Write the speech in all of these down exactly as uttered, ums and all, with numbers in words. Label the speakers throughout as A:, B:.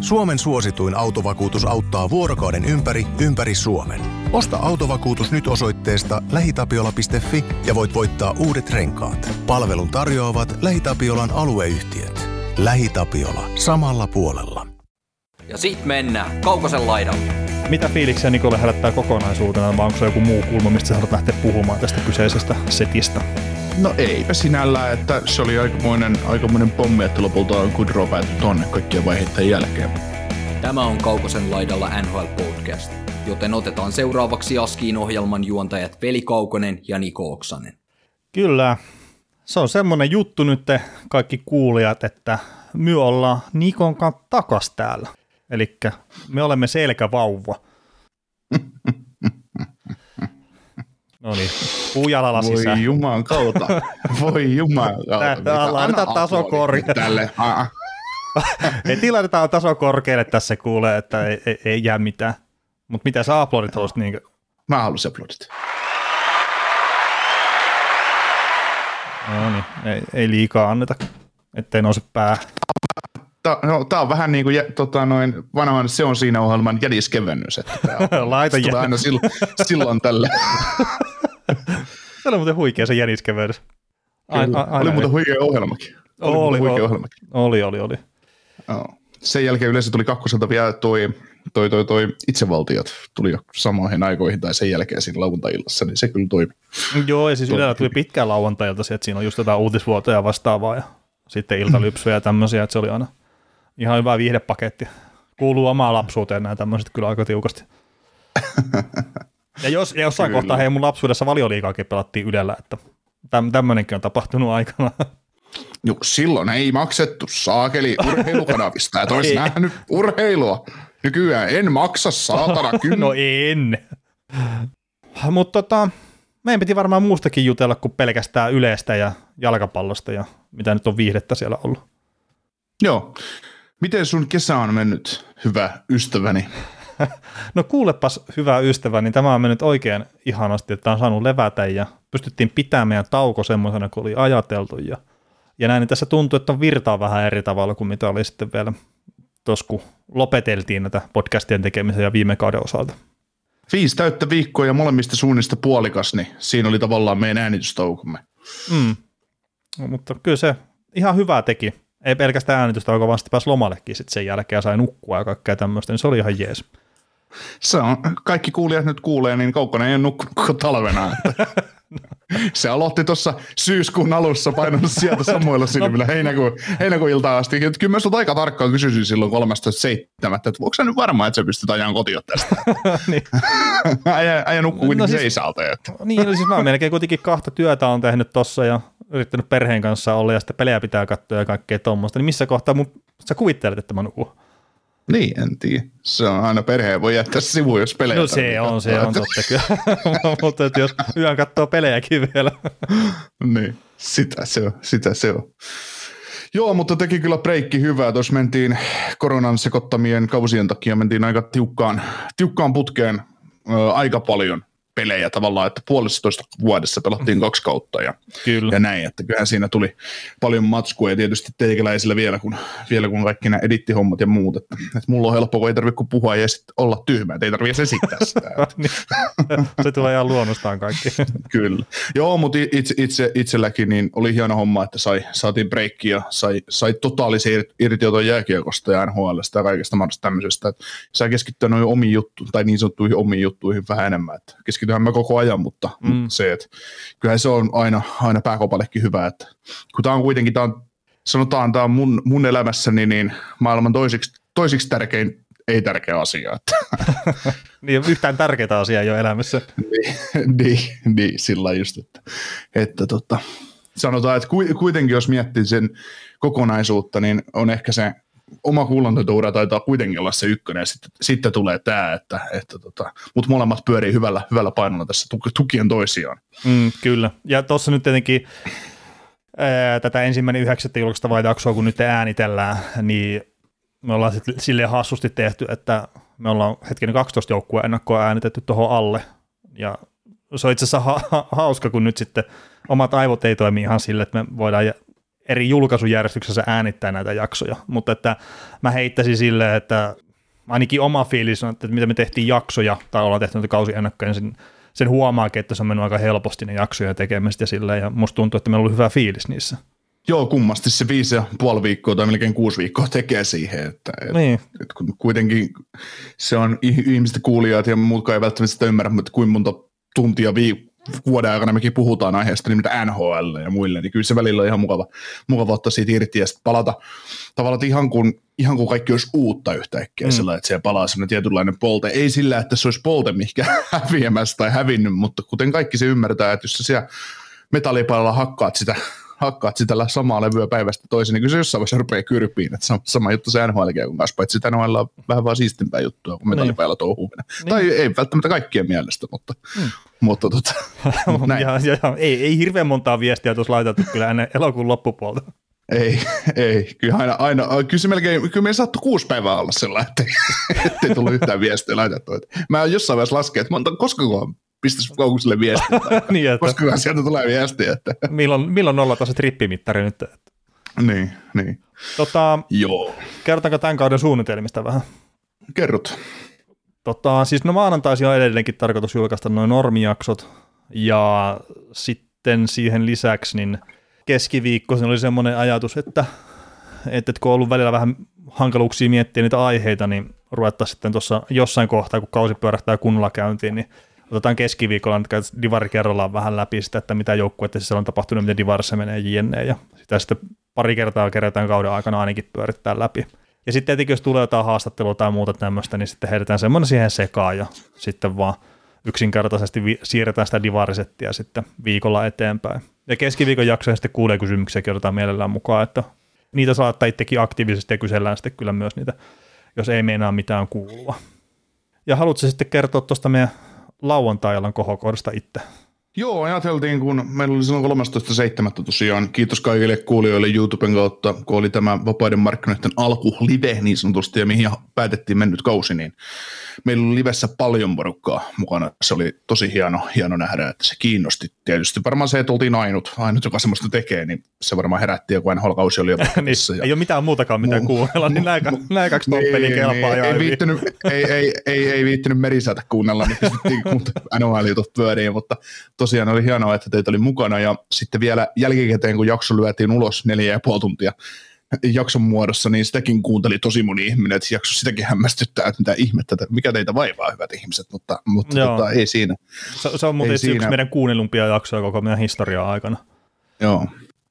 A: Suomen suosituin autovakuutus auttaa vuorokauden ympäri, ympäri Suomen. Osta autovakuutus nyt osoitteesta lähitapiola piste fi ja voit voittaa uudet renkaat. Palvelun tarjoavat LähiTapiolan alueyhtiöt. LähiTapiola. Samalla puolella.
B: Ja sit mennään Kaukosen laidalle.
C: Mitä fiiliksiä Nikolle herättää kokonaisuutena, vai onko se joku muu kulma, mistä sä haluat lähteä puhumaan tästä kyseisestä setistä?
D: No eipä sinällään, että se oli aikamoinen, aikamoinen pommi, että lopulta on Kudrow päätyi tonne kaikkien vaiheiden jälkeen.
B: Tämä on Kaukosen laidalla N H L Podcast, joten otetaan seuraavaksi Askiin ohjelman juontajat Veli Kaukonen ja Niko Oksanen.
C: Kyllä, se on semmoinen juttu nyt kaikki kuulijat, että me ollaan Nikon kanssa takas täällä. Eli me olemme selkävauva. No niin, puujalalla sisään.
D: Voi juman kautta, voi juman kautta.
C: Laitetaan taso korkealle. Heti laitetaan taso korkealle tässä kuulee, että ei, ei, ei jää mitään. Mutta mitä sä aplodit haluaisit? Niin...
D: Mä haluaisin aplodit.
C: No niin, ei, ei liikaa anneta, ettei nouse pää.
D: Tää, no, tää on vähän niin kuin tota, noin vanhan Se on siinä ohjelman jädiskevennys. Että tää
C: Laita
D: tulee aina silloin, silloin tälle.
C: Se oli muuten huikea se jädiskevennys.
D: Oli muuten huikea ohjelmakin. Oli,
C: oli,
D: huikea
C: oli,
D: ohjelmakin.
C: oli, oli, oli.
D: No. Sen jälkeen yleensä tuli kakkoselta vielä toi, toi, toi, toi itsevaltiot. Tuli jo samoihin aikoihin tai sen jälkeen siinä lauantai-illassa, niin se kyllä toimi.
C: Joo, ja siis Ylellä tuli pitkään lauantailta, että siinä on just jotain uutisvuotoja ja vastaavaa ja sitten iltalypsyjä ja tämmöisiä, että se oli aina ihan hyvä viihdepaketti. Kuuluu omaan lapsuuteen nämä tämmöiset kyllä aika tiukasti. Ja, jos, ja jossain kyllä. kohtaa hei mun lapsuudessa Valioliigaakin pelattiin Ylellä, että täm, tämmöinenkin on tapahtunut aikana.
D: Joo, silloin ei maksettu saakeli urheilukanavista, et olisi nähnyt urheilua. Nykyään en maksa saatana kyllä.
C: No en. Mutta tota, meidän piti varmaan muustakin jutella kuin pelkästään Ylestä ja jalkapallosta ja mitä nyt on viihdettä siellä ollut.
D: Joo. Miten sun kesä on mennyt, hyvä ystäväni?
C: No kuulepas, hyvä ystävä, niin tämä on mennyt oikein ihanasti, että on saanut levätä ja pystyttiin pitämään meidän tauko semmoisena kuin oli ajateltu. Ja, ja näin, niin tässä tuntuu, että on virtaa vähän eri tavalla kuin mitä oli sitten vielä tuossa, kun lopeteltiin näitä podcastien tekemisen ja viime kauden osalta.
D: Viisi täyttä viikkoa ja molemmista suunnista puolikas, niin siinä oli tavallaan meidän äänitystaukomme.
C: Mm. No, mutta kyllä se ihan hyvää teki. Ei pelkästään äänitystauko, vaan sitten pääsi lomallekin sit sen jälkeen ja sai nukkua ja kaikkea tämmöistä, niin se oli ihan jees.
D: Se on, kaikki kuulijat nyt kuulee, niin Kaukonen ei ole nukkunut koko talvena. Se aloitti tuossa syyskuun alussa painanut sieltä samoilla silmillä heinäkuun, heinäkuun iltaan asti. Kyllä mä sulta aika tarkkaan kysyisin silloin kolmastoista seitsemättä, että voiko sä nyt varmaan, että sä pystyt ajan kotiin tästä? niin. äijä, äijä nukkuu kuitenkin no siis, seisalta. Että.
C: Niin, siis mä melkein kuitenkin kahta työtä on tehnyt tossa ja yrittänyt perheen kanssa olla ja sitten pelejä pitää katsoa ja kaikkea tuommoista. Niin missä kohtaa mun, sä kuvittelet, että mä nukun?
D: Niin, en tiedä. Se on aina perheen voi jättää sivuun, jos pelejä.
C: No se on, se on totta kyllä. Mutta jos yön katsoo pelejäkin vielä.
D: Niin, sitä se on, sitä se on. Joo, mutta teki kyllä breikki hyvää. Tuossa mentiin koronan sekoittamien kausien takia, mentiin aika tiukkaan, tiukkaan putkeen ö, aika paljon pelejä tavallaan, että puolestatoista vuodessa pelattiin kaksi kautta ja, ja näin, että kyllähän siinä tuli paljon matskua ja tietysti teikäläisillä vielä, kun, vielä kun kaikki nämä edittihommat ja muut, että, että mulla on helppo, kun ei tarvitse kuin puhua ja sitten olla tyhmä, että ei tarvitse esittää sitä.
C: Se tulee ihan luonnostaan kaikki.
D: Kyllä. Joo, mutta itse, itse, itselläkin niin oli hieno homma, että sai, saatiin breikki ja sai, sai totaalisen irtioton jääkiekosta ja N H L:stä ja kaikesta mahdollisesta tämmöisestä, että sai keskittyä noihin omiin juttuihin tai niin sanottuihin omiin juttuihin vähän enemmän, että keskityhän mä koko ajan, mutta, mm. mutta se, että kyllähän se on aina, aina pääkopallekin hyvä, että kun tämä on kuitenkin, tää on, sanotaan, tämä on mun, mun elämässäni niin maailman toisiksi, toisiksi tärkein, ei tärkeä asia. Että.
C: Niin, yhtään tärkeää asiaa ei ole elämässä.
D: niin, niin, niin, sillä just, että, että tota, sanotaan, että kuitenkin jos miettii sen kokonaisuutta, niin on ehkä se oma kuulantotuura taitaa kuitenkin olla se ykkönen, ja sitten, sitten tulee tämä, että, että tota, mutta molemmat pyörii hyvällä, hyvällä painolla tässä tukien toisiaan.
C: Mm, kyllä, ja tuossa nyt tietenkin ää, tätä ensimmäinen yhdeksättä julkistavaa jaksoa, kun nyt äänitellään, niin me ollaan sitten silleen hassusti tehty, että me ollaan hetken kaksitoista joukkuea ennakkoa äänitetty tuohon alle, ja se on itse asiassa ha- hauska, kun nyt sitten omat aivot ei toimi ihan sille, että me voidaan eri julkaisujärjestyksessä äänittää näitä jaksoja, mutta että mä heittäisin silleen, että ainakin oma fiilis on, että mitä me tehtiin jaksoja, tai ollaan tehty näitä kausiennakkoja, niin sen, sen huomaakin, että se on mennyt aika helposti ne jaksoja tekemistä ja silleen, ja musta tuntuu, että meillä on ollut hyvä fiilis niissä.
D: Joo, kummasti se viisi ja puoli viikkoa tai melkein kuusi viikkoa tekee siihen, että et,
C: niin.
D: et kuitenkin se on ihmisten kuulijat ja muutkaan ei välttämättä sitä ymmärrä, mutta kuinka monta tuntia viik- vuoden aikana mekin puhutaan aiheesta, niin mitä N H L ja muille, niin kyllä se välillä on ihan mukava, mukava ottaa siitä irti ja sitten palata tavallaan ihan kuin, ihan kuin kaikki olisi uutta yhtäkkiä, mm. sellainen, että siellä palaa sellainen tietynlainen polte. Ei sillä, että se olisi polte mihinkään häviämässä tai hävinnyt, mutta kuten kaikki se ymmärtää, että jos sä siellä metallipalalla hakkaat sitä, hakkaat sitä samaa levyä päivästä toiseen, niin kyllä se jossain vaiheessa rupeaa kyrpiin, että sama juttu se N H L-kiekon kanssa, paitsi sitä N H L on vähän vaan siistimpää juttua kuin metallipäällä touhuuminen. Niin. Tai ei välttämättä kaikkien mielestä, mutta, mm. mutta tota, näin.
C: ja, ja, ei, ei hirveän montaa viestiä tuossa laitettu kyllä ennen elokuun loppupuolta.
D: Ei, ei. Kyllä aina, aina kyllä se melkein, kyllä meillä saattoi kuusi päivää olla sellainen, ettei, ettei tullut yhtään viestiä laitettu. Mä oon jossain vaiheessa laskea, että monta, koska kun pistäisi Koukuselle viestiä,
C: niin, että
D: koska sieltä tulee viestiä. Että
C: milloin, milloin nollataan se trippimittari nyt?
D: Niin, niin.
C: Tota,
D: Joo.
C: Kerrotaanko tämän kauden suunnitelmista vähän?
D: Kerrot.
C: Tota, siis no maanantaisi on edelleenkin tarkoitus julkaista noin normijaksot, ja sitten siihen lisäksi niin keskiviikkoisin oli semmoinen ajatus, että, että kun on ollut välillä vähän hankaluuksia miettiä niitä aiheita, niin ruvettaisiin sitten tuossa jossain kohtaa, kun kausi pyörähtää kunnolla käyntiin, niin otetaan keskiviikolla, että divari kerrallaan vähän läpi sitä, että mitä joukkueita siellä on tapahtunut, miten divarissa menee jne. Ja sitä sitten pari kertaa kerätään kauden aikana ainakin pyörittää läpi. Ja sitten tietenkin, jos tulee jotain haastattelua tai muuta tämmöistä, niin sitten heitetään semmoinen siihen sekaan ja sitten vaan yksinkertaisesti vi- siirretään sitä divarisettiä sitten viikolla eteenpäin. Ja keskiviikon jaksoja sitten kuulee kysymyksiäkin otetaan mielellään mukaan, että niitä saattaa itsekin aktiivisesti ja kysellään sitten kyllä myös niitä, jos ei meinaa mitään kuulua. Ja haluatko sitten kertoa tuosta meidän lauantai-alan kohokohdasta itse?
D: Joo, ajateltiin, kun meillä oli silloin kolmastoista seitsemättä tosiaan, kiitos kaikille kuulijoille YouTuben kautta, kun oli tämä vapaiden markkinoiden alku live niin sanotusti, ja mihin päätettiin mennyt kausi, niin meillä oli livessä paljon porukkaa mukana. Se oli tosi hieno, hieno nähdä, että se kiinnosti tietysti. Varmaan se, että oltiin ainut, ainut joka semmoista tekee, niin se varmaan herätti, kun N H L-kausi oli jo paketissa.
C: niin, ei ole mitään muutakaan mitään mu- kuunnella, niin nämä kaksi toppeliä niin, kelpaa.
D: Niin, ei, viittynyt, ei, ei, ei, ei viittynyt merisäätä kuunnella, niin pistettiin N H L-jutut pyöriin, mutta tosiaan oli hienoa, että teitä oli mukana, ja sitten vielä jälkikäteen, kun jakso lyötiin ulos neljä ja puoli tuntia jakson muodossa, niin sitäkin kuunteli tosi moni ihminen, että jakso sitäkin hämmästyttää, että mitä ihmettä, mikä teitä vaivaa, hyvät ihmiset, mutta, mutta tota, ei siinä.
C: Se, se on muuten yksi meidän kuunnelumpia jaksoja koko meidän historiaa aikana.
D: Joo,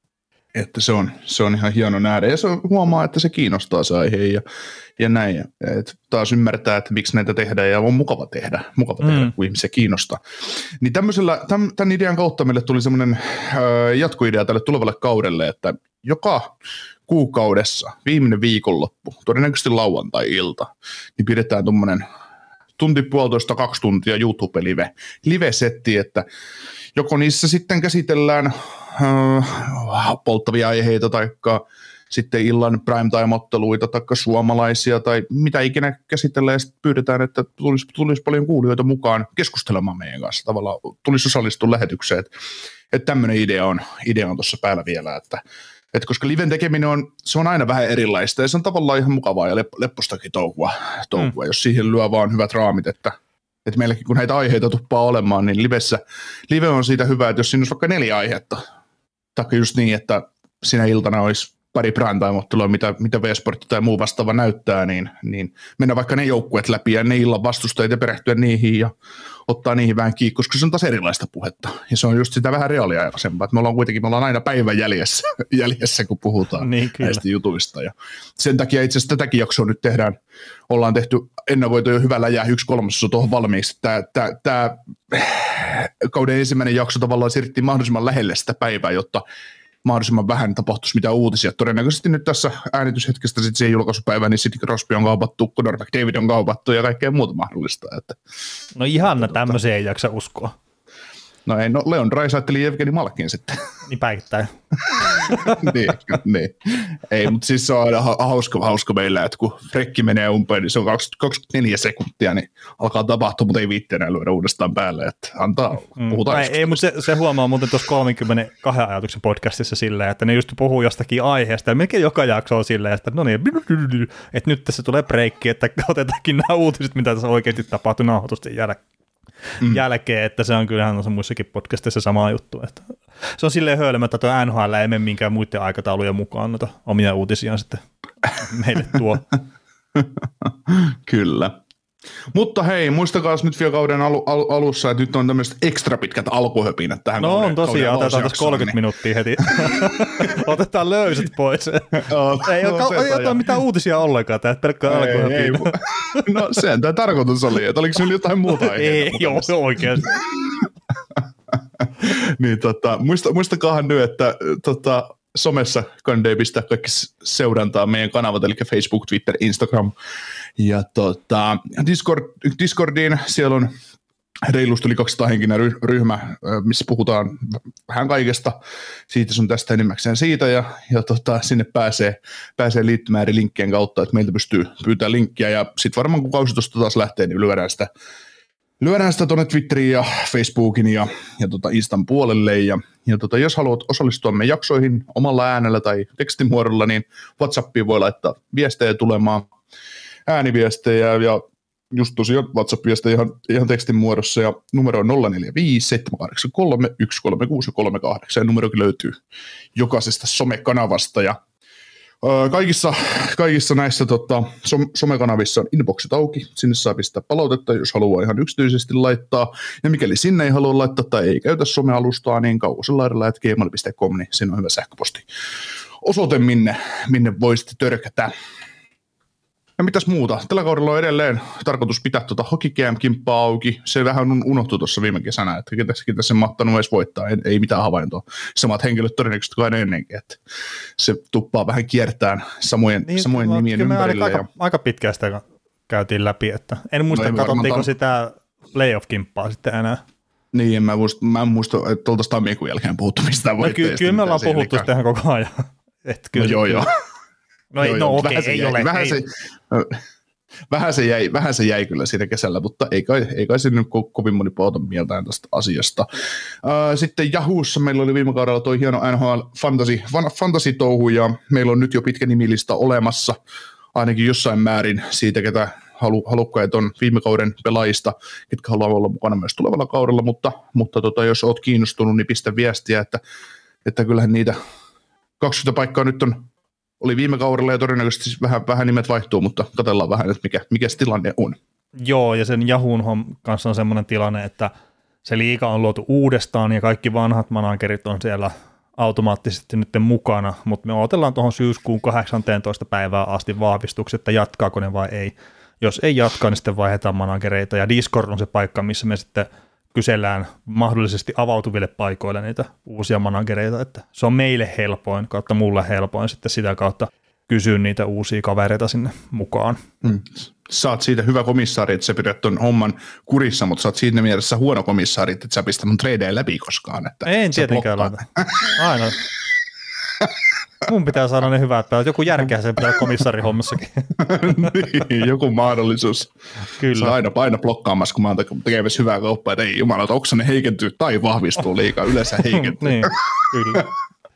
D: että se on, se on ihan hieno nähdä, ja se huomaa, että se kiinnostaa se aihe, ja, ja näin, että taas ymmärtää, että miksi näitä tehdään, ja on mukava tehdä, mukava tehdä, mm. kun ihmisiä kiinnostaa. Niin tämmöisellä, tämän, tämän idean kautta meille tuli semmoinen äh, jatkoidea tälle tulevalle kaudelle, että joka kuukaudessa, viimeinen viikonloppu, todennäköisesti lauantai-ilta, niin pidetään tuommoinen tunti puolitoista, kaksi tuntia YouTube-live, live-setti, että joko niissä sitten käsitellään äh, polttavia aiheita, tai sitten illan primetime-otteluita, tai suomalaisia, tai mitä ikinä käsitellään, ja sitten pyydetään, että tulisi, tulisi paljon kuulijoita mukaan keskustelemaan meidän kanssa, tavallaan tulisi osallistua lähetykseen, että, että tämmöinen idea on, idea on tuossa päällä vielä, että Et koska liven tekeminen on, se on aina vähän erilaista ja se on tavallaan ihan mukavaa ja lep- leppostakin touhua, touhua mm. jos siihen lyö vaan hyvät raamit, että, että meilläkin kun näitä aiheita tuppaa olemaan, niin livessä, live on siitä hyvä, että jos siinä olisi vaikka neljä aihetta, taikka just niin, että sinä iltana olisi pari primetime-ottelua, mitä, mitä V-Sport tai muu vastaava näyttää, niin, niin mennä vaikka ne joukkueet läpi ja ne illan vastustajat ja perehtyä niihin ja ottaa niihin vähän kiinni, koska se on taas erilaista puhetta. Ja se on just sitä vähän reaaliaikaisempaa, että me ollaan kuitenkin me ollaan aina päivän jäljessä, jäljessä kun puhutaan niin, näistä jutuista. Ja sen takia itse asiassa tätäkin jaksoa nyt tehdään, ollaan tehty ennakoitu jo hyvällä jää yksi kolmasosa tuohon valmiiksi. Tämä, tämä, tämä kauden ensimmäinen jakso tavallaan siirrettiin mahdollisimman lähelle sitä päivää, jotta mahdollisimman vähän tapahtuisi mitään uutisia. Todennäköisesti nyt tässä äänityshetkestä sitten siihen julkaisupäivään, niin Sidney Crosby on kaupattu, Connor McDavid on kaupattu ja kaikkea muuta mahdollista. Että,
C: no ihanna tämmöisiä ei jaksa uskoa.
D: No ei, no Leon Draisaitl Evgeni Malkin sitten.
C: Niin päittäin.
D: niin, niin. Ei, mutta siis se on aina hauska, hauska meillä, että kun frekki menee umpeen, niin se on kaksikymmentäneljä sekuntia, niin alkaa tapahtua, mutta ei viitti enää lyödä uudestaan päälle, että antaa, puhutaan.
C: Mm, ei, ei, mutta se, se huomaa muuten tuossa kolmenkymmenenkahden ajatuksen podcastissa silleen, että ne just puhuu jostakin aiheesta, ja melkein joka jakso on silleen, että no niin, että nyt tässä tulee breikki, että otetaankin nämä uutiset, mitä tässä oikeasti tapahtui nauhoitusten jälkeen. Mm. jälkeen, että se on kyllähän on muissakin podcastissa sama juttu. Että se on silleen höylämättä, että tuo N H L ei mene minkään muiden aikataulujen mukaan noita omia uutisiaan sitten meille tuo.
D: Kyllä. Mutta hei, muistakaa nyt vielä kauden alu, al, alussa, että nyt on tämmöiset ekstra pitkät alkuhöpinät tähän.
C: No
D: kauden,
C: on tosiaan, otetaan tässä kolmekymmentä niin. minuuttia heti. Otetaan löysät pois. Oh, ei no, ole jotain mitään uutisia ollenkaan, tämä pelkkää alkuhöpinä.
D: No sen tämä tarkoitus oli, että oliko sinulla jotain muuta aiheita?
C: Ei, joo, oikeasti.
D: niin, tota, muista, muistakaahan nyt, että tota, somessa kannattaa pistää kaikki seurantaa meidän kanavat, eli Facebook, Twitter, Instagram ja tota, Discord, Discordiin. Siellä on reilusti yli kaksisataa henkinen ryhmä, missä puhutaan vähän kaikesta. Siitä sun tästä enimmäkseen siitä ja, ja tota, sinne pääsee, pääsee liittymään eri linkkien kautta, että meiltä pystyy pyytämään linkkiä ja sitten varmaan kun kausi tuosta taas lähtee, niin lyödään sitä Lyödään sitä tuonne Twitteriin ja Facebookin ja, ja tota Instan puolelle. Ja, ja tota, jos haluat osallistua meidän jaksoihin omalla äänellä tai tekstimuodolla, niin WhatsAppiin voi laittaa viestejä tulemaan, ääniviestejä ja just tosiaan WhatsApp-viestejä ihan, ihan tekstin muodossa. Ja numero on nolla neljä viisi seitsemän kahdeksan kolme yksi kolme kuusi kolme kahdeksan ja numerokin löytyy jokaisesta somekanavasta. Ja Kaikissa, kaikissa näissä tota, somekanavissa on inboxit auki, sinne saa pistää palautetta, jos haluaa ihan yksityisesti laittaa, ja mikäli sinne ei halua laittaa tai ei käytä somealustaa, niin kaukoselaidalla at gmail piste com, niin siinä on hyvä sähköposti osoite, minne, minne voisitte törkätä. Ja mitäs muuta? Tällä kaudella on edelleen tarkoitus pitää tuota Hockeycam-kimppaa auki. Se vähän unohtui tuossa viime kesänä, että ketä, ketä sen mahtanut edes voittaa. Ei, ei mitään havaintoa. Samat henkilöt todennäköisesti kuin aina ennenkin. Että se tuppaa vähän kiertään samojen, niin, samojen va- nimien ympärille.
C: Aika,
D: ja...
C: aika pitkään sitä käytiin läpi. Että en muista, no katsottiinko ta... sitä playoff-kimppaa sitten enää.
D: Niin, en mä muista, mä en muista että oltaisiin tammikuun jälkeen puhuttu mistään voitteista.
C: No, ky- kyllä me ollaan puhuttu sitä ihan koko ajan. Et kyllä,
D: no joo, joo.
C: No, ei, no okei, okay, ei jäi, ole.
D: Vähän,
C: ei.
D: Se, vähän, se jäi, vähän se jäi kyllä siinä kesällä, mutta ei kai, ei kai se nyt ko- kovin moni pauta mieltään tästä asiasta. Sitten Yahoossa meillä oli viime kaudella tuo hieno N H L Fantasy, Fantasy-touhu, ja meillä on nyt jo pitkä nimilista olemassa, ainakin jossain määrin siitä, ketä halu, halukkaat on viime kauden pelaajista, ketkä haluaa olla mukana myös tulevalla kaudella, mutta, mutta tota, jos olet kiinnostunut, niin pistä viestiä, että, että kyllähän niitä kaksikymmentä paikkaa nyt on oli viime kaudella ja todennäköisesti vähän, vähän nimet vaihtuu, mutta katsellaan vähän, että mikä, mikä se tilanne on.
C: Joo, ja sen Yahoon kanssa on semmoinen tilanne, että se liiga on luotu uudestaan ja kaikki vanhat managerit on siellä automaattisesti nyt mukana, mutta me odotellaan tuohon syyskuun kahdeksanteentoista päivää asti vahvistukset, että jatkaako ne vai ei. Jos ei jatkaa, niin sitten vaihdetaan managereita ja Discord on se paikka, missä me sitten kysellään mahdollisesti avautuville paikoille niitä uusia managereita, että se on meille helpoin, kautta mulle helpoin sitten sitä kautta kysyä niitä uusia kavereita sinne mukaan. Mm.
D: Sä oot siitä hyvä komissaari, että sä pidät ton homman kurissa, mutta sä oot siinä mielessä huono komissaari, että sä pistä mun treidejä läpi koskaan. Että
C: en tietenkään laita. Aina. Mun pitää saada ne hyvät päivät. Joku järkeä sen pitää komissarihommassakin.
D: niin, joku mahdollisuus.
C: Kyllä.
D: Sä aina, aina blokkaamassa, kun mä oon tekemässä hyvää kauppaa, että ei jumalauta, onko ne heikentyy tai vahvistuu liikaa. Yleensä heikentyy.
C: niin, kyllä.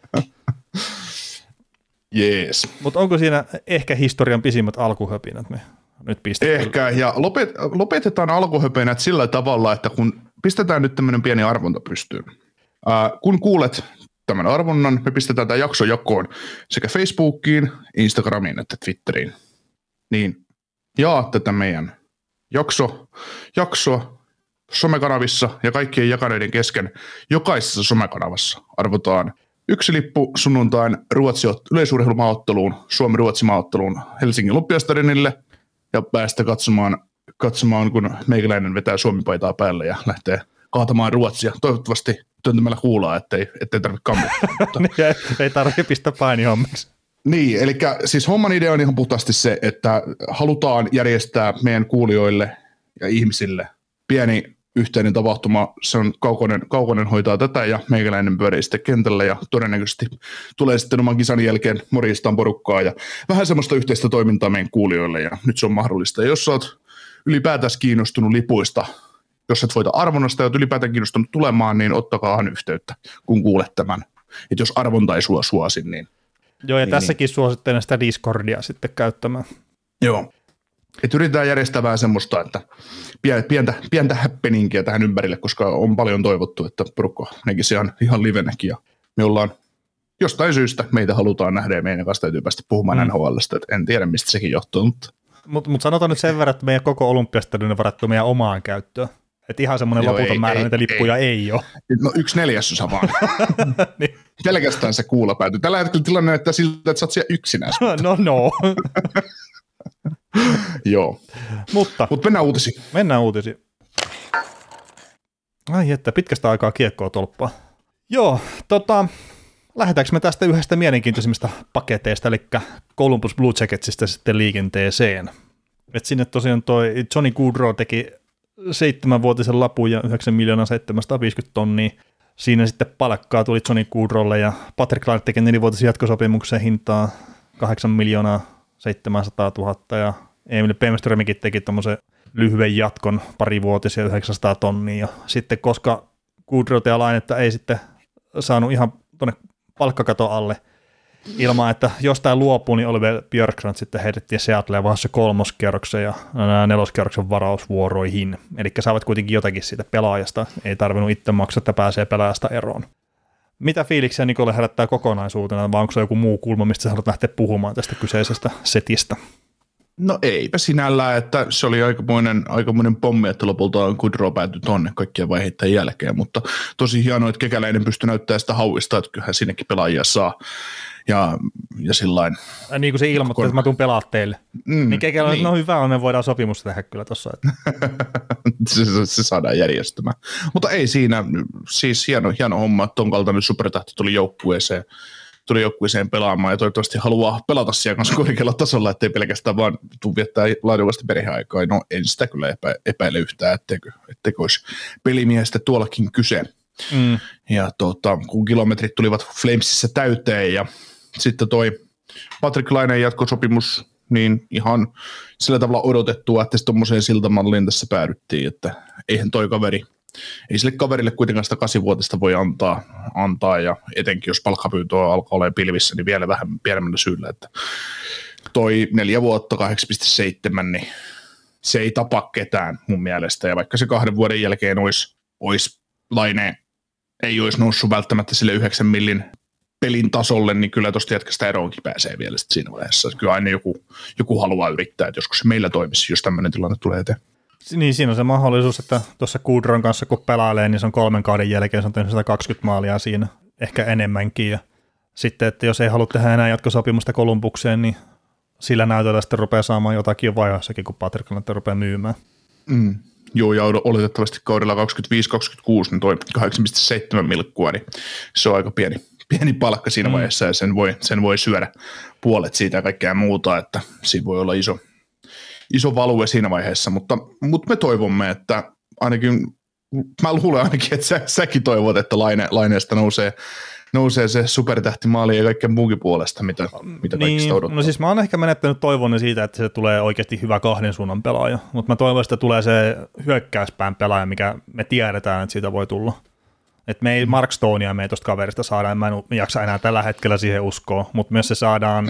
D: Jees.
C: Mutta onko siinä ehkä historian pisimmät alkuhöpinät me nyt pistetään?
D: Ehkä, ja lopet, lopetetaan alkuhöpinät sillä tavalla, että kun pistetään nyt tämmöinen pieni arvonta pystyyn. Äh, kun kuulet tämän arvonnan, me pistetään tämä jakso jakoon sekä Facebookiin, Instagramiin että Twitteriin. Niin jaa tätä meidän jakso, jaksoa somekanavissa ja kaikkien jakaneiden kesken. Jokaisessa somekanavassa arvotaan yksi lippu sunnuntain Ruotsi yleisurheilumaaotteluun, Suomi-Ruotsi-maaotteluun Helsingin Olympiastadionille ja päästä katsomaan, katsomaan, kun meikäläinen vetää Suomi-paitaa päälle ja lähtee kaatamaan Ruotsia. Toivottavasti työntämällä kuulaa, ettei, ettei tarvitse kammuttaa.
C: ei, ei tarvitse pistää painihommiksi.
D: Niin, eli siis homman idea on ihan puhtaasti se, että halutaan järjestää meidän kuulijoille ja ihmisille pieni yhteinen tapahtuma, se on Kaukonen, Kaukonen hoitaa tätä ja meikäläinen pyörii sitten kentällä ja todennäköisesti tulee sitten oman kisan jälkeen morjistaan porukkaa ja vähän semmoista yhteistä toimintaa meidän kuulijoille ja nyt se on mahdollista. Ja jos sä oot ylipäätään kiinnostunut lipuista, jos et voita arvonnasta ja oot ylipäätään kiinnostunut tulemaan, niin ottakaahan yhteyttä, kun kuulet tämän. Että jos arvonta ei sua suosi, niin...
C: Joo, ja
D: niin,
C: tässäkin
D: niin.
C: suosittelen sitä Discordia sitten käyttämään.
D: Joo. Että yritetään järjestää vähän semmoista, että pientä, pientä happeningia tähän ympärille, koska on paljon toivottu, että porukka nekisi ihan, ihan livenäkin. Ja me ollaan jostain syystä, meitä halutaan nähdä ja meidän kanssa täytyy päästä puhumaan mm. N H L:stä. Että en tiedä, mistä sekin johtuu. Mutta
C: Mutta mut sanotaan nyt sen verran, että meidän koko olympiastadion on varattu meidän omaan käyttöön. Että ihan semmoinen
D: Joo,
C: loputon
D: ei,
C: määrä
D: ei,
C: niitä lippuja ei, ei ole.
D: No yksi neljäsosa vaan.
C: niin.
D: Pelkästään se kuulla päätyy. Tällä hetkellä tilanne näyttää siltä, että sä oot siellä yksinään.
C: no no.
D: Joo.
C: Mutta
D: Mut mennään uutisiin.
C: Mennään uutisiin. Ai että, pitkästä aikaa kiekkoa tolppaa. Joo, tota, lähdetäänkö me tästä yhdestä mielenkiintoisimmista paketeista, eli Columbus Blue Jacketsista sitten liikenteeseen. Et sinne tosiaan toi Johnny Gaudreau teki seitsemänvuotisen lapun ja yhdeksän miljoonaa seitsemänsataaviisikymmentä tonnia. Siinä sitten palkkaa tuli Johnny Gaudreaulle ja Patrick Laine teki nelivuotisen jatkosopimuksen hintaa kahdeksan miljoonaa seitsemänsataatuhatta ja Emil Bemströmikin teki tommosen lyhyen jatkon parivuotisia yhdeksänsataa tonnia. Ja sitten koska Gaudreau ja Lainetta ei sitten saanut ihan tuonne palkkakaton alle ilman, että jostain luopuu, niin Oliver Björkstrand sitten heitettiin Seattleen vaiheessa kolmoskierroksen ja neloskierroksen varausvuoroihin. Eli saavat kuitenkin jotakin siitä pelaajasta, ei tarvinnut itse maksaa, että pääsee pelaajasta eroon. Mitä fiiliksiä Nikolle herättää kokonaisuutena, vai onko se joku muu kulma, mistä sä haluat lähteä puhumaan tästä kyseisestä setistä?
D: No eipä sinällään, että se oli aikamoinen, aikamoinen pommi, että lopulta Gaudreau päätyi tonne kaikkien vaiheiden jälkeen, mutta tosi hienoa, että Kekäläinen pystyi näyttämään sitä hauista, että kyllähän sinnekin pelaajia saa. Ja, ja sillain.
C: Ja niin kuin se ilmoitti, että mä tuun pelaa teille. Mm, niin Kekäläinen, niin. No hyvä, me voidaan sopimusta tehdä kyllä tuossa.
D: se, se, se saadaan järjestämään. Mutta ei siinä, siis hieno, hieno homma, että ton kaltainen supertähti tuli joukkueeseen. tuli joukkueeseen pelaamaan ja toivottavasti haluaa pelata siellä kanssa korkealla tasolla, ettei pelkästään vaan tuu viettää laadukasta perheaikaa. No en sitä kyllä epä, epäile yhtään, etteikö, etteikö olisi pelimiehestä tuollakin kyse. Mm. Ja tuota, kun kilometrit tulivat Flamesissa täyteen ja sitten toi Patrick Laineen jatkosopimus, niin ihan sillä tavalla odotettua, että tuommoiseen siltamalliin tässä päädyttiin, että eihän toi kaveri, ei sille kaverille kuitenkaan sitä kasivuotista voi antaa, antaa ja etenkin jos palkkapyyntö alkaa olemaan pilvissä, niin vielä vähän pienemmällä syyllä, että toi neljä vuotta kahdeksan pilkku seitsemän, niin se ei tapa ketään mun mielestä, ja vaikka se kahden vuoden jälkeen olisi, olisi Laine, ei olisi noussut välttämättä sille yhdeksän millin pelin tasolle, niin kyllä tuosta jätkästä eroonkin pääsee vielä siinä vaiheessa. Kyllä aina joku, joku haluaa yrittää, että joskus se meillä toimisi, jos tämmöinen tilanne tulee eteen.
C: Niin, siinä on se mahdollisuus, että tuossa Gaudreaun kanssa kun pelailee, niin se on kolmen kauden jälkeen, se on tehnyt sata kaksikymmentä maalia siinä, ehkä enemmänkin. Ja sitten, että jos ei halua tehdä enää jatkosopimusta Columbukseen, niin sillä näytöllä sitten rupeaa saamaan jotakin jo vaiheessakin, kun Patrick Laine rupeaa myymään.
D: Mm. Joo, ja oletettavasti kaudella kaksikymmentäviisi kaksikymmentäkuusi, niin toi kahdeksan pilkku seitsemän milkkua, niin se on aika pieni, pieni palkka siinä mm. vaiheessa, ja sen voi, sen voi syödä puolet siitä ja kaikkea muuta, että siinä voi olla iso, iso value siinä vaiheessa, mutta, mutta me toivomme, että ainakin, mä luulen ainakin, että sä, säkin toivot, että Laine, Laineesta nousee, nousee se supertähtimaali ja kaikkien muunkin puolesta, mitä, mitä
C: niin,
D: kaikista odottaa.
C: No siis mä oon ehkä menettänyt toivoni siitä, että se tulee oikeasti hyvä kahden suunnan pelaaja, mutta mä toivon, että tulee se hyökkäyspään pelaaja, mikä me tiedetään, että siitä voi tulla. Että me ei Mark Stonea me ei tosta kaverista saada, mä en jaksa enää tällä hetkellä siihen uskoa, mutta myös se saadaan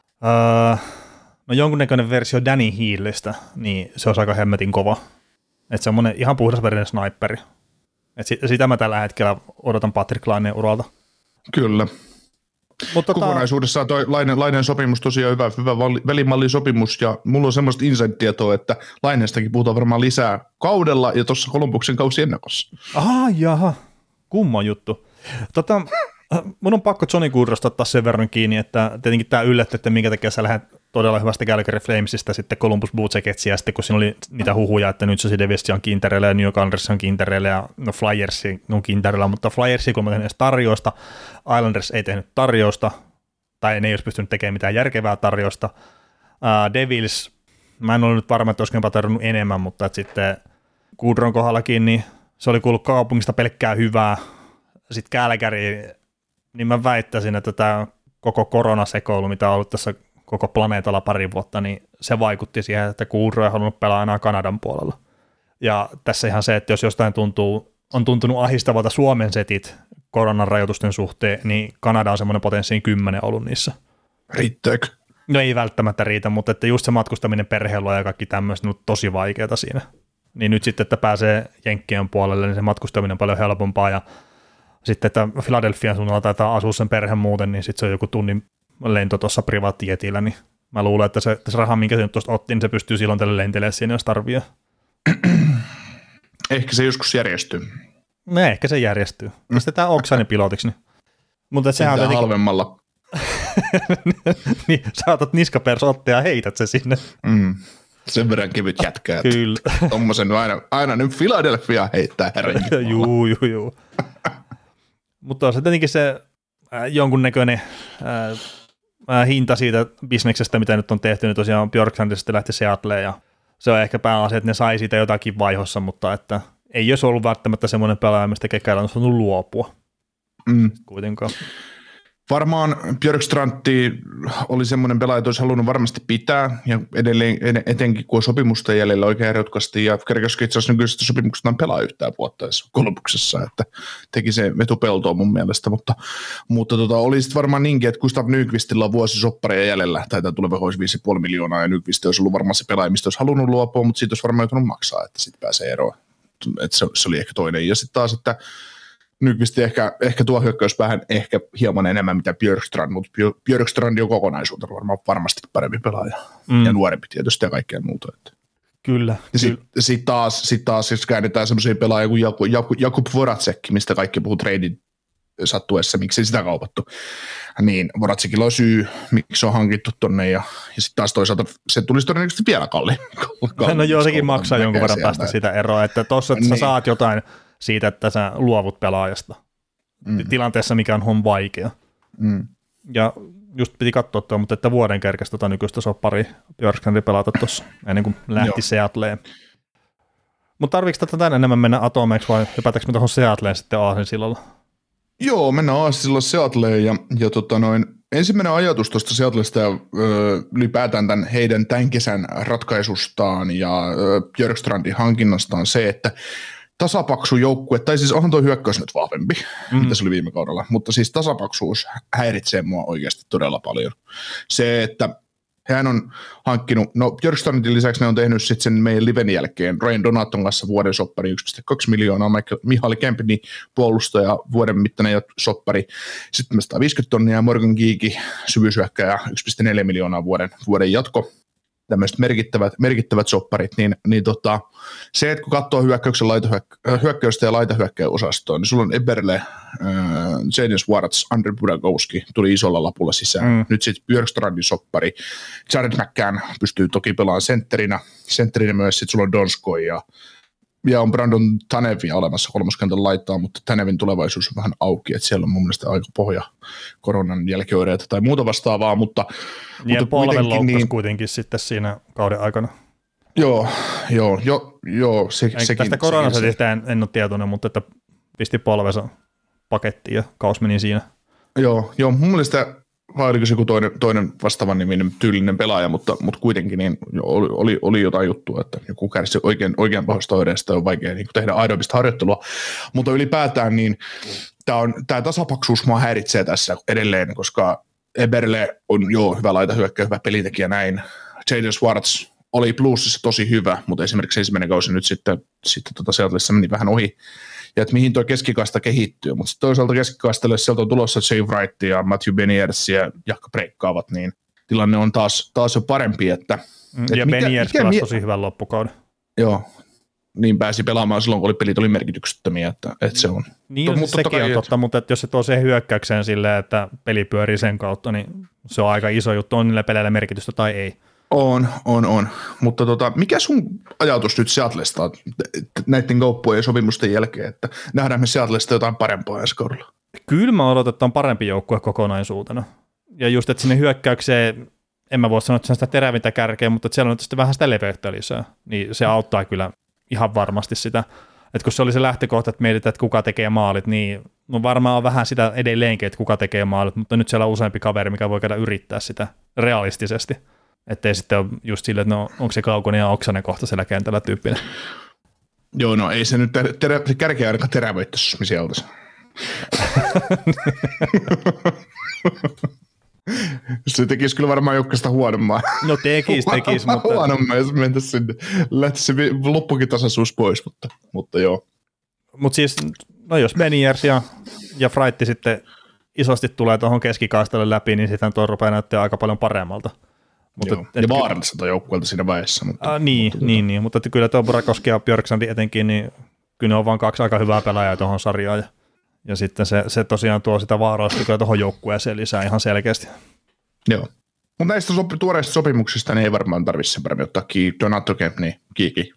C: öö, no jonkunnäköinen versio Danny Healista, niin se on aika hemmetin kova. Että se on monen ihan puhdasverinen sniperi. Että sitä mä tällä hetkellä odotan Patrick Laineen uralta.
D: Kyllä.
C: Mutta
D: kokonaisuudessaan tuo Laineen, Laineen sopimus tosiaan hyvä, hyvä välimallisopimus, ja mulla on semmoista inside-tietoa, että Laineestakin puhutaan varmaan lisää kaudella ja tuossa Columbuksen kausi ennakossa.
C: Aha, jaha, kumma juttu. Tota, mun on pakko Johnny Gaudreausta ottaa sen verran kiinni, että tietenkin tämä yllätti, että minkä takia sä lähdet todella hyvästä Calgary Flamesista sitten Columbus Blue Jacketsia, ja sitten kun siinä oli niitä huhuja, että nyt se Davis on kintereillä ja New York Islanders on kintereillä ja no Flyers on kintereillä, mutta Flyers kun on tehnyt tarjousta, Islanders ei tehnyt tarjousta, tai ne ei olisi pystynyt tekemään mitään järkevää tarjousta. Uh, Devils, mä en ole nyt varma, että olisikin tarjonnut enemmän, mutta että sitten Gaudreaun kohdallakin, niin se oli kuullut kaupungista pelkkää hyvää. Sitten Calgary, niin mä väittäisin, että tämä koko koronasekoilu, mitä on ollut tässä koko planeetalla pari vuotta, niin se vaikutti siihen, että Kuuro ei halunnut pelaa enää Kanadan puolella. Ja tässä ihan se, että jos jostain tuntuu, on tuntunut ahdistavalta Suomen setit koronan rajoitusten suhteen, niin Kanada on semmoinen potenssiin kymmenen ollut niissä.
D: Riittääkö?
C: No ei välttämättä riitä, mutta että just se matkustaminen perheellä ja kaikki tämmöistä on tosi vaikeaa siinä. Niin nyt sitten, että pääsee Jenkkien puolelle, niin se matkustaminen on paljon helpompaa ja sitten, että Philadelphian suunnalla taitaa asua sen perhe muuten, niin sitten se on joku tunnin lento tuossa privaattijetillä, niin mä luulen, että se, se raha, minkä se nyt tuosta otti, niin se pystyy silloin tälle lentelemään siinä, jos tarvii.
D: Ehkä se joskus järjestyy.
C: No ehkä se järjestyy. Pistetään Oksanin pilotiksi. Niin. Mutta sehän on
D: tietenkin halvemmalla.
C: niin, saatat niskapersotteja ja heität se sinne.
D: Mm. Sen verran kevyt jätkää.
C: Kyllä.
D: Tommosen aina, aina nyt Philadelphia heittää herran.
C: juu, juu, juu. Mutta on se tietenkin se äh, jonkunnäköinen äh, äh, hinta siitä bisneksestä, mitä nyt on tehty, niin tosiaan Björkstrandista lähti Seattleen ja se on ehkä pääasia, että ne sai siitä jotakin vaihossa, mutta että ei olisi ollut välttämättä semmoinen pelaaja, mistä kekäillä on saanut luopua.
D: Mm.
C: Kuitenkaan.
D: Varmaan Björkstrandti oli semmoinen pelaaja, että olisi halunnut varmasti pitää, ja edelleen etenkin kun on sopimusta jäljellä oikein retkasti, ja kerkesikö itse asiassa nykyisestä sopimuksestaan pelaa yhtään vuotta Kolumbuksessa, että teki se vetupeltoa mun mielestä, mutta, mutta tota, oli sitten varmaan niinkin, että Gustav Nyqvistillä on vuosi soppareja jäljellä, tai tämä tuleva olisi viisi pilkku viisi miljoonaa, ja Nyqvist olisi ollut varmaan se pelaaja, mistä olisi halunnut luopua, mutta siitä olisi varmaan joutunut maksaa, että sitten pääsee eroon. Että se, se oli ehkä toinen, ja sitten taas, että Nyqvist ehkä, ehkä tuo hyökkäyspäähän ehkä hieman enemmän mitä Björkstrand, mutta Björkstrand on kokonaisuutena varmaan varmasti parempi pelaaja mm. ja nuorempi tietysti ja kaikkea muuta. Että.
C: Kyllä.
D: Ja sitten sit taas, sit taas, jos käännetään semmoisia pelaajia kuin Jakub, Jakub, Jakub Voracek, mistä kaikki puhuu treidin sattuessa, miksi ei sitä kaupattu, niin Voracekilla on syy, miksi se on hankittu tonne ja, ja sitten taas toisaalta se tulisi todennäköisesti vielä kalliin.
C: No joo, sekin maksaa jonkun verran päästä että. Sitä eroa, että tuossa, että niin. Sä saat jotain siitä, että sä luovut pelaajasta mm. tilanteessa, mikä on hon vaikea. Mm. Ja just piti katsoa tuo, mutta että vuoden kerkästä tota nykyistä soppari Björkstrandi pelata tuossa, ennen kuin lähti Seattleen. Mutta tarviiko tätä tänne enemmän mennä Atomeksi vai hypätäänkö me tuohon Seattleen sitten Aasinsilalla?
D: Joo, mennään Aasinsilalla Seattleen ja, ja tota noin, ensimmäinen ajatus tuosta Seattlesta ja ö, ylipäätään tämän heidän tämän kesän ratkaisustaan ja ö, Björkstrandin hankinnastaan se, että tasapaksu joukkue, tai siis onhan tuo hyökkäys nyt vahvempi, mm. mitä se oli viime kaudella, mutta siis tasapaksuus häiritsee mua oikeasti todella paljon. Se, että hän on hankkinut, no Björkstrandin lisäksi ne on tehnyt sitten sen meidän liven jälkeen Ryan Donaton kanssa vuoden soppari yksi pilkku kaksi miljoonaa, Mihaly Kempni puolustaja vuoden mittainen soppari seitsemänsataaviisikymmentä tonnia ja Morgan Geeky syvyyshyökkäjä yksi pilkku neljä miljoonaa vuoden, vuoden jatko. Tämmöiset merkittävät, merkittävät sopparit, niin, niin tota, se, että kun katsoo hyökkäyksen laitahyökkä, hyökkäystä ja laitahyökkäjän osastoa, niin sulla on Eberle, äh, Jadon Swartz, Andrei Burakovsky tuli isolla lapulla sisään. Mm. Nyt sitten Björkstrandin soppari. Jared McCann pystyy toki pelaamaan sentterinä, sentterinä myös, sitten sulla on Donskoi ja, ja on Brandon Tanevia olemassa kolmoskentän laittaa, mutta Tanevin tulevaisuus on vähän auki, että siellä on mun mielestä aika pohja koronan jälkioireita tai muuta vastaavaa, mutta
C: ja polven loukkasi niin, kuitenkin sitten siinä kauden aikana.
D: Joo, joo, jo, joo se, sekin.
C: Tästä koronasetistä en, en ole tietoinen, mutta että pisti polvensa pakettiin ja kaus meni siinä.
D: Joo, joo mun mielestä vai oliko se joku toinen, toinen vastaavan niminen tyylinen pelaaja, mutta, mutta kuitenkin niin oli, oli, oli jotain juttua, että joku kärsi oikein, oikein pahasta oireesta on vaikea niin tehdä aidompista harjoittelua, mutta ylipäätään niin tämä, on, tämä tasapaksuus mua häiritsee tässä edelleen, koska Eberle on joo hyvä laitahyökkäjä, hyvä pelintekijä näin, Jadon Swartz oli plussissa tosi hyvä, mutta esimerkiksi ensimmäinen kausi nyt sitten, sitten tota Seattlessa meni vähän ohi, ja että mihin tuo keskikasta kehittyy, mutta sitten toisaalta keskikastalle sieltä on tulossa Jay Wright ja Matthew Beniers ja Jakka breikkaavat, niin tilanne on taas, taas jo parempi, että
C: mm, et ja Beniers pelasi tosi hyvän loppukauden.
D: Joo, niin pääsi pelaamaan silloin, kun oli pelit oli merkityksettömiä, että, että se on.
C: Niin, to, mutta sekin on totta, mutta että jos se tuo se hyökkäykseen silleen, että peli pyörii sen kautta, niin se on aika iso juttu, on niille peleille merkitystä tai ei.
D: On, on, on. Mutta tota, mikä sun ajatus nyt Seattlesta näiden kauppojen ja sopimusten jälkeen, että nähdään me Seattlesta jotain parempaa ensi kaudella?
C: Kyllä mä odotan, että on parempi joukkue kokonaisuutena. Ja just, että sinne hyökkäykseen, en mä voi sanoa, että se on sitä terävintä kärkeä, mutta siellä on sitten vähän sitä leveyttä lisää, niin se auttaa kyllä ihan varmasti sitä. että kun se oli se lähtökohta, että mietitään, että kuka tekee maalit, niin no varmaan on vähän sitä edelleenkin, että kuka tekee maalit, mutta nyt siellä on useampi kaveri, mikä voi käydä yrittää sitä realistisesti. Ettei sitten ole just sille, että no, onko se Kaukonen ja Oksanen kohta siellä kentällä tyyppinen.
D: Joo, no ei se nyt ter- ter- se kärkeä ainakaan terävöittäisi, jos me sieltä. Se tekisi kyllä varmaan joukkueesta huonommaa.
C: No tekis, tekis.
D: mutta... Huonommaa, jos mentäisiin sinne. Lähtisi se loppukin tasaisuus pois, mutta, mutta joo.
C: Mutta siis, no jos Beniers ja, ja Fraitti sitten isosti tulee tuohon keskikaistalle läpi, niin sitten tuo rupeaa näyttää aika paljon paremmalta. Mutta
D: et, et, ja Vaarnassa tuo joukkueelta siinä vaiheessa. Mutta,
C: a, niin, mutta, niin, niin, mutta kyllä tuo Burakovski ja Björksandi etenkin, niin kyllä ne on vaan kaksi aika hyvää pelaajaa tuohon sarjaan. Ja, ja sitten se, se tosiaan tuo sitä vaarausta kyllä tuohon joukkueeseen lisää ihan selkeästi.
D: Joo. Mutta näistä sopi, tuoreista sopimuksista niin ei varmaan tarvitse sen paremmin ottaa kiinni. Donato Kempni, kiiki.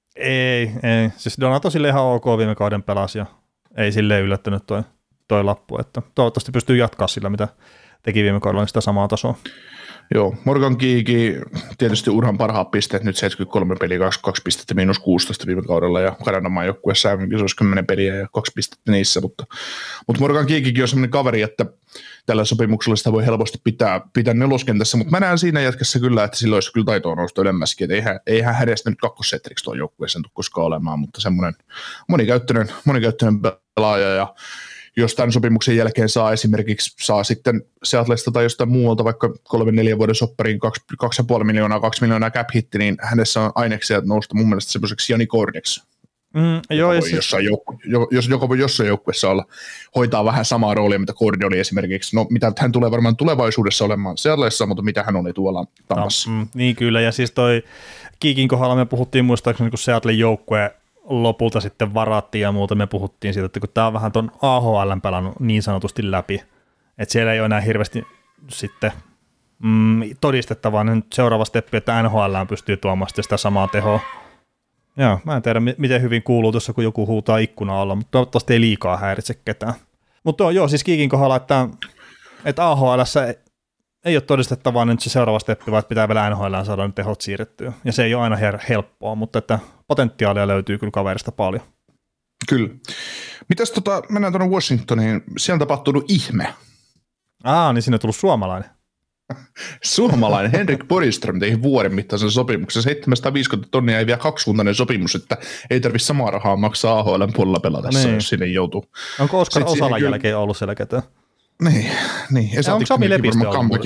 C: Ei, ei. Siis Donato sille ihan ok viime kauden pelasi ja ei silleen yllättänyt toi, toi lappu. Että toivottavasti pystyy jatkaa sillä, mitä teki viime kaudella, niin sitä samaa tasoa.
D: Joo, Morgan Kiiki, tietysti urhan parhaat pisteet, nyt seitsemänkymmentäkolme peliä, kaksikymmentäkaksi pistettä, miinus kuusitoista viime kaudella, ja Kanadan maan joukkueessa se olisi kymmenen peliä ja kaksi pistettä niissä, mutta, mutta Morgan Kiikikin on sellainen kaveri, että tällä sopimuksella sitä voi helposti pitää, pitää neloskentässä, mutta mä näen siinä jätkässä kyllä, että sillä olisi kyllä taitoa nousta ylemmäskin, että eihän, eihän hänestä nyt kakkossetteriksi tuon joukkueeseen tule koskaan olemaan, mutta semmoinen monikäyttöinen, monikäyttöinen pelaaja, ja jos tämän sopimuksen jälkeen saa esimerkiksi, saa sitten Seatlesta tai jostain muualta vaikka kolme neljä vuoden soppariin kaksi, kaksi ja puoli miljoonaa, kaksi miljoonaa cap hitti, niin hänessä on aineksia nousta mun mielestä semmoiseksi Jani Korneksi. Mm, joo, ja jossain, joukku, jos, joka voi jossain joukkueessa olla, hoitaa vähän samaa roolia, mitä Kordi oli esimerkiksi. No, mitä hän tulee varmaan tulevaisuudessa olemaan Seatlessa, mutta mitä hän oli tuolla Tampassa.
C: No, mm, niin kyllä, ja siis toi Kiikin kohdalla me puhuttiin muistaakseni, kun Seattlen joukkue lopulta sitten varattiin ja muuta, me puhuttiin siitä, että kun tämä on vähän tuon A H L:n pelannut niin sanotusti läpi, että siellä ei ole enää hirveästi sitten mm, todistettavaa, niin seuraava steppi, että N H L pystyy tuomaan sitä samaa tehoa. Joo, mä en tiedä, miten hyvin kuuluu tuossa, kun joku huutaa ikkuna alla, mutta toivottavasti ei liikaa häiritse ketään. Mutta joo, siis Kiikin kohdalla, että, että A H L:ssä ei, ei ole todistettavaa nyt se seuraava steppi, vaan pitää vielä N H L:ään saada nyt tehot siirrettyä. Ja se ei ole aina her- helppoa, mutta että potentiaalia löytyy kyllä kaverista paljon.
D: Kyllä. Mitäs tota, mennään tuonne Washingtoniin, siellä on tapahtunut ihme.
C: Aa, niin sinne on tullut suomalainen.
D: Suomalainen Henrik Borgström teki vuoden mittaisen sopimuksen, seitsemänsataaviisikymmentä tonnia ei vielä kaksisuuntainen sopimus, että ei tarvitse samaa rahaa maksaa A H L:n puolella pelatessa, niin. Jos sinne joutuu.
C: Onko Oskar Osalan kyllä jälkeen ollut siellä ketään?
D: Niin, niin.
C: Ja onko Sami Lepistö ollut?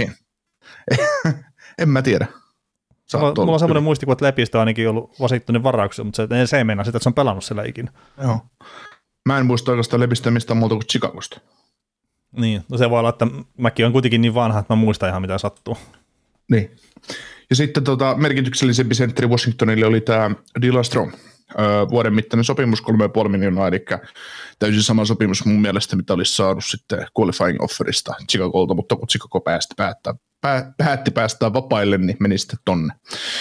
D: En mä tiedä.
C: Mulla, mulla on semmoinen muistikuva, että Lepistö on ainakin ollut Washingtonin varauksia, mutta se, se ei meinaa sitä, että se on pelannut siellä ikinä.
D: Joo. Mä en muista oikeastaan Lepistö mistään muuta kuin Chicagosta.
C: Niin, no se voi olla, että mäkin on kuitenkin niin vanha, että mä muistan ihan mitä sattuu.
D: Niin. Ja sitten tota, merkityksellisempi sentteri Washingtonille oli tämä Dylan Strome. Öö, vuoden mittainen sopimus, kolme pilkku viisi miljoonaa, eli täysin sama sopimus mun mielestä, mitä olisi saanut sitten qualifying offerista Chicagolta, mutta kun Chicago päästi päättää, pää, päätti päästää vapaille, niin meni sitten tonne.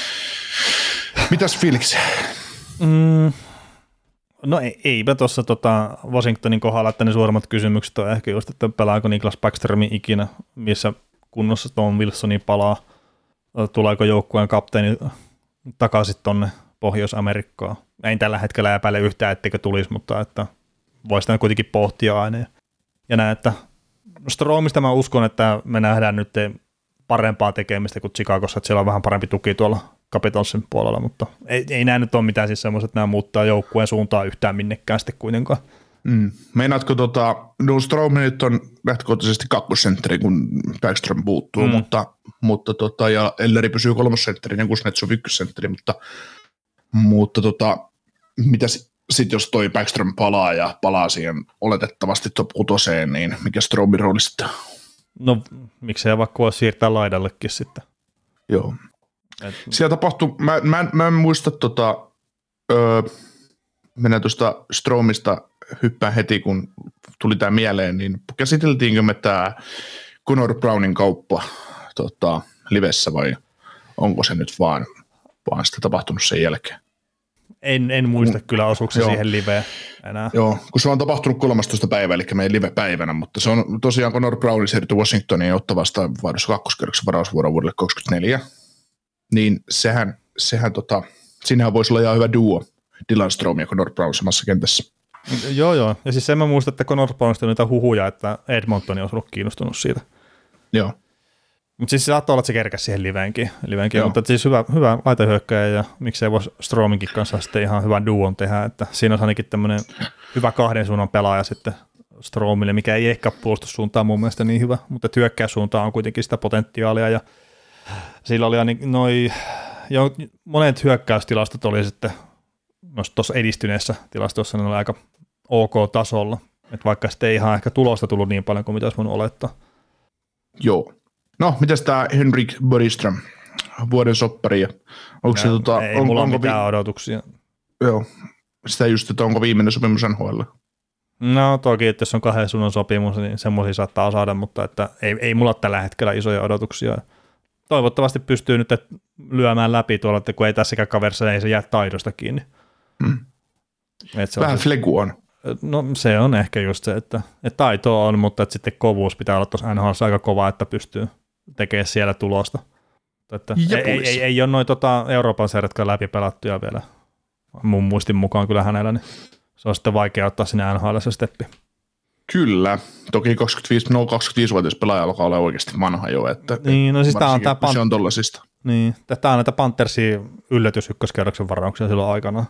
D: Mitäs fiiliksi?
C: Mm, no ei, eipä tuossa tota Washingtonin kohdalla, että ne suurimmat kysymykset on ehkä just, että pelaako Niklas Backströmin ikinä, missä kunnossa Tom Wilsonin palaa, tuleeko joukkueen kapteeni takaisin tonne Pohjois-Amerikkaan. En tällä hetkellä epäile yhtään, etteikö tulisi, mutta että voisi sitä kuitenkin pohtia aina. Ja näin, että Stromista mä uskon, että me nähdään nyt parempaa tekemistä kuin Chicagossa, että siellä on vähän parempi tuki tuolla Capitalsin puolella, mutta ei, ei näin nyt ole mitään siis semmoiset, että nämä muuttaa joukkueen suuntaan yhtään minnekään sitten kuitenkaan.
D: Mm. Meinaatko, tota, no Strome nyt on lähtökohtaisesti kakkosentteri, kun Backstrom puuttuu, mm. mutta, mutta tota, ja Elleri pysyy kolmosentteri, ja Kuznetsov ykkösentteri, mutta Mutta tota, mitäs sitten jos toi Backstrom palaa ja palaa siihen oletettavasti top kutoseen, niin mikä Stromin rooli sitten?
C: No miksei vaikka voi siirtää laidallekin sitten.
D: Joo. Et... Siellä tapahtui, mä, mä, mä en muista tota, öö, mennään tuosta Stromista hyppään heti, kun tuli tämä mieleen, niin käsiteltiinkö me tämä Connor Brownin kauppa tota, livessä vai onko se nyt vaan, vaan sitä tapahtunut sen jälkeen?
C: En, en muista kun, kyllä osuuko se siihen liveen enää.
D: Joo, kun se on tapahtunut kolmastoista päivä, eli meidän live-päivänä, mutta se on tosiaan Connor Brownin siirrytty Washingtoniin ja ottaa vastaan vaihdossa kakkoskerroksen varausvuoron vuodelle kaksikymmentäneljä, niin sehän, sehän tota, siinähän voisi olla ihan hyvä duo, Dylan Strome ja Connor Brown samassa kentässä.
C: Joo, joo. Ja siis sen mä muistan, että Connor Brownista on niitä huhuja, että Edmonton olisi ollut kiinnostunut siitä.
D: Joo.
C: Mutta siis se saattoi olla, että se kerkäsi siihen liveenkin, liveenkin. Mutta siis hyvä, hyvä laitahyökkäjä ja miksei voisi Strominkin kanssa sitten ihan hyvän duon tehdä, että siinä on ainakin tämmöinen hyvä kahden suunnan pelaaja sitten Stromille, mikä ei ehkä puolustussuuntaan mun mielestä niin hyvä, mutta hyökkäyssuuntaan on kuitenkin sitä potentiaalia ja sillä oli ainakin noi, jo monet hyökkäystilastot oli sitten myös tuossa edistyneessä tilastossa, ne oli aika ok tasolla, että vaikka sitten ei ihan ehkä tulosta tullut niin paljon kuin mitä olisi voinut olettaa.
D: Joo. No, mitäs tämä Henrik Borgström, vuoden soppari? Ja onko se, tota,
C: ei
D: on,
C: mulla
D: onko
C: mitään
D: vi-
C: odotuksia.
D: Joo, sitä just, että onko viimeinen sopimus N H L?
C: No toki, että jos on kahden suunnan sopimus, niin semmoisia saattaa saada, mutta että ei, ei mulla tällä hetkellä isoja odotuksia. Toivottavasti pystyy nyt lyömään läpi tuolla, että kun ei tässäkään kaverissa, ei se jää taidosta kiinni.
D: Hmm. Vähän flegu on.
C: No se on ehkä just se, että, että taito on, mutta että sitten kovuus pitää olla tuossa N H L:ssä aika kova, että pystyy tekemään siellä tulosta. Että ei, ei, ei, ei ole noin tota Euroopan sarjatkaan läpi pelattuja vielä mun muistin mukaan kyllä hänellä, niin se on sitten vaikea ottaa sinne N H L:ssä steppi.
D: Kyllä, toki kaksikymmentäviisi, no kaksikymmentäviisivuotias pelaaja alkaa olla oikeasti vanha jo, että
C: niin, no siis tämä on, tämä pan-
D: se on tollasista.
C: Niin, tämä on näitä Panthersin yllätys ykköskerroksen varauksia silloin aikana.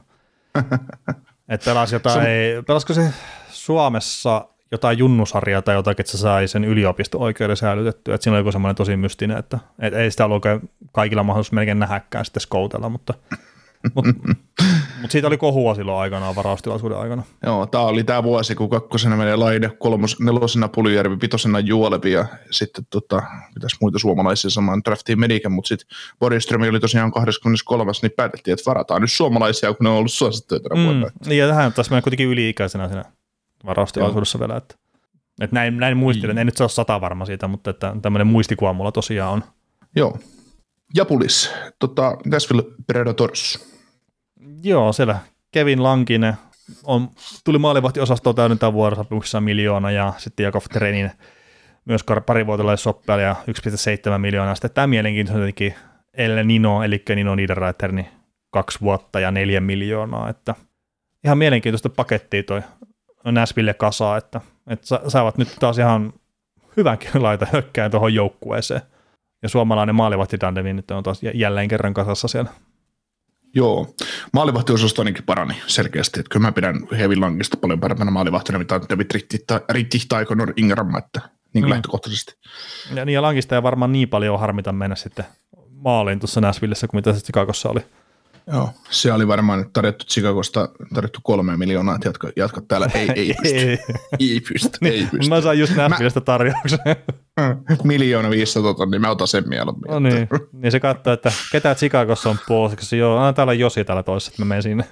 C: Että pelasi jotain, se, pelasiko se Suomessa jotain junnusarjaa tai jotakin, että se sai sen yliopisto-oikeuden säilytettyä, että siinä oli joku semmoinen tosi mystinen, että et ei sitä ollut kaikilla mahdollisuus melkein nähdäkään sitten skoutella, mutta Mutta mut siitä oli kohua silloin aikanaan, varaustilaisuuden aikana.
D: Joo, tämä oli tämä vuosi, kun kakkosena menee Laine, kolmos, nelosena Puljujärvi, vitosena Juolevi ja sitten tota, mitäs muita suomalaisia samaan draftiin medikä, mutta sitten Borgström oli tosiaan kaksikymmentäkolmas, niin päätettiin, että varataan nyt suomalaisia, kun ne on ollut suosittuja tänä vuonna.
C: Mm, ja tähän taas mennä kuitenkin yli-ikäisenä siinä varaustilaisuudessa vielä, että, että näin, näin muistelen, en nyt se ole sata varma siitä, mutta että tämmöinen muistikuva mulla tosiaan on. Joo.
D: Japulis, tota, Nashville Predators.
C: Joo, siellä Kevin Lankinen on, tuli maalivahtiosastoon täydentää vuorosopimuksessa miljoona ja sitten Jakov Trenin myös parivuotilainen soppeali ja yksi pilkku seitsemän miljoonaa. Sitten tämä mielenkiintoinen jotenkin El Nino, eli Nino Niederreiter, niin kaksi vuotta ja neljä miljoonaa. Että ihan mielenkiintoista pakettia toi Nashville kasaa, että, että saavat nyt taas ihan hyvänkin laita hökkään tuohon joukkueeseen. Ja suomalainen maalivahti Dandemi nyt on taas jälleen kerran kasassa siellä.
D: Joo, maalivahtiosasto ainakin parani selkeästi, että kyllä mä pidän Hevin Lankista paljon parempana maalivahtina, mitä David Rittich tai Connor Ingram, että niin kuin mm. lähtökohtaisesti.
C: Ja, niin ja Lankista ei varmaan niin paljon harmita mennä sitten maaliin tuossa Nashvillessä kuin mitä se Chicagossa oli.
D: Joo, se oli varmaan tarjottu Chicagosta tarjottu kolme miljoonaa, että jatka, jatka täällä. Ei, ei pysty. ei, ei pysty, ei pysty.
C: Mä sain just Nashvillestä tarjouksen.
D: Miljoona viisisataa, niin mä otan sen mieluummin.
C: No niin, niin se katsoo, että ketä Chicagossa on puoliksi. Joo, aina täällä on Josi täällä toisessa, että mä menen sinne.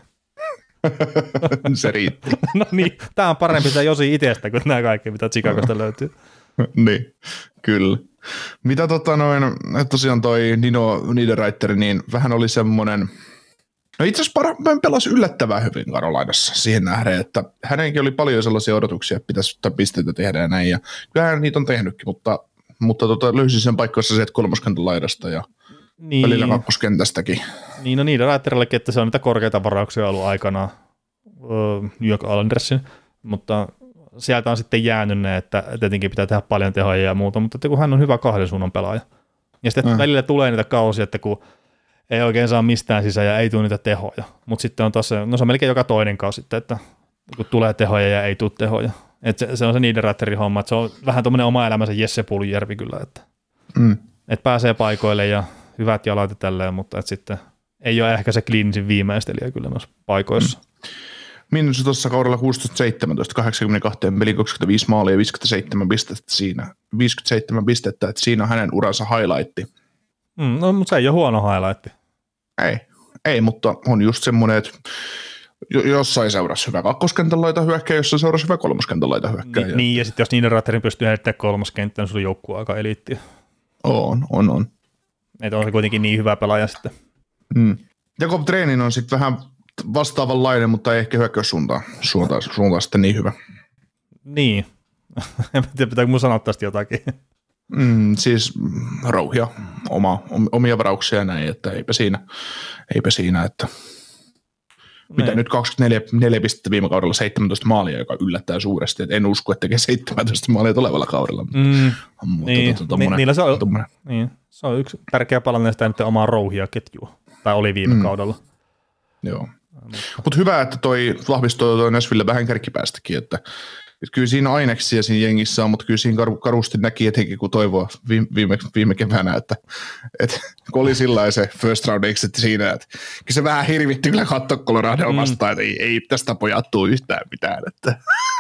D: Se riitti.
C: No niin, tää on parempi sitä Josi itsestä kuin nämä kaikki, mitä Chicagosta löytyy.
D: Niin, kyllä. Mitä tota noin, tosiaan toi Nino Niederreiter, niin vähän oli semmoinen, no itse asiassa para, pelasi yllättävän hyvin Carolinassa siihen nähden, että hänenkin oli paljon sellaisia odotuksia, että pitäisi pisteitä tehdä ja näin, ja kyllähän niitä on tehnytkin, mutta, mutta tota, löysi sen paikkansa sieltä kolmoskentän laidasta ja niin. Välillä kakkoskentästäkin.
C: Niin, no Niederreiterillekin, että se on niitä korkeita varauksia ollut aikanaan New York Islandersin, mutta sieltä on sitten jäänyt ne, että tietenkin pitää tehdä paljon tehoja ja muuta, mutta että kun hän on hyvä kahden suunnan pelaaja. Ja sitten mm. välillä tulee niitä kausia, että kun ei oikein saa mistään sisään ja ei tule niitä tehoja. Mutta sitten on taas se, no se on melkein joka toinen kausi sitten, että kun tulee tehoja ja ei tule tehoja. Että se, se on se Niederreiterin homma, että se on vähän tuommoinen oma elämänsä Jesse Puljujärvi kyllä, että mm. et pääsee paikoille ja hyvät jalat ja tälleen, mutta et sitten ei ole ehkä se kliinisin viimeistelijä kyllä noissa paikoissa. Mm.
D: Miinus tuossa kaudella kuusitoista seitsemäntoista, kahdeksankymmentäkaksi peli, kaksikymmentäviisi maalia ja viisikymmentäseitsemän pistettä siinä. viisikymmentäseitsemän pistettä, että siinä on hänen uransa highlightti.
C: Mm, no, mutta se ei ole huono highlightti.
D: Ei, ei, mutta on just semmoinen, että jossain seurasi hyvä kakkoskentän laita hyökkää, jossain seurasi hyvä kolmoskentän laita hyökkää.
C: Ni, niin, ja sitten jos Niederreiterin pystyy heittämään kolmoskenttään, niin sulla joukkue aika eliittiä.
D: On, on, on.
C: Että on se kuitenkin niin hyvä pelaaja sitten.
D: Mm. Jakob Trenin on sitten vähän vastaavanlainen, mutta ei ehkä hyökkäyssuuntaan suuntaan, suuntaan sitten niin hyvä.
C: Niin. En tiedä, pitääkö mun sanoa tästä jotakin.
D: Mm, siis rouhia, oma, omia varauksia ja näin, että eipä siinä, eipä siinä että mitä nyt kaksikymmentäneljä pistettä viime kaudella, seitsemäntoista maalia, joka yllättää suuresti. Et en usko, että tekee seitsemäntoista maalia tulevalla kaudella. Mutta,
C: mm,
D: mutta
C: niin,
D: to, to, tommonen,
C: niillä se on,
D: tommonen.
C: niin, se on yksi tärkeä palanen sitä nyt omaa rouhia ketjua, tai oli viime mm. kaudella.
D: Joo. Mutta hyvä, että toi vahvistui toi Nashville vähän kärkipäästäkin, että, että kyllä siinä aineksia siinä jengissä on, mutta kyllä siinä kar- karusti näki etenkin, kun toivoa viime, viime, viime keväänä, että, että kun oli sillä se first round exit siinä, että kyllä se vähän hirvitti kyllä katsoa Coloradoa vastaan, että ei, ei tästä pojat tule yhtään mitään. Että.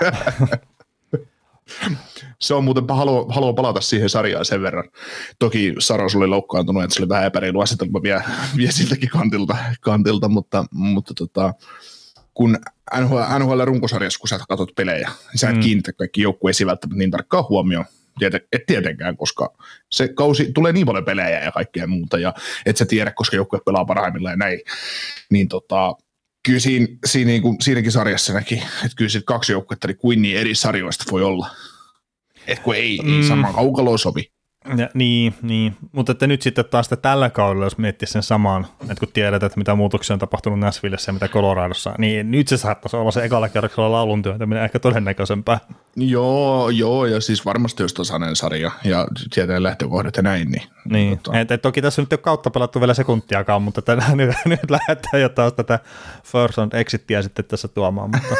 D: Se on muuten, haluan, haluan palata siihen sarjaan sen verran. Toki Saros oli loukkaantunut, että se oli vähän epäreilu asetelma vie, vie siltäkin kantilta, kantilta mutta, mutta tota, kun N H L, N H L-runkosarjassa, kun sä katsot pelejä, niin sä et mm. kiinnitä kaikki joukkueisiin välttämättä niin tarkkaan huomioon. Et tietenkään, koska se kausi tulee niin paljon pelejä ja kaikkea muuta, ja et sä tiedä, koska joukkue pelaa parhaimmillaan ja näin. Niin tota, kyllä siinä, siinä, niin kuin, siinäkin sarjassa näki, että kyllä sit kaksi joukkuetta niin kuin niin eri sarjoista voi olla. Että kun ei, ei mm. samaan kaukaloon sovi.
C: Ja, niin, niin. Mutta että nyt sitten taas tällä kaudella, jos miettii sen samaan, että kun tiedät, että mitä muutoksia on tapahtunut Nashvillessä ja mitä Coloradossa, niin nyt se saattaisi olla se ekalla kerroksella laulun työntäminen ehkä todennäköisempää.
D: Joo, joo, ja siis varmasti jos tasainen sarja ja tietää lähtökohdat ja näin. Niin,
C: niin. Tota. Et, et toki tässä nyt ei ole kautta pelattu vielä sekuntiakaan, mutta tätä, nyt, nyt lähdetään jo taas tätä first round exittiä sitten tässä tuomaan. Mutta.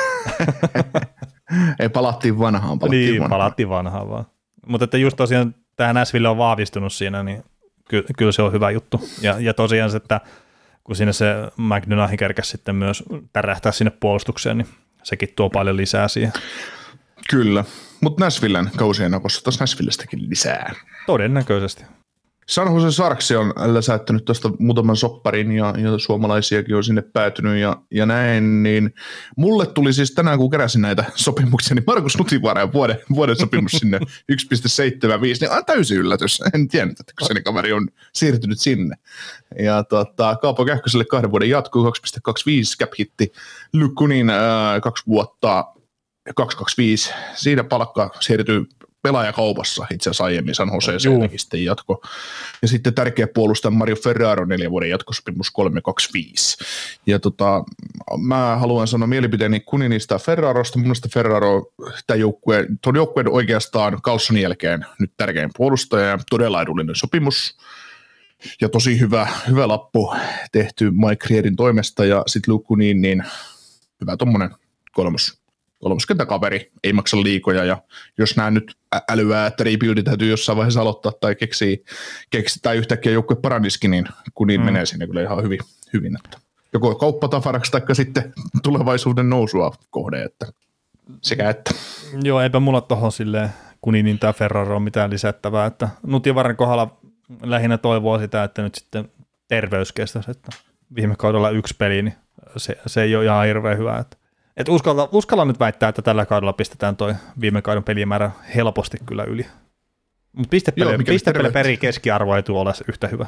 D: Ei, palattiin vanhaan. Palattiin
C: niin,
D: vanhaan.
C: palattiin vanhaan vaan. Mutta että just tosiaan tämä Nashville on vahvistunut siinä, niin ky- kyllä se on hyvä juttu. Ja, ja tosiaan se, että kun siinä se McDonaugh kerkäsi sitten myös tärähtää sinne puolustukseen, niin sekin tuo paljon lisää siihen.
D: Kyllä, mutta Nashvillen kausien akossa taas Nashvillestäkin lisää.
C: Todennäköisesti.
D: San Jose Sharks on läsäyttänyt tuosta muutaman sopparin ja, ja suomalaisiakin on sinne päätynyt ja, ja näin, niin mulle tuli siis tänään, kun keräsin näitä sopimuksia, niin Markus Nutivaara vuoden, vuoden sopimus sinne yksi pilkku seitsemänkymmentäviisi, niin on täysin yllätys. En tiennyt, että kyseinen kaveri on siirtynyt sinne. Ja tota, Kaapo Kähköselle kahden vuoden jatkuu, kaksi pilkku kaksikymmentäviisi cap hitti, Lykkunin äh, kaksi vuotta, kaksi pilkku kaksikymmentäviisi, siinä palkka siirtyy pelaajakaupassa itse asiassa aiemmin San Joseeseen sitten jatko. Ja sitten tärkeä puolustaja Mario Ferraro neljän vuoden jatkosopimus kolme pilkku kaksikymmentäviisi. Ja tota, mä haluan sanoa mielipiteeni Kuninista Ferrarosta. Mun mielestä Ferraro, tämän joukkueen, tuon joukkueen oikeastaan Carlsonin jälkeen nyt tärkein puolustaja ja todella edullinen sopimus. Ja tosi hyvä, hyvä lappu tehty Mike Rierin toimesta ja sitten Luke Kunin, niin hyvä tommonen kolmos. kolmoskentäkaveri, ei maksa liikoja, ja jos nämä nyt älyää, että rebuildi täytyy jossain vaiheessa aloittaa tai keksii, keksi, tai yhtäkkiä joukkue paranisikin, niin kun niin mm. menee sinne kyllä ihan hyvin. hyvin että joko kauppatafaraksi tai sitten tulevaisuuden nousua kohde, että sekä että.
C: Joo, eipä mulla tuohon silleen Kuninin tai Ferraro on mitään lisättävää, että Nutivaran kohdalla lähinnä toivoo sitä, että nyt sitten terveys kestäisi, että viime kaudella yksi peli, niin se, se ei ole ihan hirveän hyvä, että Et uskalla, uskalla nyt väittää, että tällä kaudella pistetään toi viime kauden pelimäärä helposti kyllä yli. Mutta pistepeli, pistepeli peri keskiarvo ei tule ole yhtä hyvä.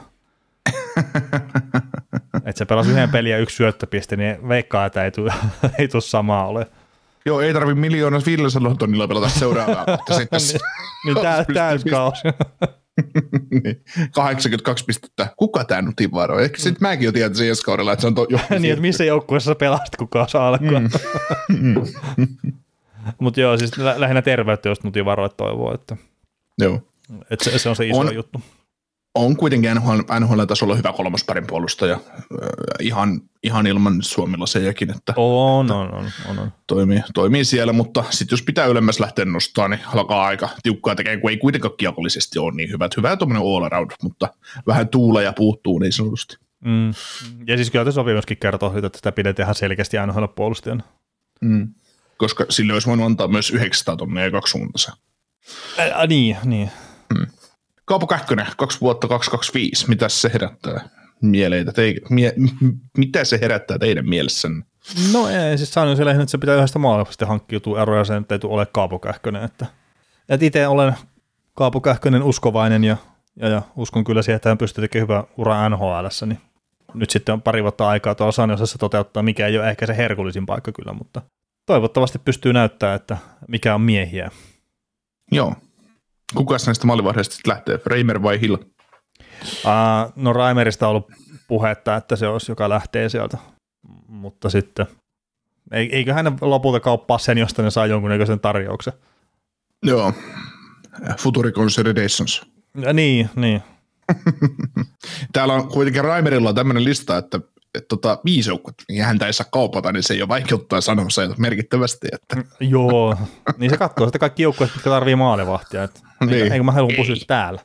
C: Että se pelasi yhden pelin ja yksi syöttöpiste, niin veikkaa, että ei tule, ei tule samaa ole.
D: Joo, ei tarvitse miljoonaa viidelläsadalla tonnilla pelata seuraavaa, mutta sitten
C: niin täyskausi.
D: niin, kahdeksankymmentäkaksi pistettä. Kuka tämä Nutivaara on? Ehkä sitten mäkin jo tiedän sen ensi kaudella, että se on to- joku.
C: Niin, että missä joukkueessa pelasit, kuka saa alkua. Mm. Mutta joo, siis lä- lähinnä terveyttä, jos Nutivaara toivoo, että,
D: joo.
C: että se, se on se iso
D: on,
C: juttu.
D: On kuitenkin N H L, N H L-tasolla hyvä kolmosparin puolustaja, ihan, ihan ilman suomilaisiakin, että
C: on, on, on, on, on.
D: Toimii, toimii siellä, mutta sitten jos pitää ylemmäs lähteä nostaa, niin alkaa aika tiukkaa tekemään, kun ei kuitenkaan kiekollisesti ole niin hyvä. Hyvä tuommoinen all around, mutta vähän tuuleja puuttuu niin sanotusti.
C: Mm. Ja siis kyllä sopimuskin kertoo, että sitä pidetään ihan selkeästi N H L-puolustajana.
D: Mm. Koska sille olisi voinut antaa myös yhdeksänsataa tonnia ja kaksi suuntaisen.
C: Ä, niin, niin.
D: Mm. Kaapo Kähkönen, kaksi vuotta, kaksi kaksikymmentäviisi. Mitä se herättää mieleitä? Te, mie, mitä se herättää teidän mielessänne?
C: No ei, siis sanoin siellä, että se pitää yhdestä maailmasta hankkiutua eroja, sen ei tule ole Kaapo Kähkönen. Että, että itse olen Kaapo Kähkönen uskovainen ja, ja, ja uskon kyllä siihen, että hän pystyy tekemään hyvää uraa N H L:ssä. Niin nyt sitten on pari vuotta aikaa tuolla San Josessa toteuttaa, mikä ei ole ehkä se herkullisin paikka kyllä, mutta toivottavasti pystyy näyttämään, että mikä on miehiä.
D: Joo. Kukas näistä maalivahdeista lähtee, Reimer vai Hill?
C: Uh, no Reimeristä on ollut puhetta, että se olisi, joka lähtee sieltä. mutta sitten eikö hän lopulta kauppaa sen, josta ne saa jonkunnäköisen tarjouksen.
D: Joo, Futuri Consolidations.
C: Ja niin, niin.
D: Täällä on kuitenkin Raimerilla on tämmöinen lista, että että tota, viisi joukkuetta, niin häntä ei saa kaupata, niin se ei ole vaikeuttaa sanomassa merkittävästi. Että.
C: Joo, niin se katsoo sitten kaikki joukkueet, jotka tarvii maalivahtia. Että niin. Eikö, eikö mä halua pysyä täällä?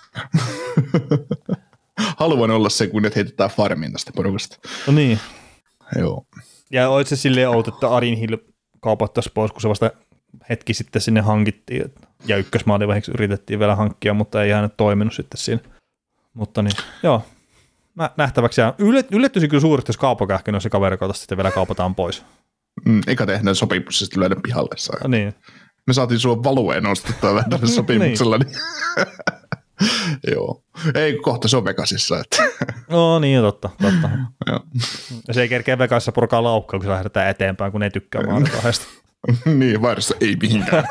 D: Haluan olla se, kun ne heitetään farmiin tästä porukasta.
C: No niin.
D: Joo.
C: Ja olit se silleen outo, että Arin Hill kaupattaisiin pois, kun se vasta hetki sitten sinne hankittiin. Ja ykkösmaalivahiksi yritettiin vielä hankkia, mutta ei hän toiminut sitten siinä. Mutta niin, joo. Nähtäväksi. Ja yllättyisin kyllä suuresti, jos kaupakähkön, jos se kaverikauta sitten vielä kaupataan pois.
D: Mm, eikä tehdään sopimus sitten löydä pihalle.
C: No niin.
D: Me saatiin sua valueen nostettua vähän tällä sopimuksella. niin. Joo. Ei, kohta se on Vegasissa. Että.
C: No niin, totta. totta. Ja se ei kerkeä Vegasissa purkaa laukkaa, kun se lähdetään eteenpäin, kun ei tykkää maalivahdeesta.
D: niin, vaihdossa ei mihinkään.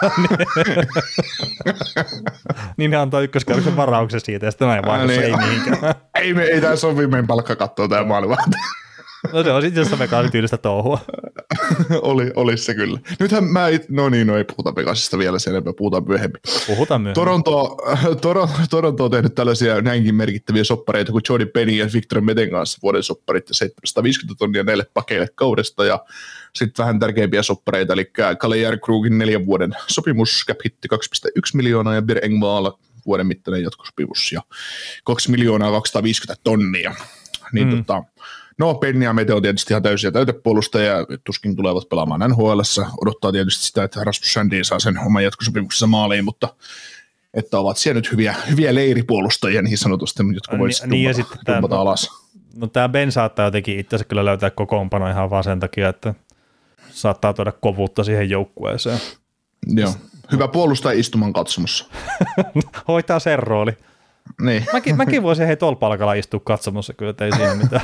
C: niin ne antaa ykköskerroksen varauksen siitä, ja sitten näin vaihdossa niin. ei mihinkään.
D: ei, me, ei tämä sovi meidän palkka katsoa tämä maalivahti.
C: no se on sitten jossain Vegasin tyylistä touhua.
D: Oli, olisi se kyllä. Nythän mä, it, no niin, no ei puhuta Vegasista vielä sen enempää, puhutaan myöhemmin.
C: Puhutaan myöhemmin.
D: Toronto, Toronto, Toronto on tehnyt tällaisia näinkin merkittäviä soppareita kuin Jordan Penny ja Victor Meten kanssa vuoden sopparit ja seitsemänsataaviisikymmentä tonnia näille pakeille kaudesta ja sitten vähän tärkeimpiä soppareita, eli Kalle Järkrugin neljän vuoden sopimus, cap hitti kaksi pilkku yksi miljoonaa ja Bir Engvall vuoden mittainen jatkosopimus ja kaksi miljoonaa kaksisataaviisikymmentä tonnia. Niin mm. tota, no Penny ja Mete on tietysti ihan täysiä täytepuolustajia, tuskin tulevat pelaamaan N H L:ssä, odottaa tietysti sitä, että Rasmus Sandin saa sen oman jatkosopimuksensa maaliin, mutta että ovat siellä nyt hyviä, hyviä leiripuolustajia niin sanotusti, jotka voisivat niin, dumpata, dumpata alas.
C: No tämä Ben saattaa jotenkin itse kyllä löytää kokoonpano ihan vaan sen takia, että saattaa tuoda kovuutta siihen joukkueeseen.
D: Joo, hyvä puolustaja istuman katsomossa.
C: Hoitaa sen rooli.
D: Niin.
C: Mäkin, mäkin voisin hei tuolla palkalla istua katsomossa, kyllä ei siinä mitään.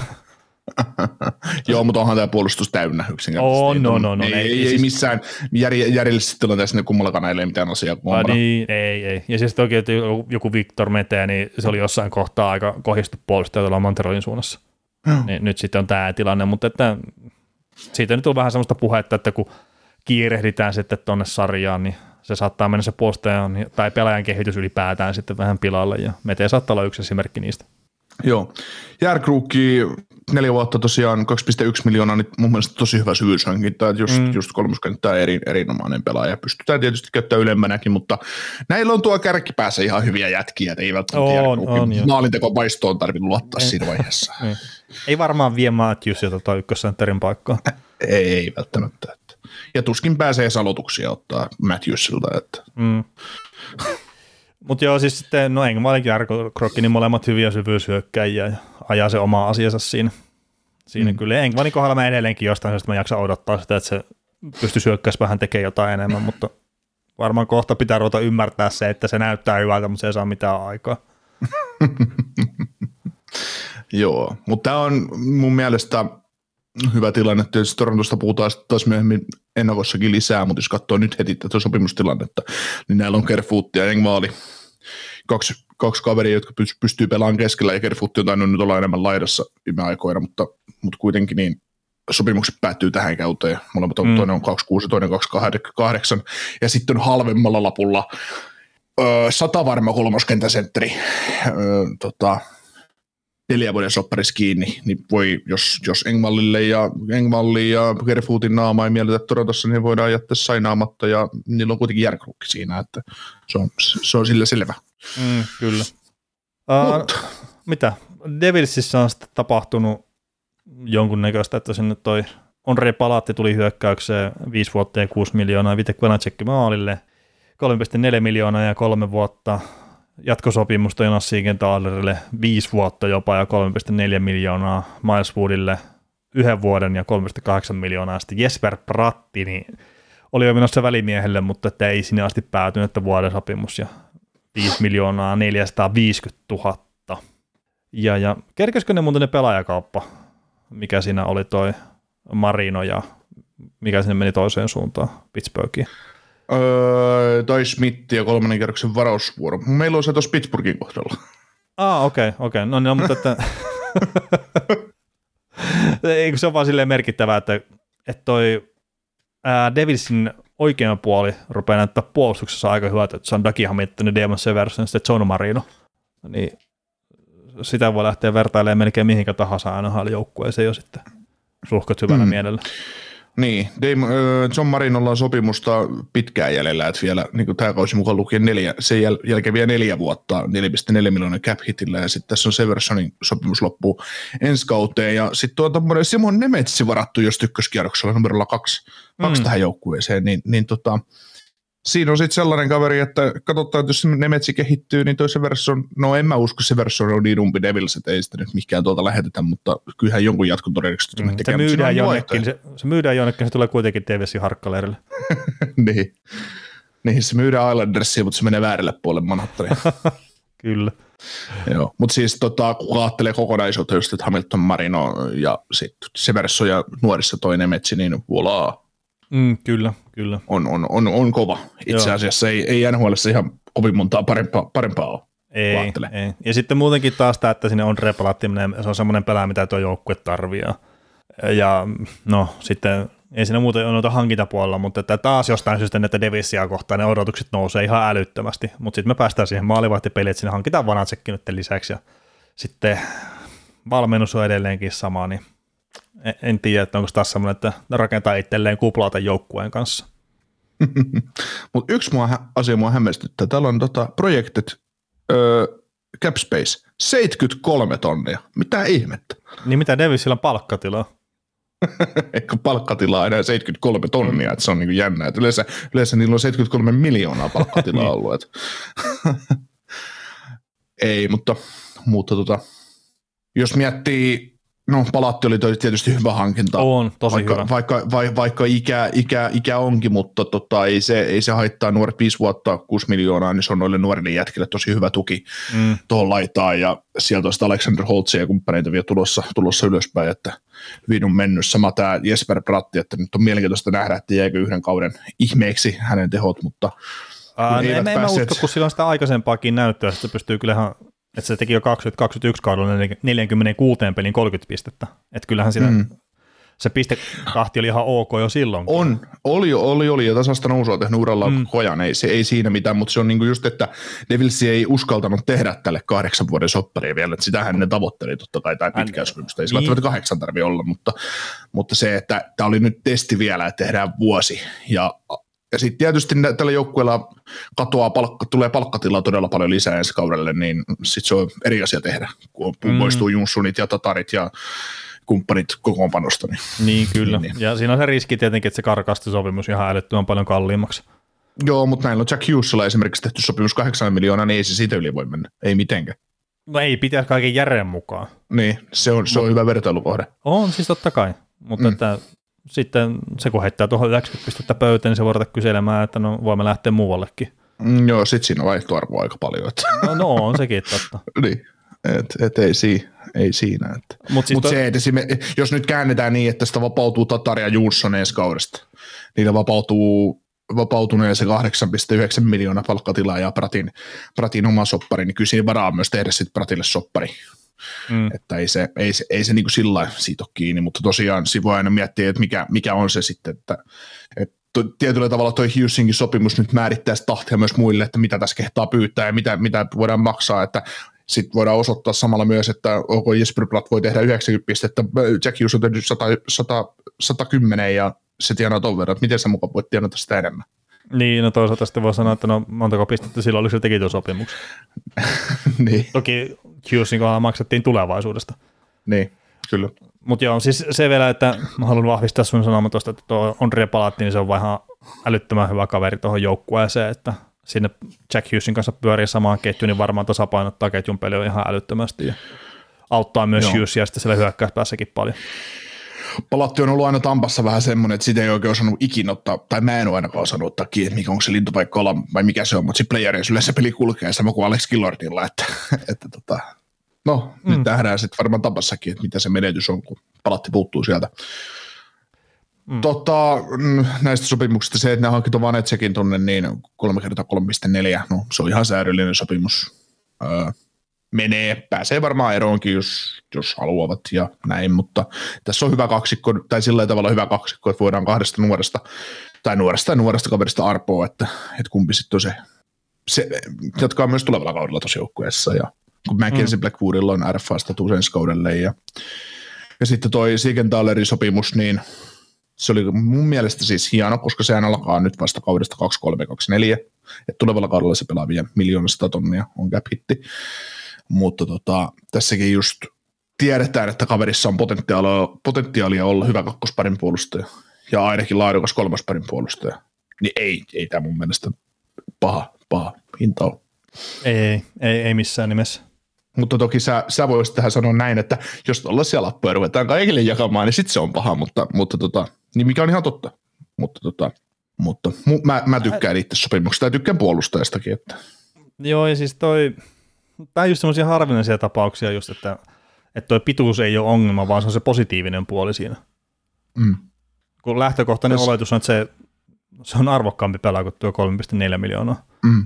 D: Joo, mutta onhan tämä puolustus täynnä yksinkertaisesti.
C: Oh, no, no, no,
D: ei,
C: ei,
D: ei, ei
C: siis
D: missään jär, järjellisessä tilanteessa kummallakaan ei ole mitään asiaa.
C: Ah, niin, ei, ei. Ja siis toki, että joku Victor Mete, niin se oli jossain kohtaa aika kohistu puolustaja tuolla Montrealin suunnassa. Niin, nyt sitten on tämä tilanne, mutta että siitä nyt on vähän sellaista puhetta, että kun kiirehditään sitten tuonne sarjaan, niin se saattaa mennä se puolustajan tai pelaajan kehitys ylipäätään sitten vähän pilalle, ja Mete saattaa olla yksi esimerkki niistä.
D: Joo. Järkrukki neljä vuotta tosiaan kaksi pilkku yksi miljoonaa, niin mun mielestä tosi hyvä syvyyshankinta, että just, mm. just kolmoskenttää eri, erinomainen pelaaja. Pystytään tietysti käyttämään ylemmänäkin, mutta näillä on tuo kärkipäässä ihan hyviä jätkiä, että ei välttämättä Järkrukin maalinteko vaistoon tarvinnut luottaa ei. Siinä vaiheessa.
C: ei. ei varmaan vie Matthewsia tota ykkössentterin paikkaa.
D: ei, ei välttämättä. Ja tuskin pääsee aloituksia ottaa Matthewsilta. Että.
C: Mm. Mutta joo, siis sitten, no Engvallinkin Järkrukki, niin molemmat hyviä syvyyshyökkäjiä ja ajaa se oma asiansa siinä. Siinä mm. kyllä Engvallin kohdalla mä edelleenkin jostain, että mä jaksan odottaa sitä, että se pystyy hyökkäisi vähän tekemään jotain enemmän, mutta varmaan kohta pitää ruveta ymmärtää se, että se näyttää hyvältä, mutta se ei saa mitään aikaa.
D: Joo, mutta tämä on mun mielestä hyvä tilanne. Tietysti Torontosta puhutaan sitten taas myöhemmin ennakossakin lisää, mutta jos katsoo nyt heti tätä sopimustilannetta, niin näillä on Kerfoot ja Engvall, kaksi, kaksi kaveria, jotka pystyy pelaamaan keskellä, ja Kerfoot on tainnut nyt olla enemmän laidassa viime aikoina, mutta, mutta kuitenkin niin sopimukset päättyy tähän kauteen. Molemmat on, mm. toinen on kaksikymmentäkuusi ja toinen kaksikymmentäkahdeksan, ja sitten on halvemmalla lapulla öö, sata varma kolmoskentäsentteri, öö, tota, neljä vuoden sopparissa kiinni, niin voi, jos, jos Engvallille ja Engvallin ja Kerfootin naama ei miellytä Torontossa, niin voidaan jättää sainaamatta, ja niillä on kuitenkin Järkrukki siinä, että se on, se on sillä selvä.
C: Mm, kyllä. Uh, mitä? Devilsissä on sitten tapahtunut jonkunnäköistä, että sinne toi Ondrej Palat tuli hyökkäykseen viisi vuotta ja kuusi miljoonaa, Vitek Vanacek maalille, kolme pilkku neljä miljoonaa ja kolme vuotta, jatkosopimusta Jonas Siegenthalerille viisi vuotta jopa ja kolme pilkku neljä miljoonaa, Miles Woodille yhden vuoden ja kolme pilkku kahdeksan miljoonaa. Sitten Jesper Bratti niin oli jo menossa välimiehelle, mutta että ei sinne asti päätynyt, että vuoden sopimus ja viisi miljoonaa neljäsataaviisikymmentätuhatta. Ja, ja kerkesikö ne muuten ne pelaajakauppa, mikä siinä oli toi Marino ja mikä sinne meni toiseen suuntaan, Pittsburghiin?
D: Öö, tai Smith ja kolmannen kerroksen varausvuoro. Meillä on se tuossa Pittsburghin kohdalla.
C: Ah, okei, okay, okei. Okay. No niin, no, mutta että Eikö se on vaan silleen merkittävää, että, että toi ää, Devilsin oikea puoli rupeaa näyttää puolustuksessa aika hyvältä, että se on Dougie Hamilton, Damon Severson ja sitten John Marino. Niin sitä voi lähteä vertailemaan melkein mihinkä tahansa N H L-joukkueeseen jo sitten suhkot hyvällä mm. mielellä.
D: Niin, Dame, John Marinolla on sopimusta pitkään jäljellä, että vielä niin tämä kausi mukaan lukien neljä, sen jäl, jälkeen vielä neljä vuotta, neljä pilkku neljä miljoonaa cap hitillä, ja sitten tässä on Seversonin sopimus loppuu ensi kauteen, ja sitten on tämmöinen Simon Nemetsi varattu just ykköskierroksella numerolla kaksi, mm. kaksi tähän joukkueeseen, niin, niin tota, siinä on sitten sellainen kaveri, että katsotaan, että jos Nemetsi kehittyy, niin toi Severson, no en mä usko, Severson on niin umpi Devils, että ei sitä nyt mikään tuolta lähetetä, mutta kyllähän jonkun jatkon todennäköisesti mm,
C: se, myydään jonnekin, se, se myydään jonnekin, se tulee kuitenkin Devilsin harkkaleirille.
D: niin. niin, se myydään Islandersiin, mutta se menee väärälle puolelle Manhattania.
C: Kyllä.
D: Joo, mutta siis tota, kun ajattelee kokonaisuutta just, että Hamilton, Marino ja sitten Severson ja nuorissa toi Nemetsi, niin volaa.
C: Mm, kyllä, kyllä.
D: On, on, on, on kova. Itse asiassa ei, ei N H L:ssä ihan kovin montaa parempaa, parempaa ole.
C: Ei, ei. Ja sitten muutenkin taas tämä, että sinne on repalaattiminen, se on semmoinen pelaaja, mitä tuo joukkue tarvii. Ja no sitten ei siinä muuten ole noita hankintapuolella, mutta että taas jostain syystä näitä Devilsia kohtaan ne odotukset nousee ihan älyttömästi. Mutta sitten me päästään siihen maalivahtipeliin, että sinne hankitaan Vanacekkin nyt lisäksi ja sitten valmennus on edelleenkin sama, niin en tiedä, että onko taas semmoinen, että rakentaa itselleen kuplaa tämän joukkueen kanssa.
D: Mutta yksi mua, asia mua hämmästyttää. Täällä on tota projected öö, cap space seitsemänkymmentäkolme tonnia. Mitä ihmettä?
C: Niin mitä Devilsillä on palkkatilaa?
D: Eikö palkkatilaa enää seitsemänkymmentäkolme tonnia, että se on niinku jännä. Et yleensä, yleensä niillä on seitsemänkymmentäkolme miljoonaa palkkatilaa ollut. Et. Ei, mutta, mutta tota, jos miettii... No, Palatti oli tietysti hyvä hankinta.
C: On, tosi
D: vaikka,
C: hyvä.
D: Vaikka, vaikka, vaikka ikä, ikä, ikä onkin, mutta tota, ei, se, ei se haittaa nuoret viisi vuotta, kuusi miljoonaa, niin se on noille nuorille jätkille tosi hyvä tuki mm. tuohon laitaan. Ja sieltä on sitä Alexander Holtzia ja kumppaneita vielä tulossa, tulossa ylöspäin, että hyvin on mennyt. Sama tämä Jesper Bratti, että nyt on mielenkiintoista nähdä, että jäikö yhden kauden ihmeeksi hänen tehot, mutta
C: Ää, en, en päässeet... mä usko, kun sillä on sitä aikaisempaakin näyttöä, että se pystyy kyllähän... Että se teki jo kaksituhattakaksikymmentäyksi kaudella neljäkymmentäkuusi pelin kolmekymmentä pistettä. Että kyllähän siinä mm. se pistekahti oli ihan ok jo silloin.
D: On, oli, oli, oli ja tasasta nousua tehnyt uralla mm. koko ajan, ei, se, ei siinä mitään, mutta se on niinku just, että Devils ei uskaltanut tehdä tälle kahdeksan vuoden sopparia vielä, että sitähän ne tavoitteli totta kai tämä pitkää sopimusta, ei se niin. kahdeksan tarvitse olla, mutta, mutta se, että tämä oli nyt testi vielä, että tehdään vuosi ja Ja sitten tietysti tällä joukkueella katoaa, palkka, tulee palkkatilaa todella paljon lisää ensi kaudelle, niin sitten se on eri asia tehdä, kun mm. poistuu Junsunit ja Tatarit ja kumppanit kokoonpanosta. Niin,
C: niin kyllä, niin, niin. Ja siinä on se riski tietenkin, että se karkasti sopimus ihan älyttömän paljon kalliimmaksi.
D: Joo, mutta näillä on Jack Hughesilla esimerkiksi tehty sopimus kahdeksan miljoonaa, niin ei se siitä yli voi mennä, ei mitenkään.
C: No ei pitäisi kaiken järjen mukaan.
D: Niin, se on, se on hyvä vertailukohde.
C: On siis totta kai, mutta mm. että... Sitten se, kun heittää tuohon yhdeksänkymmentä pistettä pöyteen, niin se voi ruveta kyselemään, että no voimme lähteä muuallekin.
D: Mm, joo, sitten siinä on vaihtoarvoa aika paljon. Että.
C: No, no on sekin totta.
D: niin, että et ei, si, ei siinä. Mutta Mut siis Mut to... se, että jos nyt käännetään niin, että sitä vapautuu Tatar ja Jonsson ensi kaudesta, niillä vapautuu, vapautuneen se kahdeksan pilkku yhdeksän miljoonaa palkkatilaa ja Pratin, Pratin oma soppari, niin kyllä siinä varaa myös tehdä sitten Pratille soppari. Mm. Että ei se, ei se, ei se niin kuin sillä lailla siitä ole kiinni, mutta tosiaan siinä voi aina miettiä, että mikä, mikä on se sitten, että, että tietyllä tavalla toi Hughesinkin sopimus nyt määrittää tahtia myös muille, että mitä tässä kehtaa pyytää ja mitä, mitä voidaan maksaa, että sitten voidaan osoittaa samalla myös, että OK, Jesper Bratt voi tehdä yhdeksänkymmentä pistettä, Jack Hughes on tehnyt sata, sata, sata kymmenen ja se tienaa ton verran, että miten sä mukaan voit tienata sitä enemmän.
C: Niin, no toisaalta sitten voi sanoa, että no montako pistettä silloin oli, se teki tuon sopimuksen.
D: niin.
C: Toki Hughesin kohdalla maksettiin tulevaisuudesta.
D: Niin, kyllä.
C: Mutta joo, siis se vielä, että mä haluan vahvistaa sun sanomaan tuosta, että tuo Ondrej Palatti, niin se on vähän älyttömän hyvä kaveri tuohon joukkueeseen, että sinne Jack Hughesin kanssa pyörii samaan ketjuun, niin varmaan tasapainottaa ketjun peliä ihan älyttömästi ja auttaa myös Hughesia sitten siellä hyökkäyspäässäkin paljon.
D: Palatti on ollut aina Tampassa vähän semmoinen, että sitä ei oikein osannut ikinä ottaa, tai mä en ole ainakaan osannut ottaa kiinni, mikä onko se lintupaikka olla vai mikä se on, mutta sitten playereissa yleensä peli kulkee sama kuin Alex Gillardilla, että, että tota, no mm. nyt nähdään sitten varmaan Tampassakin, että mitä se menetys on, kun Palatti puuttuu sieltä. Mm. Tota, näistä sopimuksista se, että ne hankit on Vanetsekin tuonne, niin kolme kertaa kolme pilkku neljä, no se on ihan säädöllinen sopimus. Öö, menee. Pääsee varmaan eroonkin, jos, jos haluavat ja näin, mutta tässä on hyvä kaksikko, tai sillä tavalla hyvä kaksikko, että voidaan kahdesta nuoresta, tai nuoresta ja nuoresta kaverista arpoa, että, että kumpi sitten on se, se, jatkaa myös tulevalla kaudella tuossa joukkueessa, ja kun Mackenzie mm. Blackwoodilla on R F A-status ensi kaudelle, ja, ja sitten toi Siegenthalerin sopimus, niin se oli mun mielestä siis hieno, koska sehän alkaa nyt vasta kaudesta kaksikymmentäkolme kaksikymmentäneljä, että tulevalla kaudella se pelaa vielä miljoonasta tonnia, on cap hitti, mutta tota, tässäkin just tiedetään, että kaverissa on potentiaalia, potentiaalia olla hyvä kakkosparin puolustaja ja ainakin laadukas kolmosparin puolustaja, niin ei, ei tämä mun mielestä paha, paha hinta ole.
C: Ei, ei, ei missään nimessä.
D: Mutta toki sä, sä voisit tähän sanoa näin, että jos tuollaisia lappuja ruvetaan kaikille jakamaan, niin sitten se on paha, mutta, mutta tota, niin mikä on ihan totta. Mutta, tota, mutta mu, mä, mä tykkään itse sopimuksesta ja tykkään puolustajastakin. Että.
C: Joo, ja siis toi, tämä on just semmoisia harvinaisia tapauksia just, että, että toi pituus ei ole ongelma, vaan se on se positiivinen puoli siinä.
D: Mm.
C: Kun lähtökohtainen Täs... oletus on, että se, se on arvokkaampi pelaa kuin tuo kolme pilkku neljä miljoonaa.
D: Mm.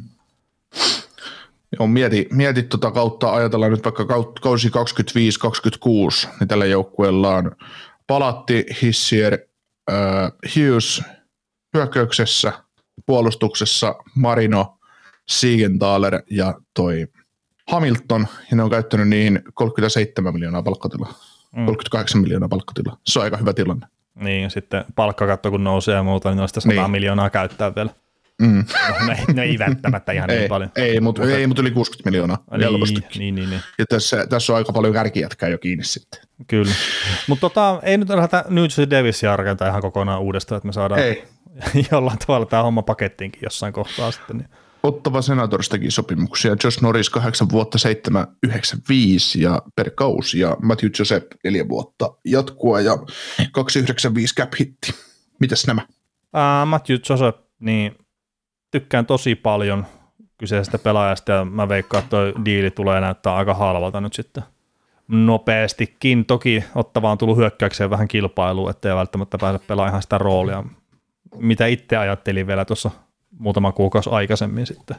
D: Joo, mieti, mieti tuota kautta, ajatellaan nyt vaikka kausi kaksikymmentäviisi kaksikymmentäkuusi, niin tällä joukkueella on Palatti, Hissier, äh, Hughes hyökkäyksessä, puolustuksessa Marino, Siegenthaler ja toi Hamilton, ja ne on käyttänyt niihin kolmekymmentäseitsemän miljoonaa palkkatilaa, mm. kolmekymmentäkahdeksan miljoonaa palkkatilaa. Se on aika hyvä tilanne.
C: Niin, ja sitten palkkakatto kun nousee ja muuta, niin on sitä sata niin. miljoonaa käyttää vielä.
D: Mm.
C: No, ei, no ei välttämättä ihan
D: ei,
C: niin paljon.
D: Ei, mutta mut, mut yli kuusikymmentä miljoonaa.
C: Niin, niin, niin, niin.
D: Ja tässä, tässä on aika paljon kärkijätkää jo kiinni sitten.
C: Kyllä. Mutta tota, ei nyt lähdetä New Jersey Devisia rakentaa ihan kokonaan uudestaan, että me saadaan ei. jollain tavalla tämä homma pakettiinkin jossain kohtaa sitten. Niin.
D: Ottava Senators teki sopimuksia. Josh Norris kahdeksan vuotta seitsemän yhdeksänkymmentäviisi ja per kausi ja Matthew Joseph neljä vuotta jatkua ja kaksi yhdeksänkymmentäviisi cap hitti. Mitäs nämä?
C: Uh, Matthew Joseph, niin tykkään tosi paljon kyseisestä pelaajasta ja mä veikkaan, että toi diili tulee näyttää aika halvalta nyt sitten nopeastikin. Toki Ottava on tullut hyökkäykseen vähän kilpailuun, ettei välttämättä pääse pelaamaan ihan sitä roolia, mitä itse ajattelin vielä tuossa muutama kuukausi aikaisemmin sitten.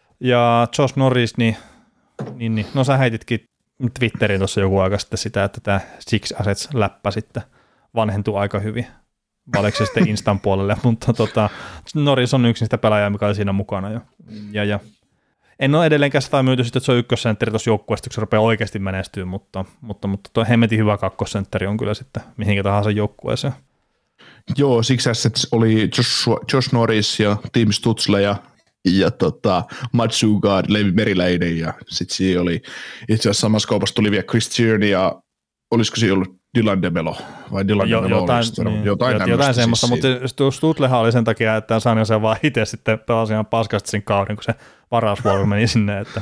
C: Ja Josh Norris, niin, niin, niin no sä heititkin Twitteriin tuossa joku aika sitten sitä, että tämä Six Assets-läppä sitten vanhentuu aika hyvin. Valeksi sitten Instan puolelle, mutta tota, Norris on yksi niistä pelaajia, mikä oli siinä mukana jo. Ja, ja. En ole edelleenkään sitä myyty, että se on ykkössentteri tuossa joukkueesta, kun se rupeaa oikeasti menestyä, mutta, mutta, mutta tuo hemmetin hyvä kakkosentteri on kyllä sitten mihinkä tahansa joukkueeseen.
D: Joo, Six Assets oli Josh, Josh Norris ja Tim Stutzle ja, ja tota, Matsugaard, Levi Meriläinen ja sitten siinä oli itse asiassa samassa kaupassa tuli vielä Chris Tierney ja olisiko siinä ollut Dylan DeMelo vai Dylan
C: jo,
D: DeMelo
C: jotain,
D: oli,
C: niin,
D: jotain,
C: jotain semmoista,
D: siis
C: mutta Stutlehan oli sen takia, että Sanjo sen vaan itse sitten pelasi ihan paskasti sen kauden, kun se varausvuoro meni sinne, että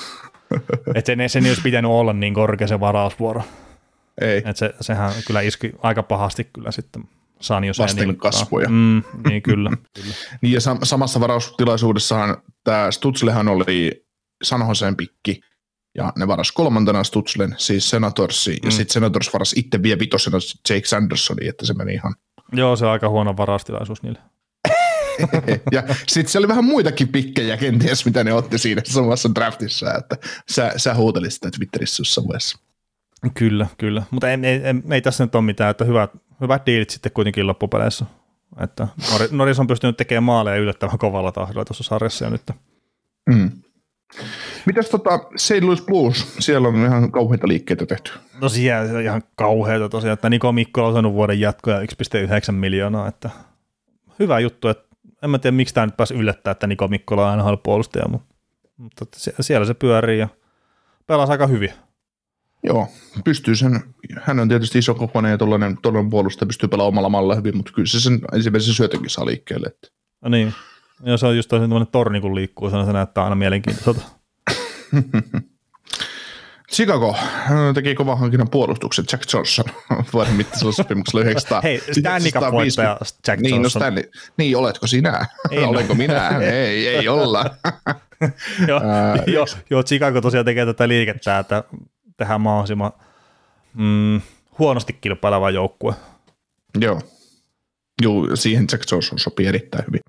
C: et sen, sen ei olisi pitänyt olla niin korkea se varausvuoro.
D: Ei.
C: Et se, sehän kyllä iski aika pahasti kyllä sitten Sanjo sen
D: vasten kasvoja.
C: Mm, niin kyllä. kyllä.
D: Niin ja sam- samassa varaustilaisuudessahan tämä Stutzlehan oli San Joseen pikki, ja ne varas kolmantena Stutzlen, siis Senatorsi, mm. ja sitten Senators varas itse vie vitosena Jake Sandersonin, että se meni ihan...
C: Joo, se on aika huono varaustilaisuus niille.
D: Ja sitten se oli vähän muitakin pikkejä kenties, mitä ne otti siinä samassa draftissa, että sä, sä huutelit sitä Twitterissä jossain vaiheessa.
C: Kyllä, kyllä, mutta ei, ei, ei, ei tässä nyt ole mitään, että hyvät, hyvät diilit sitten kuitenkin loppupeleissä. Että Norris on pystynyt tekemään maaleja yllättävän kovalla tahdilla tuossa sarjassa jo nyt.
D: Mm. Mitäs tota Saint Louis Blues? Siellä on ihan kauheita liikkeitä tehty.
C: No siellä on ihan kauheita tosiaan, että Niko Mikkola on saanut vuoden jatkoja yksi pilkku yhdeksän miljoonaa, että hyvä juttu, että en mä tiedä miksi tämä nyt pääsi yllättää, että Niko Mikkola on N H L-puolustaja, mutta siellä se pyörii ja pelasi aika hyvin.
D: Joo, pystyy sen, hän on tietysti iso kokoinen ja tollainen, tollainen puolustaja pystyy pelaamaan omalla malla hyvin, mutta kyllä se sen ensimmäisen syötönkin saa liikkeelle. Että.
C: No niin, ja se on just tämmöinen torni kun liikkuu, se näyttää aina mielenkiintoiselta.
D: Chicago teki kovan hankinnan puolustuksen Jack Johnson vuoden mittaisella sopimuksella yhdeksänsataa.
C: Hei, Stanley Cup-voittaja Jack
D: niin,
C: Johnson.
D: No Stanley, niin, oletko sinä?
C: Ei
D: Olenko minä? ei, ei olla.
C: joo, jo, jo, Chicago tosiaan tekee tätä liikettä, että tehdään mahdollisimman mm, huonosti kilpaileva joukkue.
D: Joo. Joo, siihen Jack Johnson sopii erittäin hyvin.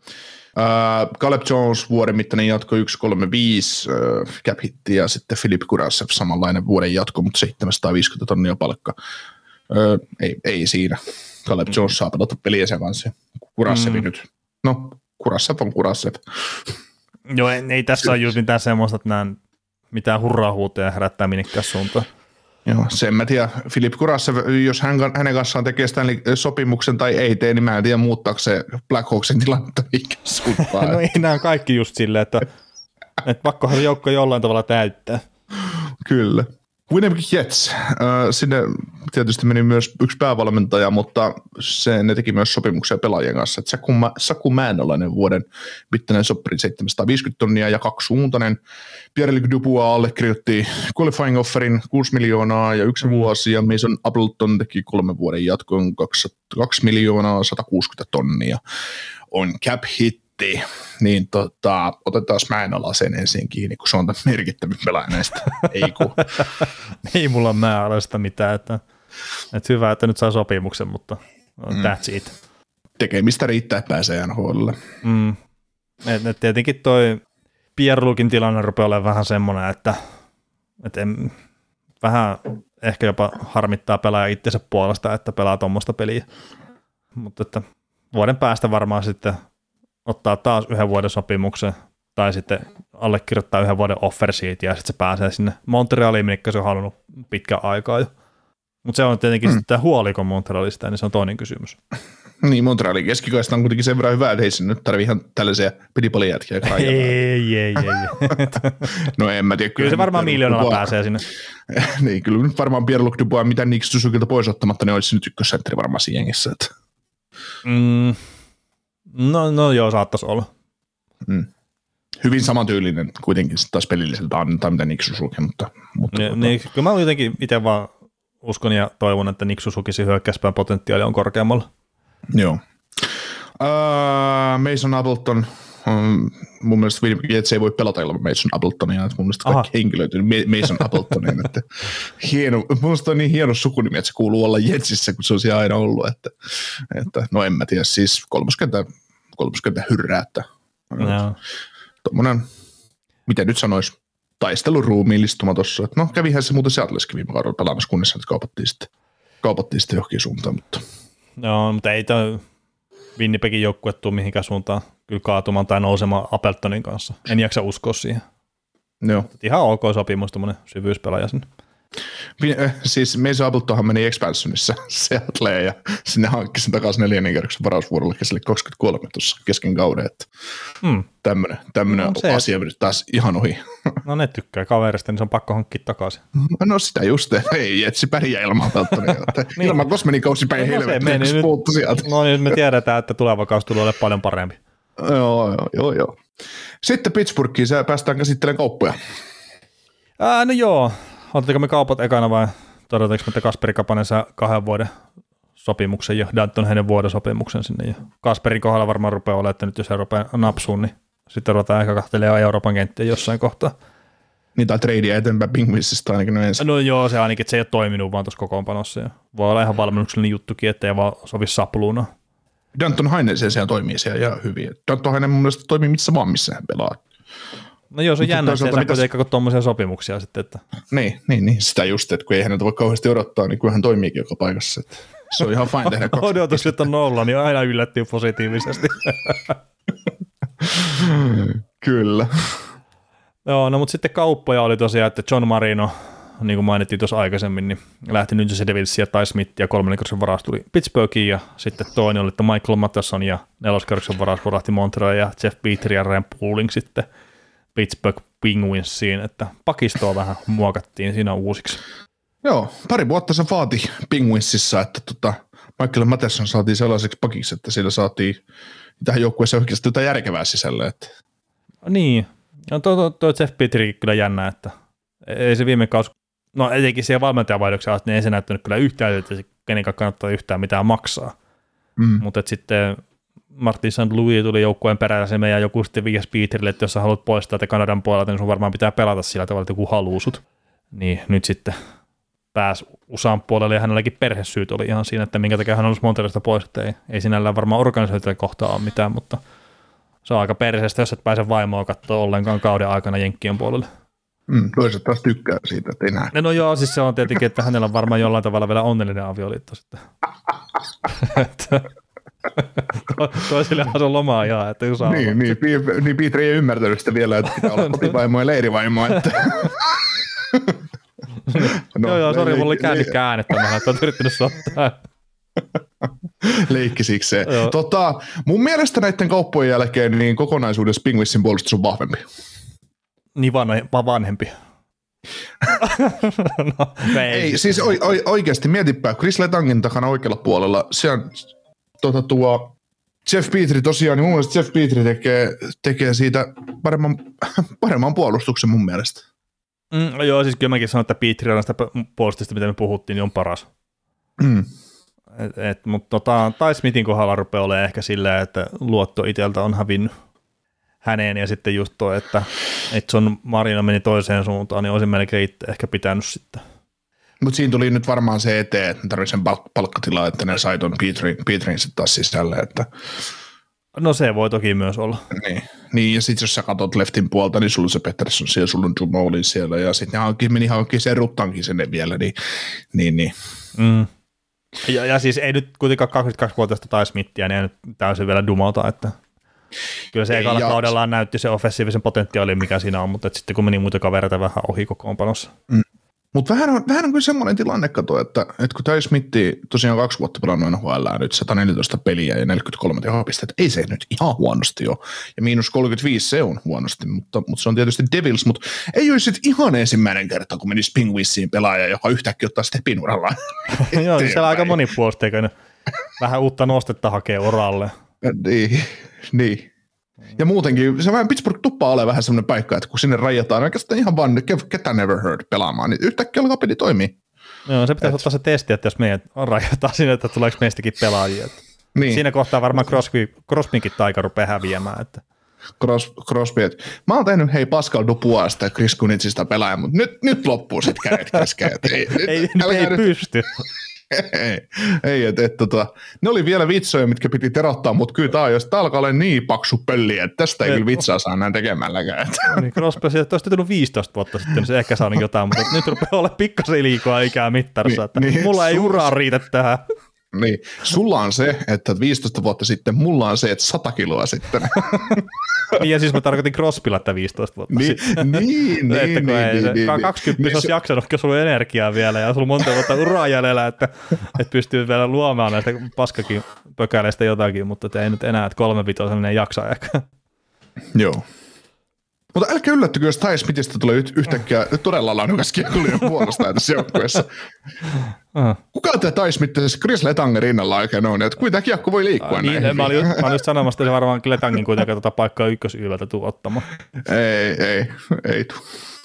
D: Uh, Caleb Jones vuoden mittainen jatko yksi pilkku kolmekymmentäviisi uh, cap hitti ja sitten Filip Kurashev samanlainen vuoden jatko, mutta seitsemänsataaviisikymmentä tonnia palkka. Uh, ei, ei siinä. Caleb Jones saa pelata peliä sen kanssa. Kurashev mm. nyt. No, Kurashev on Kurashev.
C: Joo, ei, ei tässä ole just mitään semmoista, että nämä mitään hurraa-huutoja herättää minnekään suuntaan.
D: Joo, sen mä tiedän. Filip Kurashev, jos hän, hänen kanssaan tekee Stanley sopimuksen tai ei tee, niin mä en tiedä muuttaako se Black Hawksin tilannetta mikä suuntaan.
C: No ei nämä kaikki just silleen, että, että pakkohan joukko jollain tavalla täyttää. Kyllä.
D: Winnipeg Jets, äh, sinne tietysti meni myös yksi päävalmentaja, mutta se, ne teki myös sopimuksia pelaajien kanssa. Saku, Saku Määnalainen vuoden mittainen soppari seitsemänsataaviisikymmentä tonnia ja kaksisuuntainen. Pierre-Luc Dubois allekirjoitti qualifying offerin kuusi miljoonaa ja yksi vuosi, ja Mason Appleton teki kolmen vuoden jatkoon kaksi miljoonaa sata kuusikymmentä tonnia. On cap hit. Niin tota, otetaan Mäenalaisen ensin kiinni, kun se on tämän merkittävin pelaaja näistä. Ei, kun.
C: Ei mulla Mäenalaista mitään, että, että hyvä, että nyt saa sopimuksen, mutta mm. that's it.
D: Tekemistä riittää, että pääsee N H L:lle.
C: Mm. Et, et tietenkin toi Pierre-Lucin tilanne rupeaa olemaan vähän semmoinen, että, että en, vähän ehkä jopa harmittaa pelaaja itsensä puolesta, että pelaa tuommoista peliä. Mutta että vuoden päästä varmaan sitten ottaa taas yhden vuoden sopimuksen tai sitten allekirjoittaa yhden vuoden offer siitä ja sitten se pääsee sinne Montrealiin, minkä se on halunnut pitkän aikaa jo. Mutta se on tietenkin mm. sitten huoliko Montrealista, niin se on toinen kysymys.
D: Niin, Montrealin keskikaista on kuitenkin sen verran hyvä, että ei se nyt tarvitse ihan tällaisia pelipalijätkiä.
C: Ei, ei, ei.
D: No en mä tiedä.
C: Kyllä se varmaan miljoonalla Dubois pääsee sinne.
D: Niin, kyllä nyt varmaan Pierre-Luc Dubois, mitä Nick Suzukilta pois ottamatta, niin olisi nyt ykkössentteri varmaan siinä jengissä. Että.
C: Mm. No, no joo, saattaisi olla.
D: Mm. Hyvin samantyylinen kuitenkin taas pelilliseltä annetaan, mitä Nick Suzuki, mutta. mutta
C: niin, niin, kyllä mä jotenkin itse vaan uskon ja toivon, että Nick Suzukisin hyökkäyspään potentiaali on korkeammalla.
D: Joo. Uh, Mason Appleton, um, mun mielestä Jets ei voi pelata ilman Mason Appletonia, että mun mielestä Aha. kaikki henkilöitä Mason Appletonin, että hieno, mun mielestä on niin hieno sukunimi, että se kuuluu olla Jetsissä, kun se on siellä aina ollut, että, että no en mä tiedä, siis kolmoskenttä, kolmoskenttä hyrrää, että no. Tuommoinen, miten nyt sanoisi, taisteluruumiillistuma tuossa, että no kävihän se muuten Seattleissakin viime kaudella pelaamassa, kunnes nyt kaupattiin sitten, kaupattiin sitten johonkin suuntaan, mutta.
C: Joo, mutta ei toi Winnipegin joukkue tule mihinkään suuntaan kyllä kaatumaan tai nousemaan Appletonin kanssa. En jaksa uskoa siihen.
D: Joo.
C: Ihan ok sopimus, tämmöinen syvyyspelaaja sinne.
D: Siis Mason Appletonhan meni expansionissa Seattleen ja sinne hankki sen takaisin neljännen kerroksen varausvuorolle kesille kaksikymmentäkolme tuossa kesken kauden. Hmm. Tämmöinen, tämmöinen no, asia nyt taas ihan ohi.
C: No ne tykkää kaverista, niin se on pakko hankkia takaisin.
D: No sitä just, ei etsi pärjää ilman Appletonia. niin. Ilman kosmenikausi päin no, helvettiä, kun puuttu sieltä.
C: No niin, me tiedetään, että tuleva kausi tulee olemaan paljon parempi.
D: joo, joo, joo, joo. Sitten Pittsburghiin, päästään käsittelemään kauppoja.
C: Ää, no joo. Otatko me kaupat ekana vai todetaanko, että Kasperi Kapanen saa kahden vuoden sopimuksen ja Danton hänen vuoden sopimuksen sinne. Ja Kasperin kohdalla varmaan rupeaa olemaan, että nyt jos Euroopan napsuun, niin sitten ruvetaan ehkä kahtelemaan Euroopan kenttiä jossain kohtaa.
D: Niin tai tradea eteenpäin Penguinsista ainakin no ensin.
C: No joo, se ainakin, että se ei ole toiminut vaan tuossa kokoonpanossa. Ja voi olla ihan valmennuksellinen juttukin, että ei vaan sovi sapluuna.
D: Danton Hainen sen sijaan toimii siellä ihan hyvin. Danton Hainen mun mielestä toimii missä vaan, missä hän pelaa.
C: No joo, se on jännä, että se ei saa tuommoisia sopimuksia sitten. Että.
D: Niin, niin, niin, sitä just, että kun ei häneltä voi kauheasti odottaa, niin kyllä hän toimiikin joka paikassa. Että se on ihan fine tehdä kaksi.
C: Odotukset on nolla, niin aina yllättyy positiivisesti.
D: Kyllä.
C: Joo, no mutta sitten kauppoja oli tosiaan, että John Marino, niin kuin mainittiin tuossa aikaisemmin, niin lähti New Jersey Devilsia, Ty Smith ja kolmannen kerroksen varaus tuli Pittsburghiin ja sitten toinen oli, että Michael Matheson ja neloskerroksen varaus varahti Montreal ja Jeff Petrie ja Ryan Pooling sitten Pittsburgh Penguinsiin, että pakistoa vähän muokattiin siinä uusiksi.
D: Joo, pari vuotta se vaati Penguinsissa, että tota, Michael Matheson saatiin sellaiseksi pakiksi, että sillä saatiin tähän joukkueeseen oikeasti jotain järkevää sisälle. Että.
C: Niin, no tuo, tuo, tuo Jeff Petrie kyllä jännä, että ei se viime kausi, no etenkin siihen valmentajavaihdoksen asti, niin ei se näyttänyt kyllä yhtään, että se kenenkään kannattaa yhtään mitään maksaa. Mm. Mutta sitten Martin Saint Louis tuli joukkueen perällä ja joku sitten viias Peterille, että jos sä haluat poistaa te Kanadan puolelta, niin sun varmaan pitää pelata sillä tavalla, että joku haluu sut. Niin nyt sitten pääsi U S A:n puolelle ja hänelläkin perhesyyt oli ihan siinä, että minkä takia hän olisi Montrealista pois, että ei, ei sinällään varmaan organisaatioiden kohtaa ole mitään, mutta se on aika perseestä, jos et pääse vaimoa katsoa ollenkaan kauden aikana Jenkkien puolelle.
D: Mm, toiset taas tykkää siitä, että ei näe.
C: No joo, siis se on tietenkin, että hänellä on varmaan jollain tavalla vielä onnellinen avioliitto sitten. to, toisillähän se on lomaa ihan, että kun saa
D: Niin, niin, niin Pietri ei ymmärtänyt sitä vielä, että pitää olla kotivaimo ja leirivaimo. Että...
C: no, joo, joo, sori, mulla oli käännikkä äänettämällä, että olet yrittänyt soittaa.
D: Leikki sikseen. Tota, mun mielestä näiden kauppojen jälkeen niin kokonaisuudessa Penguinsin puolustus on vahvempi.
C: Niin vanhe, vanhempi. no,
D: ei. ei, siis o, o, oikeasti mietipä, Chris Letangin takana oikealla puolella, se on tota, tuo Jeff Petrie tosiaan, niin mun mielestä Jeff Petrie tekee, tekee siitä paremman, paremman puolustuksen mun mielestä.
C: Mm, joo, siis kyllä mäkin sanon, että Petrie on sitä puolustusta, mitä me puhuttiin, niin on paras.
D: Mm.
C: Et, et, mutta tota, Ty Smithin kohdalla rupeaa olemaan ehkä silleen, että luotto itseltä on hävinnyt häneen, ja sitten just tuo, että, että John Marino meni toiseen suuntaan, niin olisin melkein itse ehkä pitänyt sitten.
D: Mutta siinä tuli nyt varmaan se eteen, että ne tarvitsen palk- palkkatilaa, että ne sai ton Petrin sitten taas sisälle. Että...
C: No se voi toki myös olla.
D: Niin, niin ja sitten jos sä katsot leftin puolta, niin sulla on se Pettersson siellä, sulla on Dumoulis siellä, ja sitten ne hankin, meni hankkiin sen Ruttankin sinne vielä, niin... niin, niin.
C: Mm. Ja, ja siis ei nyt kuitenkaan kaksikymmentäkaksivuotiaista Ty Smithia, niin ei nyt täysin vielä dumota, että... Kyllä se ekalla kaudellaan näytti se offensiivisen potentiaalin, mikä siinä on, mutta sitten kun meni muita kavereita vähän ohi kokoonpanossa.
D: Mm. Mutta vähän on, vähän on kyllä semmoinen tilanne, kato, että, että kun Ty Smith tosiaan kaksi vuotta pelannut N H L nyt sata neljätoista peliä ja neljäkymmentäkolme tehopistettä, ei se nyt ihan huonosti ole. Ja miinus kolmekymmentäviisi se on huonosti, mutta, mutta se on tietysti Devils, mutta ei olisi sitten ihan ensimmäinen kerta, kun menisi Penguinsiin pelaaja, joka yhtäkkiä ottaa stepin urallaan.
C: Joo, siis siellä on aika moni puolustaja, vähän uutta nostetta hakee uralle.
D: Niin, niin. Ja muutenkin, se vähän Pittsburgh tuppaa ole vähän semmoinen paikka, että kun sinne rajataan oikeastaan ihan vaan ketään never heard pelaamaan, niin yhtäkkiä alkaa peli toimii.
C: Joo, se pitäisi et... ottaa se testi, että jos meidät rajataan sinne, että tuleeko meistäkin pelaajia. Niin. Siinä kohtaa varmaan Crosby, Crosbynkin taika rupeaa häviämään. Että.
D: Cros, Crosby, että mä oon tehnyt hei Pascal Dupuasta ja Chris Kunitsista pelaaja, mutta nyt, nyt loppuu sitten kädet kesken.
C: Ei, ei, ei nyt... pysty.
D: ei, ei että et, tota, ne oli vielä vitsoja, mitkä piti terottaa, mutta kyllä tämä jos alkaa olla niin paksu pölli, että tästä ei et, kyllä vitsaa saa näin tekemälläkään.
C: Niin Crosby, että olisi tullut viisitoista vuotta sitten, niin se ehkä saa niin jotain, mutta nyt rupeaa olla pikkasen liikaa ikää mittarissa, että niin, mulla ei uraa riitä tähän.
D: Niin, sulla on se, että viisitoista vuotta sitten, mulla on se, että sata kiloa sitten.
C: Niin, ja siis mä tarkoitin Crosbylla, että viisitoista vuotta
D: niin,
C: sitten.
D: Niin, niin,
C: että kun
D: niin,
C: ei,
D: niin, niin,
C: kaksikymmentä
D: niin,
C: olisi
D: se...
C: jaksanut, kun sulla on energiaa vielä, ja sulla on monta vuotta uraa jäljellä, että, että pystyy vielä luomaan näistä paskakin pökäleistä jotakin, mutta ei nyt enää, että kolme vitosen ei jaksa ehkä.
D: Joo. Mutta älkää yllättykö, jos Ty Smithistä tulee yhtäkkiä todella laadukas kiekkoilijan puolustaja tässä joukkueessa. Uh-huh. Kuka tämä Ty Smith tässä Chris Letangin rinnalla oikein on, että kuinka tämä kiekko voi liikkua uh, näin?
C: Niin, mä olin just, mä olin just sanomassa, että se varmaan Letangin kuitenkaan tuota paikkaa ykkösylvältä tuu ottamaan.
D: Ei, ei, ei tuu.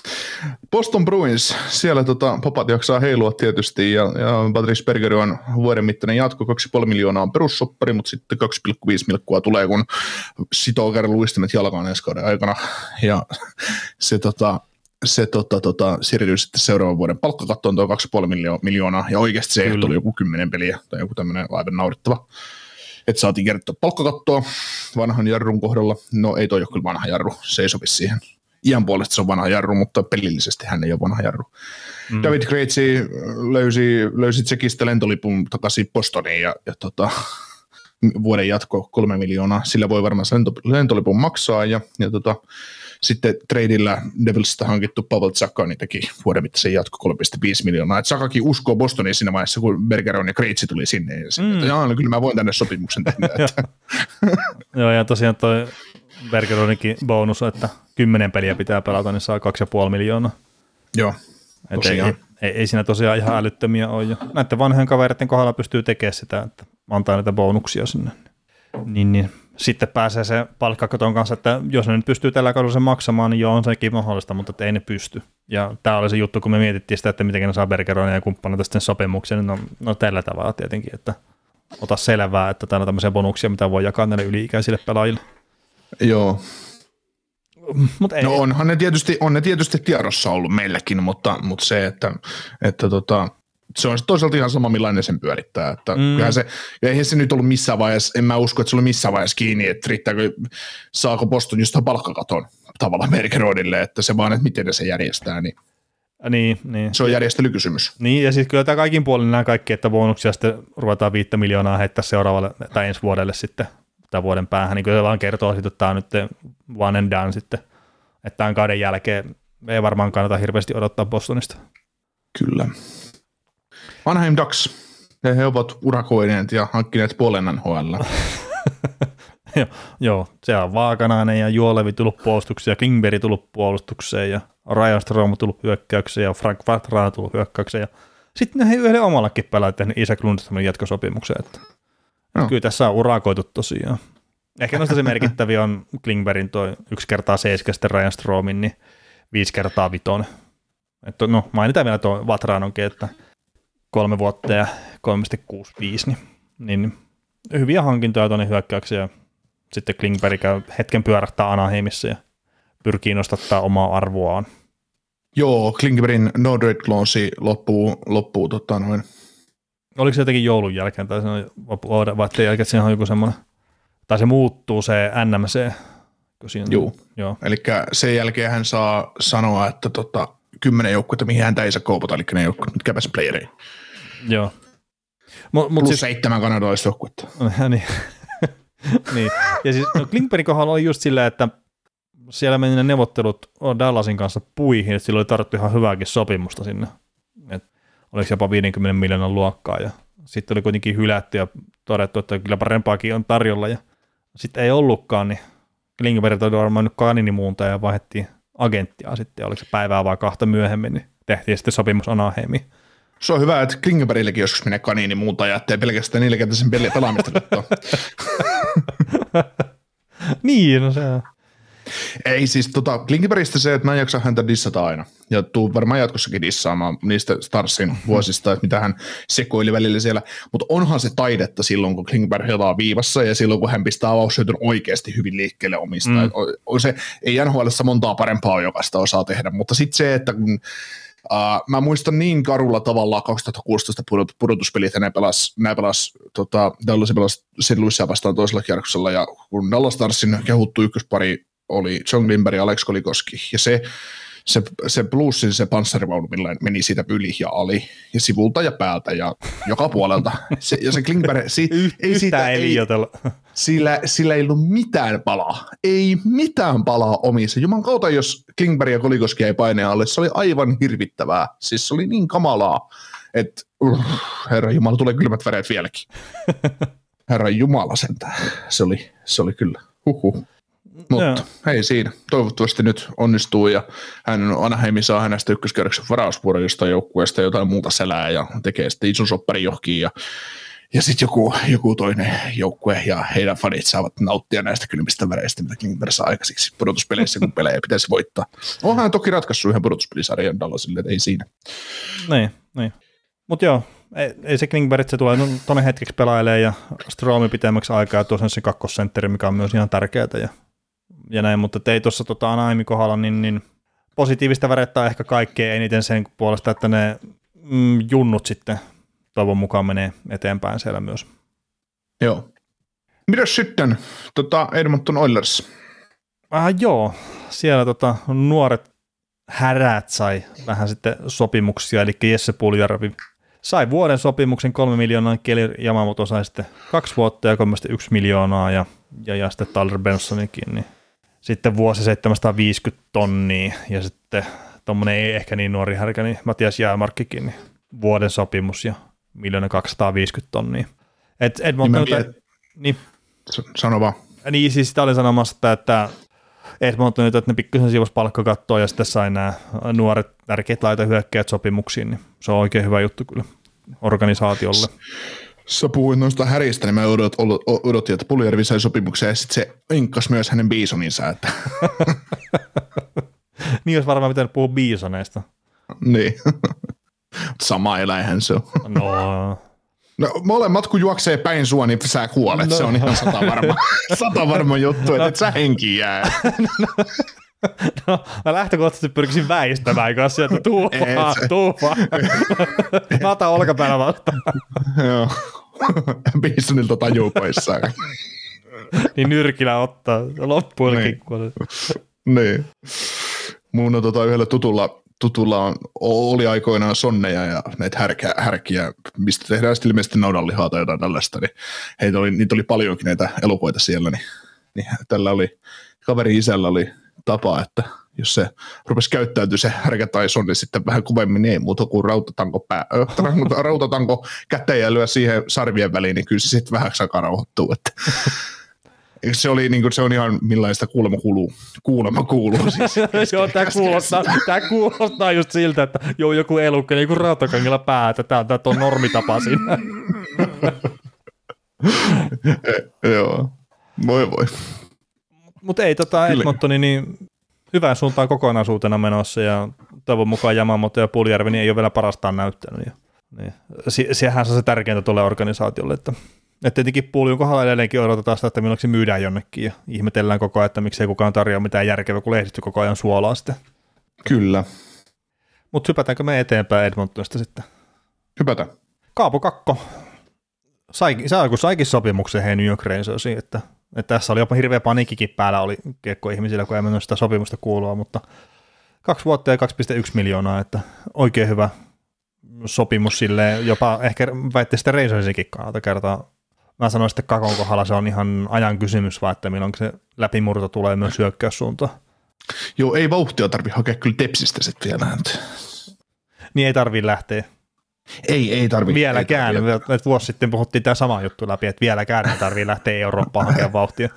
D: Boston Bruins, siellä tota, papat jaksaa heilua tietysti, ja, ja Patrice Berger on vuoden mittainen jatko, kaksi pilkku viisi miljoonaa on perussoppari, mutta sitten kaksi pilkku viisi milkkua tulee, kun sitoo kerran luistimet jalkaan ensi kauden aikana, ja se, tota, se tota, tota, siirtyy sitten seuraavan vuoden palkkakattoon tuo kaksi pilkku viisi miljoonaa, ja oikeasti se ehto oli joku kymmenen peliä, tai joku tämmöinen aivan naurittava, että saatiin kerrottua palkkakattoa vanhan jarrun kohdalla, no ei toi ole kyllä vanha jarru, se ei sopi siihen. Iän puolesta se on vanha jarru, mutta pelillisesti hän ei ole vanha jarru. Mm. David Krejci löysi, löysi Tsekistä lentolipun takaisin Bostoniin ja, ja tota, vuoden jatko kolme miljoonaa. Sillä voi varmaan sen lentolipun maksaa. Ja, ja tota, sitten tradeillä Devilsista hankittu Pavel Zacha niin teki vuoden mittaisen jatko kolme pilkku viisi miljoonaa. Et Zachakin uskoo Bostoniin siinä vaiheessa, kun Bergeron ja Krejci tuli sinne. Ja sinne mm. että, jaa, no, kyllä mä voin tänne sopimuksen tehdä.
C: Joo, ja tosiaan toi Bergeroninkin bonus, että kymmenen peliä pitää pelata, niin saa kaksi pilkku viisi miljoonaa.
D: Joo,
C: tosiaan. Ei, ei, ei siinä tosiaan ihan älyttömiä ole. Jo. Näiden vanhojen kavereiden kohdalla pystyy tekemään sitä, että antaa näitä bonuksia sinne. Niin, niin. Sitten pääsee se palkkakaton kanssa, että jos ne nyt pystyy tällä kaudella sen maksamaan, niin joo, on sekin mahdollista, mutta ei ne pysty. Ja tämä oli se juttu, kun me mietittiin sitä, että miten ne saa Bergeronia ja kumppaneita sitten sopimuksia, niin no, no tällä tavalla tietenkin, että ota selvää, että täällä on tämmöisiä bonuksia, mitä voi jakaa näille yli-ikäisille pelaajille.
D: Joo.
C: Mut ei.
D: No onhan ne tietysti, on ne tietysti tiedossa ollut meilläkin, mutta, mutta se, että, että tota, se on toisaalta ihan sama, millainen sen pyörittää. Että mm. se, ja eihän se nyt ollut missään vaiheessa, en mä usko, että se oli missään vaiheessa kiinni, että riittääkö, saako Boston just palkkakaton tavallaan Merkeroidille, että se vaan, että miten ne se järjestää, niin,
C: niin, niin.
D: se on järjestelykysymys.
C: Niin, ja sitten kyllä tämä kaikin puolin nämä kaikki, että bonuksia sitten ruvetaan viittä miljoonaa heittää seuraavalle tai ensi vuodelle sitten, tämän vuoden päähän, niin kyllä se vaan kertoo sitten, että tämä on nyt one and done sitten, että tämän kauden jälkeen ei varmaan kannata hirveästi odottaa Bostonista.
D: Kyllä. Anaheim Ducks, he, he ovat urakoineet ja hankkineet puolen N H L.
C: Joo, joo, se on Vaakanainen ja Juolevi tullut puolustukseen ja Klingberg tullut puolustukseen ja Ryan Strome tullut hyökkäykseen ja Frank Vatrana tullut hyökkäykseen ja sitten ne yhden omallakin pelaa tehnyt Isaac Lundströmin jatkosopimukseen. Että no. Kyllä tässä on urakoitu tosiaan. Ehkä noista se merkittäviä on Klingbergin toi yksi kertaa seitsemän, sitten Ryan Stromin, niin viisi kertaa vitonen. Että no mainitaan vielä tuo Vatranonkin, että kolme vuotta ja kolme pilkku kuusikymmentäviisi, niin, niin hyviä hankintoja tuonne hyökkäyksiä. Sitten Klingberg käy hetken pyörähtää Anaheimissa ja pyrkii nostattaa omaa arvoaan.
D: Joo, Klingbergin no trade clause loppuu, loppuu tota noin.
C: Oliko se jotenkin joulun jälkeen tai vai jälkeen, että siinä on joku semmoinen, tai se muuttuu se N M C?
D: Joo, Joo. Eli sen jälkeen hän saa sanoa, että tota, kymmenen joukkuetta, mihin häntä ei saa koupata, eli ne joukkuet, mitkä pääsee playereihin.
C: Joo. Mut, mut
D: Plus
C: siis,
D: seitsemän kanadalaista joukkuetta.
C: niin. niin. Ja siis no, Klingbergin kohdalla oli just silleen, että siellä meni ne neuvottelut Dallasin kanssa puihin, että sillä oli tarvittu ihan hyvääkin sopimusta sinne. Et oliko jopa viidenkymmenen miljoonan luokkaa ja sitten oli kuitenkin hylätty ja todettu, että kyllä parempaakin on tarjolla ja sitten ei ollutkaan, niin Klingberg oli varmaan nyt kaninimuunta ja vaihdettiin agenttia sitten, oliko se päivää vai kahta myöhemmin, niin tehtiin sitten sopimus Anaheimiin.
D: Se on hyvä, että Klingbergillekin joskus menee kaniinimuunta ja ettei pelkästään niille, ketä sen peliä pelaamista katsoa.
C: Niin, no se on.
D: Ei siis tota, Klingbergistä se, että mä en jaksa häntä dissata aina. Ja tuu varmaan jatkossakin dissaamaan niistä Starsin vuosista, että mitä hän sekoili välillä siellä. Mutta onhan se taidetta silloin, kun Klingberg helaa viivassa ja silloin, kun hän pistää avaussyötön oikeasti hyvin liikkeelle omista. Mm. On, on se, ei N H L:ssä montaa parempaa jokaista osaa tehdä, mutta sitten se, että kun Uh, mä muistan niin karulla tavalla kaksituhattakuusitoista pudotuspelit, ja ne pelas, ne pelas tota, Dallas pelas Saint Louisia vastaan toisella kierroksella, ja kun Dallas Starsin kehuttu ykköspari oli John Lindberg ja Alex Kolikoski, ja se, se, se Bluesin se panssarivaunu, millä meni siitä yli ja ali, ja sivulta ja päältä, ja joka puolelta. Se, ja se Klingberg, si, ei siitä, ei, sillä, sillä ei ollut mitään palaa, ei mitään palaa omissa. Juman kautta, jos Klingberg ja Kolikoski ei paineen alle, se oli aivan hirvittävää. Siis se oli niin kamalaa, että uh, herra Jumala, tulee kylmät väreet vieläkin. Herra Jumala sentään, se oli, se oli kyllä, huhhuh. Mutta Joo. hei siinä, toivottavasti nyt onnistuu ja hän Anaheimi saa hänestä ykköskierroksen varausvuoron jostain joukkueesta jotain muuta selää ja tekee sitten ison sopparin johkiin ja, ja sitten joku, joku toinen joukkue ja heidän fanit saavat nauttia näistä kylmistä väreistä, mitä Klingberg saa aikaisiksi pudotuspeleissä, kun pelejä pitäisi voittaa. Onhan toki ratkaissut yhden pudotuspelisarjan Dallasille, että ei siinä.
C: Niin, niin. Mutta joo, ei, ei se Klingberg, se tulee tuonne hetkeksi pelailemaan ja Stromi pitemmäksi aikaa ja tuossa se kakkosentteri, mikä on myös ihan tärkeää ja ja näin, mutta ei tuossa tota Anaheimin kohdalla, niin, niin positiivista värettä ehkä kaikkein eniten sen puolesta, että ne mm, junnut sitten toivon mukaan menee eteenpäin siellä myös.
D: Joo. Mitäs sitten tota Edmonton Oilers?
C: Ah, joo, siellä tota, nuoret härät sai vähän sitten sopimuksia, eli Jesse Puljärvi sai vuoden sopimuksen kolme miljoonaa, Keli Yamamoto sai sitten kaksi vuotta ja kolmekymmentäyksi miljoonaa ja, ja, ja sitten Tyler Bensonikin, niin sitten vuosi seitsemänsataaviisikymmentä tonnia ja sitten tuommoinen ei ehkä niin nuori härkä, niin Matias Jäämarkkikin, niin vuoden sopimus ja miljoona kaksisataaviisikymmentä tonnia. Et, et niin,
D: vielä, niin, sano vaan.
C: Niin, siis sitä olin sanomassa, että Edmonton, että ne pikkusen siivos palkkakattoa ja sitten sai nämä nuoret tärkeät laitahyökkäjät sopimuksiin, niin se on oikein hyvä juttu kyllä organisaatiolle.
D: Sä puhuit noista häristä, niin mä odot, odotin, että Puljärvi sai sopimuksen ja sitten se inkkasi myös hänen biisoninsa. Että.
C: Niin olisi varmaan pitänyt puhua biisoneista.
D: Niin. Sama eläinhän se on.
C: No.
D: No molemmat kun juoksee päin sua, niin sä kuolet. No. Se on ihan sata varma, sata varma juttu, että et sä henkiin jää.
C: No, mä lähtökohtaisesti pyrkisin väistämään kanssa sieltä, tuu vaan, tuu vaan. Mä otan olkapäällä vastaan.
D: Joo. Bisonilta tajuu poissaan.
C: Niin nyrkillä ottaa, loppuun kikkuu.
D: Niin. Mun on tota yhdellä tutulla, tutulla on, oli aikoinaan sonneja ja näitä härkä, härkiä, mistä tehdään sitten ilmeisesti naudanlihaa tai jotain tällaista, niin heitä oli, niitä oli paljonkin näitä elukoita siellä, niin, niin tällä oli, kaverin isällä oli tapa, että jos se rupesi käyttäytyä se härkä tai sonni sitten vähän kovemmin, niin ei muuta kuin rautatanko, pää, rautatanko käteen ja lyö siihen sarvien väliin, niin kyllä se sitten vähäksi aikaa rauhoittuu. Että. Se, oli, niin kuin, se on ihan millaista kuulemma kuuluu. Kuulemma kuuluu siis.
C: Joo, tämä kuulostaa, tämä kuulostaa just siltä, että joo, joku elukka, niin kuin rautakangilla päätä, tämä on, tämä on normitapa siinä.
D: Joo, voi voi.
C: Mutta ei, tota, Edmontoni niin hyvään suuntaan kokonaisuutena menossa ja toivon mukaan Yamamoto ja Puljärvi niin ei ole vielä parastaan näyttänyt. Ja, niin. Sie- sehän on se tärkeintä tuolle organisaatiolle, että että tietenkin Puljun kohdalla edelleenkin odotetaan sitä, että milloin se myydään jonnekin ja ihmetellään koko ajan, että miksei kukaan tarjoa mitään järkevää, kun lehdistö koko ajan suolaa sitten.
D: Kyllä.
C: Mutta hypätäänkö me eteenpäin Edmontonista sitten?
D: Hypätään.
C: Kaapo Kakko. Sai, sai, kun saikin sopimuksen hei New York Rangersiin, että, että tässä oli jopa hirveä paniikkikin päällä oli kiekko-ihmisillä, kun ei mennyt sitä sopimusta kuulua, mutta kaksi vuotta ja kaksi pilkku yksi miljoonaa, että oikein hyvä sopimus silleen, jopa ehkä väitti sitten Rangersinkin kannalta kertaa. Mä sanoin sitten Kakon kohdalla, se on ihan ajan kysymys, vaan että milloin se läpimurto tulee myös hyökkäyssuuntaan.
D: Joo, ei vauhtia tarvitse hakea kyllä Tepsistä sitten vielä.
C: Niin ei tarvitse lähteä.
D: Ei, ei tarvitse.
C: Vieläkään. Tarvi. Vuosi sitten puhuttiin tämä sama juttu läpi, että vieläkään ei tarvitse lähteä Eurooppaan hakemaan vauhtia.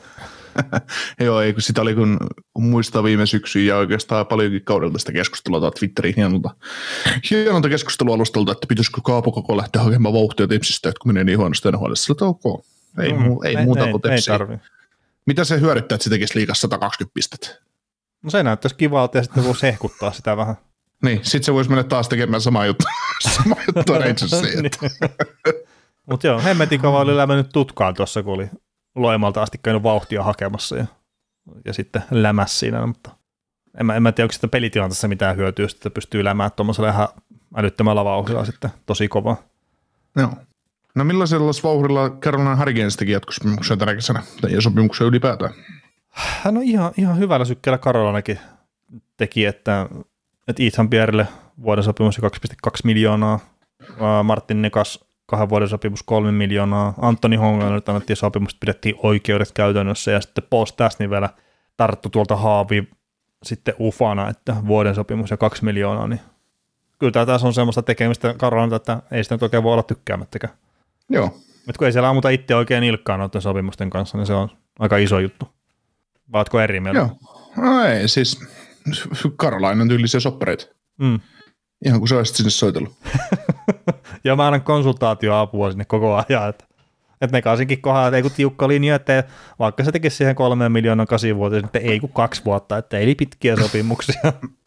D: Joo, ei kun sitä oli, kun, kun muistaa viime syksyyn ja oikeastaan paljonkin kaudelta sitä keskustelua tai Twitterin hienolta, hienolta keskustelualustalta, että pitäisikö Kaapo Kakko lähteä hakemaan vauhtia Tepsistä, että kun menee niin huonosti N H L, sillä että ok, ei, mm, mu- ei, ei muuta kuin Tepsiä. Mitä se hyödyttää, että se tekisi liigassa sata kaksikymmentä pistettä?
C: No se näyttäisi kivalta ja sitten voisi hehkuttaa sitä vähän.
D: Niin, sitten se voisi mennä taas tekemään samaa juttua, sama juttua Rangersiin.
C: Mutta joo, hemmetin kova oli lämmennyt tutkaan tuossa, kun oli Loimalta asti käynyt vauhtia hakemassa ja, ja sitten lämäs siinä, mutta en mä, en mä tiedä, onko sitä pelitilanteessa mitään hyötyä, että pystyy lämään tuommoisella ihan älyttömällä vauhdilla sitten tosi kovaa.
D: Joo. No millaisella vauhdilla Carolina Hurricanes teki jatkosopimuksia tänä kesänä, tai sopimuksia ylipäätään?
C: No ihan, ihan hyvällä sykkeellä Carolinakin teki, että, että Ethan Pierrelle vuoden sopimus kaksi pilkku kaksi miljoonaa, Martin Nekas kahden vuoden sopimus kolme miljoonaa, Antoni Hongalle nyt annettiin sopimus, pidettiin oikeudet käytännössä, ja sitten Paul Stastny vielä tarttu tuolta haaviin sitten ufana, että vuoden sopimus ja kaksi miljoonaa, niin kyllä tämä taas on semmoista tekemistä Carolinalta, että ei sitä nyt oikein voi olla tykkäämättäkään.
D: Joo.
C: Mutta kun ei siellä ammuta itse oikein ilkkaan noiden sopimusten kanssa, niin se on aika iso juttu. Vaatko eri mieltä?
D: Joo. No ei, siis Carolina on tyylisiä soppareita. Mm. Ihan kuin sä olisit sinne soitellut.
C: Joo, mä annan konsultaatioapua sinne koko ajan, että, että ne kaisinkin kohdalla, että ei kun tiukka linja, että vaikka se tekisi siihen kolmeen miljoonan kasi vuoteen, että ei kun kaksi vuotta, että ei pitkiä sopimuksia.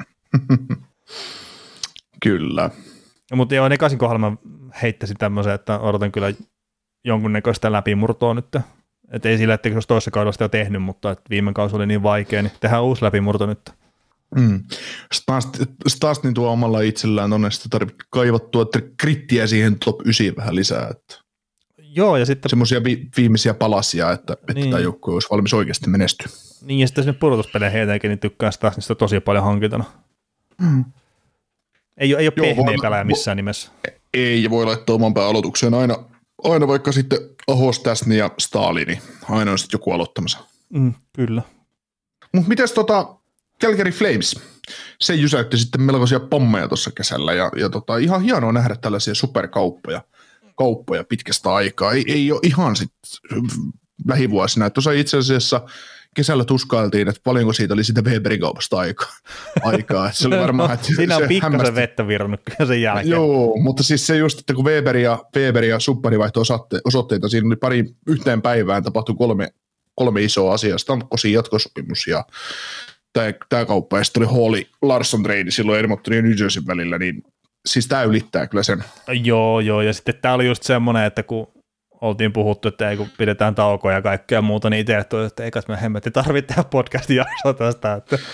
D: Kyllä.
C: Mutta joo, Nekasin kohdalla mä heittäisin tämmöisen, että odotan kyllä jonkunnäköistä läpimurtoa nyt. Että ei sillä, että se olisi toisessa kaudella sitä jo tehnyt, mutta että viime kausi oli niin vaikea, niin tehdään uusi läpimurto nyt.
D: Mm. Stastny tuo omalla itsellään tuonne, sitä tarvitsee kaivattua krittiä siihen top yhdeksän vähän lisää. Että
C: joo, ja sitten
D: semmoisia vi- viimeisiä palasia, että, että niin. Tämä joukkue olisi valmis oikeasti menestyä.
C: Niin, ja sitten sinne pudotuspeleihin heitäänkin, niin tykkää Stastnysta tosi paljon hankintana. Mm. Ei ole, ei ole joo, pehmeä pelaaja missään nimessä.
D: Ei, ja voi laittaa oman pään aloitukseen aina, aina vaikka sitten Aho, Stastny ja Staali, niin aina on sitten joku aloittamassa.
C: Mm, kyllä.
D: Mutta mites tota Calgary Flames? Se jysäytti sitten melkoisia pommeja tuossa kesällä, ja, ja tota, ihan hienoa nähdä tällaisia superkauppoja kauppoja pitkästä aikaa. Ei, ei ole ihan sitten lähivuosina. Tuossa itse asiassa kesällä tuskailtiin, että paljonko siitä oli sitä Weberin kaupasta aikaa. aikaa. Se oli varmaan,
C: no, että siinä on pikkasen hämmästi vettä virrannut sen jälkeen.
D: Joo, mutta siis se just, että kun Weber ja, Weber ja Suppari vaihtoi osoitteita, siinä oli pari yhteen päivään tapahtui kolme, kolme isoa asiaa. Stamkosin jatkosopimus ja tämä, tämä kauppa, ja sitten oli Hawley Larsson trade silloin Edmontonin ja New Jerseyn välillä, niin siis tämä ylittää kyllä sen.
C: Joo, joo, ja sitten tämä oli just semmoinen, että kun oltiin puhuttu, että ei kun pidetään taukoja ja kaikkea muuta, niin itse tuli, että eikä me hemmetti tarvitse tehdä podcastin jaksoa tästä, että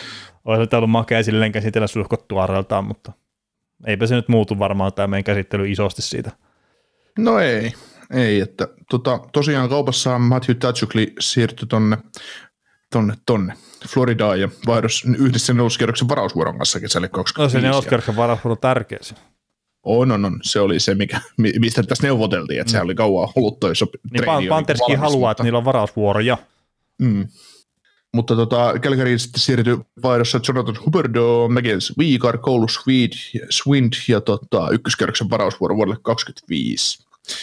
C: olisi ollut makea silleen käsitellä suhkot tuoreeltaan, mutta eipä se nyt muutu varmaan tämä meidän käsittely isosti siitä.
D: No ei, ei, että tota, tosiaan kaupassa Matthew Tkachuk siirtyi tonne, tonne, tonne Floridaan ja vaihdos yhdessä neloskierroksen varausvuoron kanssa kesälle kaksikymmentäviisi.
C: No se neloskierroksen varausvuoro tärkeä.
D: On, on, on. Se oli se, mikä, mistä tässä neuvoteltiin, että mm. sehän oli kauan ollut toi sopi.
C: Niin Panterskin niin haluaa, mutta että niillä on varausvuoroja.
D: Mm. Mutta tota, Calgary sitten siirtyi vaihdossa Jonathan Huberdeau, Mackenzie Weegar, Cole Swind, Swind ja tota, ykköskierroksen varausvuoro vuodelle kaksikymmentäviisi.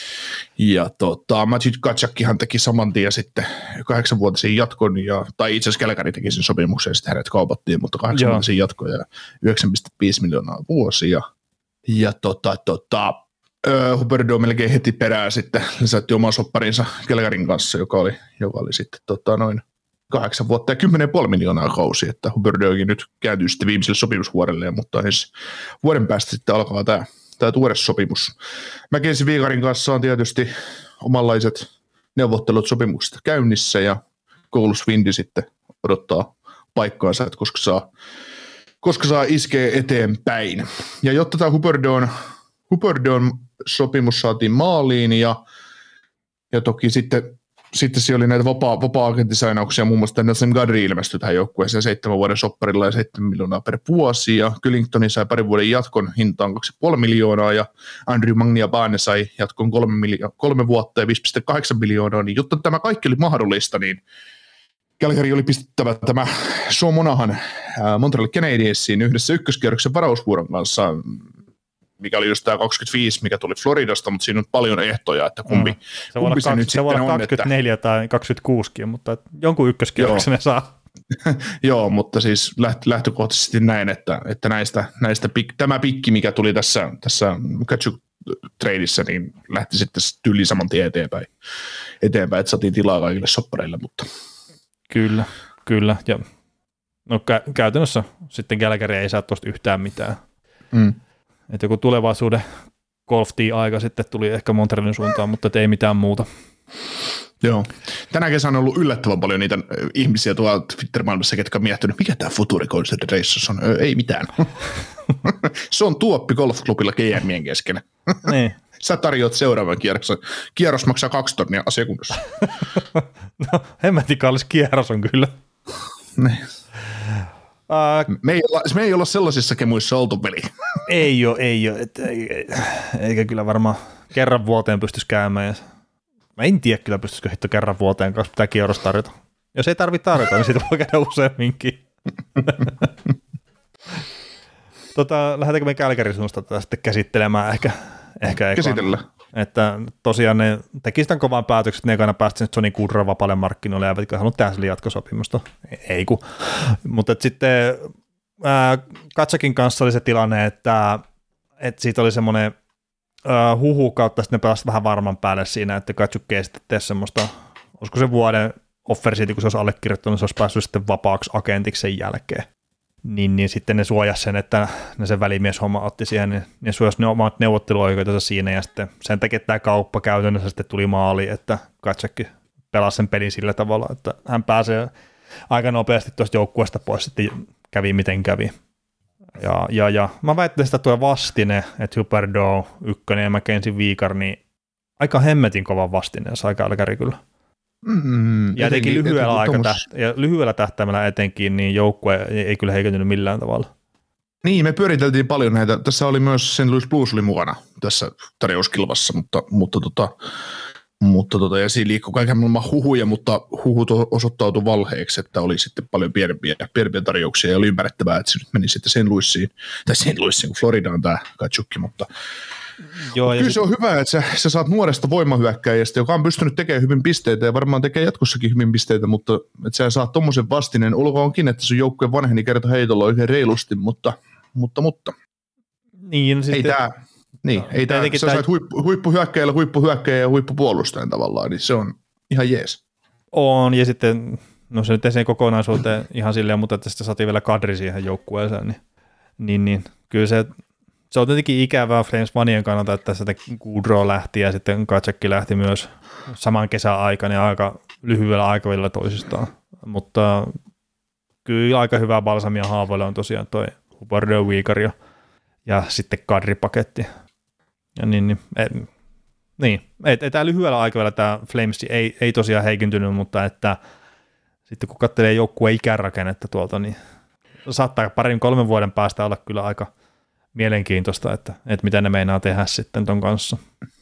D: Ja tota, Matthew Tkachukhan teki saman tien sitten kahdeksanvuotisen jatkon, ja, tai itse asiassa Calgary teki sen sopimuksen, ja sitten hänet kaupattiin, mutta kahdeksanvuotisen jatkon ja yhdeksän pilkku viisi miljoonaa vuosia. Ja tota, tota, uh, Huberdeau melkein heti perään sitten lisätti oman sopparinsa Calgaryn kanssa, joka oli, joka oli sitten tota, noin kahdeksan vuotta ja kymmenen pilkku viisi miljoonaa kausi, että Huberdeaukin nyt kääntyy sitten viimeiselle sopimusvuodelle, mutta ensi vuoden päästä sitten alkaa tämä, tämä tuore sopimus. Mackenzie Weegarin kanssa on tietysti omanlaiset neuvottelut sopimuksesta käynnissä, ja Cole Swindi sitten odottaa paikkaansa, että koska saa, koska saa iskeä eteenpäin. Ja jotta tämä Huberdeau'n, Huberdeau'n sopimus saatiin maaliin, ja, ja toki sitten Sitten siellä oli näitä vapaa, vapaa-agenttisainauksia, muun muassa Nelson Gadri ilmestyi tähän joukkueeseen seitsemän vuoden sopparilla ja seitsemän miljoonaa per vuosi, ja Kylingtoni sai parin vuoden jatkon hintaan kaksi pilkku viisi miljoonaa, ja Andrew Mangiapane sai jatkon kolme, miljo- kolme vuotta ja viisi pilkku kahdeksan miljoonaa, niin jotta tämä kaikki oli mahdollista, niin Calgary oli pistettävä tämä Sean Monahan Montreal Canadiensiin yhdessä ykköskierroksen varausvuoron kanssa, mikä oli just tämä kaksikymmentäviisi, mikä tuli Floridasta, mutta siinä on paljon ehtoja, että kumpi, mm.
C: se, kumpi se nyt se sitten on. kaksikymmentäneljä että tai kaksikymmentäkuusi, mutta jonkun ykköskierroksen ne saa.
D: Joo, mutta siis lähtökohtaisesti näin, että, että näistä, näistä pik, tämä pikki, mikä tuli tässä, tässä Tkachuk-treidissä, niin lähti sitten tyyliin saman tien eteenpäin, eteenpäin, että saatiin tilaa kaikille soppareille. Mutta.
C: Kyllä, kyllä. Ja no kä- käytännössä sitten Calgary ei saa tuosta yhtään mitään. Mm. Että joku tulevaisuuden golf-tea-aika sitten tuli ehkä Montrealin suuntaan, mutta ei mitään muuta.
D: Joo. Tänä kesänä on ollut yllättävän paljon niitä ihmisiä tuolla Twitter-maailmassa, ketkä on miettinyt, mikä tämä Futuri Considerations on. Öö, ei mitään. Se on tuoppi golfklubilla G M:ien kesken.
C: Niin.
D: Sä tarjoat seuraavan kierroksen. Kierros maksaa kaksi tonnia sekunnissa.
C: No, hemmetin kallis kierros on kyllä.
D: Niin. Uh, me, ei olla, me ei olla sellaisissa kemuissa oltu, peli.
C: Ei ole, ei ole. Et, ei, eikä kyllä varmaan kerran vuoteen pystyisi käymään. Ja mä en tiedä kyllä pystyisikö hitto kerran vuoteen, koska pitää kierros tarjota. Jos ei tarvitse tarjota, niin siitä voi käydä useamminkin. tota, lähdetäänkö me Calgaryn suunnasta tätä sitten käsittelemään ehkä? ehkä
D: Käsitellä.
C: Että tosiaan ne teki sitä kovaan päätökset, että ne ekana päästä sen Johnny Gaudreau vapaalle markkinoille, eivätkä halunnut tehdä sille jatkosopimusta. Ei kun. Mutta sitten ää, Katsakin kanssa oli se tilanne, että, että siitä oli semmoinen ää, huhu kautta, sitten ne pääsivät vähän varman päälle siinä, että Katsuk ei sitten tee semmoista, olisiko se vuoden offer siitä, kun se olisi allekirjoittanut, se olisi päässyt sitten vapaaksi agentiksi sen jälkeen. Niin, niin sitten ne suojasi sen, että ne sen välimieshomma otti siihen, niin ne suojasi ne omat neuvotteluoikeutensa siinä, ja sitten sen takia tämä kauppa käytännössä sitten tuli maaliin, että Katsakki pelasi sen pelin sillä tavalla, että hän pääsee aika nopeasti tuosta joukkueesta pois, sitten kävi miten kävi. Ja, ja, ja mä väittäisin, että tuo vastine, että Huberdeau, ykkönen ja Mackenzie Weegar, niin aika hemmetin kova vastine sai Calgary kyllä.
D: Mm,
C: ja etenkin lyhyellä, etenkin täht- ja lyhyellä tähtäimellä etenkin, niin joukkue ei, ei kyllä heikentynyt millään tavalla.
D: Niin, me pyöriteltiin paljon näitä. Tässä oli myös Saint Louis Blues oli mukana tässä tarjouskilvassa, mutta, mutta, tota, mutta tota, ja siinä liikkui kaiken maailman huhuja, mutta huhut osoittautui valheeksi, että oli sitten paljon pienempiä, pienempiä tarjouksia, ja oli ymmärrettävää, että se nyt meni sitten Saint Louisiin, tai Saint Louisiin, kun Floridaan tämä Tkachukki, mutta Joo, kyllä sit se on hyvä, että sä, sä saat nuoresta voimahyökkääjästä, joka on pystynyt tekemään hyvin pisteitä ja varmaan tekee jatkossakin hyvin pisteitä, mutta että sä saat tommosen vastineen, olkoonkin, että sun joukkueen vanheni kerta heitolla oikein reilusti, mutta, mutta, mutta.
C: Niin,
D: ei tää, niin, no, ei tää, sä tää saat huippu, huippuhyökkääjällä, huippuhyökkääjä ja huippupuolustajan tavallaan, niin se on ihan jees.
C: On, ja sitten, no se nyt ei sen kokonaisuuteen ihan silleen, mutta että sitten saatiin vielä kadri siihen joukkueeseen, niin, niin, niin kyllä se Se on tietenkin ikävää Flames fanien kannalta, että sitten Gaudreau lähti ja sitten Katsakki lähti myös saman kesän aikana ja aika lyhyellä aikavälillä toisistaan. Mutta kyllä aika hyvää balsamia haavoille on tosiaan toi Huberdeau Viikario ja sitten kadripaketti. Ja niin, niin, et, niin. Et, et tämä lyhyellä aikavälillä tämä Flames ei, ei tosiaan heikentynyt, mutta että sitten kun katselee joukkueen ikärakennetta tuolta, niin saattaa parin kolmen vuoden päästä olla kyllä aika mielenkiintoista, että, että mitä ne meinaa tehdä sitten ton kanssa.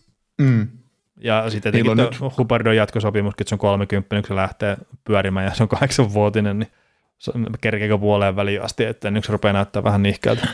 D: Mm.
C: Ja sitten tietenkin nyt Huberdeau'n jatkosopimuskin, että se on kolmekymmentä, kun se lähtee pyörimään ja se on kahdeksanvuotinen, niin kerkeekö puoleen väliin asti, että nyt se rupeaa näyttää vähän nihkeältä.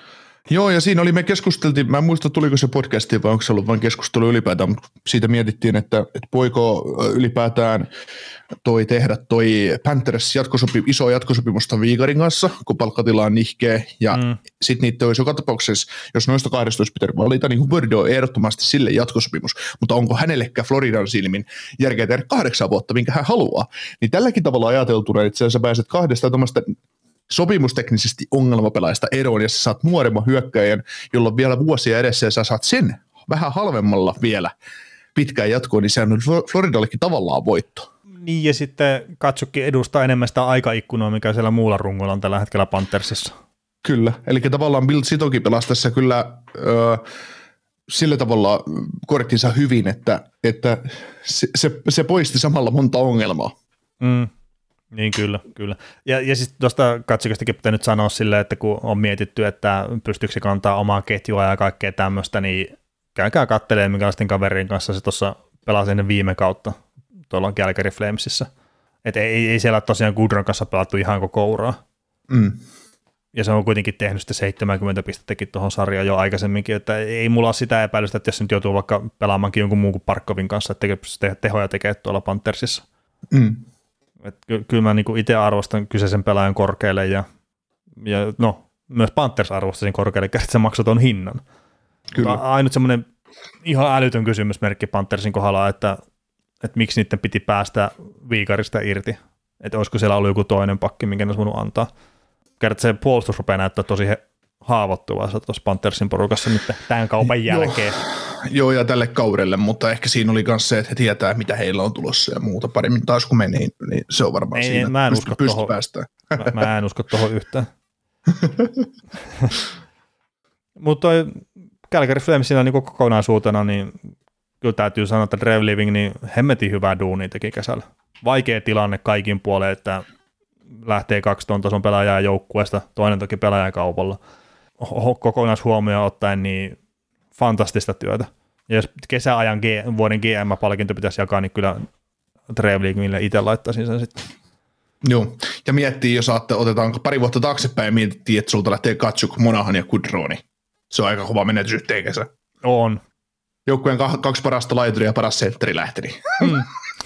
D: Joo, ja siinä oli, me keskusteltiin, mä en muista tuliko se podcasti vai onko se ollut vain keskustelu ylipäätään, mutta siitä mietittiin, että, että voiko ylipäätään toi tehdä toi Panthers jatkosopi, iso jatkosopimusta Viikarin kanssa, kun palkkatila on nihkeä, ja mm. sitten niitä olisi joka tapauksessa, jos noista kahdesta olisi pitänyt valita, niin Huberdeau on ehdottomasti sille jatkosopimus, mutta onko hänellekään Floridan silmin järkeä tehdä kahdeksan vuotta, minkä hän haluaa, niin tälläkin tavalla ajateltuna, että sä pääset kahdesta tuommoista sopimusteknisesti ongelmapelaista eroon, ja sä saat nuoremman hyökkäjän, jolla on vielä vuosia edessä, ja sä saat sen vähän halvemmalla vielä pitkään jatkoon, niin sehän on Floridallekin tavallaan voitto.
C: Niin, ja sitten Katsukin edustaa enemmän sitä aikaikkunaa, mikä siellä muulla rungolla on tällä hetkellä Panthersissa.
D: Kyllä, eli tavallaan Bill Sitokin pelasi tässä kyllä ö, sillä tavalla korrektinsa hyvin, että, että se, se, se poisti samalla monta ongelmaa.
C: Mm. Niin kyllä, kyllä. Ja, ja siis tuosta Katsikostakin pitää nyt sanoa silleen, että kun on mietitty, että pystyykö se kantaa omaa ketjua ja kaikkea tämmöistä, niin käykää katselemaan, minkälaisten kaverin kanssa se tuossa pelasi ennen viime kautta tuolla Calgary Flamesissa. Että ei, ei siellä tosiaan Goodron kanssa pelattu ihan koko uraa. Mm. Ja se on kuitenkin tehnyt sitten seitsemänkymmentä pistettäkin tuohon sarjaan jo aikaisemminkin, että ei mulla ole sitä epäilystä, että jos nyt joutuu vaikka pelaamaankin jonkun muun kuin Parkkovin kanssa, että te- tehoja tekee tuolla Panthersissa. Mm. Ky- kyllä mä niinku itse arvostan kyseisen pelaajan korkealle ja, ja no, myös Panthers arvostaisin korkealle, että se maksoi ton hinnan. Kyllä. Ainut semmoinen ihan älytön kysymysmerkki Panthersin kohdalla, että, että miksi niiden piti päästä Viikarista irti, että olisiko siellä ollut joku toinen pakki, minkä ne olisi voinut antaa. Kertaa se puolustus rupeaa näyttää tosi haavoittuvaa tuossa Panthersin porukassa nyt tämän kaupan jälkeen.
D: Joo, ja tälle kaudelle, mutta ehkä siinä oli myös se, että he tietää, mitä heillä on tulossa ja muuta paremmin taas kun meni, niin se on varmaan
C: ei,
D: siinä,
C: mä en
D: pystyy
C: usko toho,
D: päästään.
C: Mä, mä en usko tuohon yhtään. Mutta toi Calgary Flamesina niin kokonaisuutena, niin kyllä täytyy sanoa, että Rev Living, niin hemmetin hyvää duunia teki kesällä. Vaikea tilanne kaikin puoleen, että lähtee kaksi ton tason pelaajaa joukkueesta, toinen toki pelaajan kaupalla. Kokonaishuomioon ottaen, niin fantastista työtä. Ja jos kesäajan G- vuoden G M-palkinto pitäisi jakaa, niin kyllä Rev Livingille itse laittaisin sen sitten.
D: Joo, ja miettii, jos saatte, otetaan pari vuotta taaksepäin ja miettii, että sulta lähtee Katsuk, Monahan ja Goodroni. Se on aika kova menetys yhteen kesä.
C: On.
D: Joukkueen kaksi parasta laituria ja paras sentteri lähti. Mm.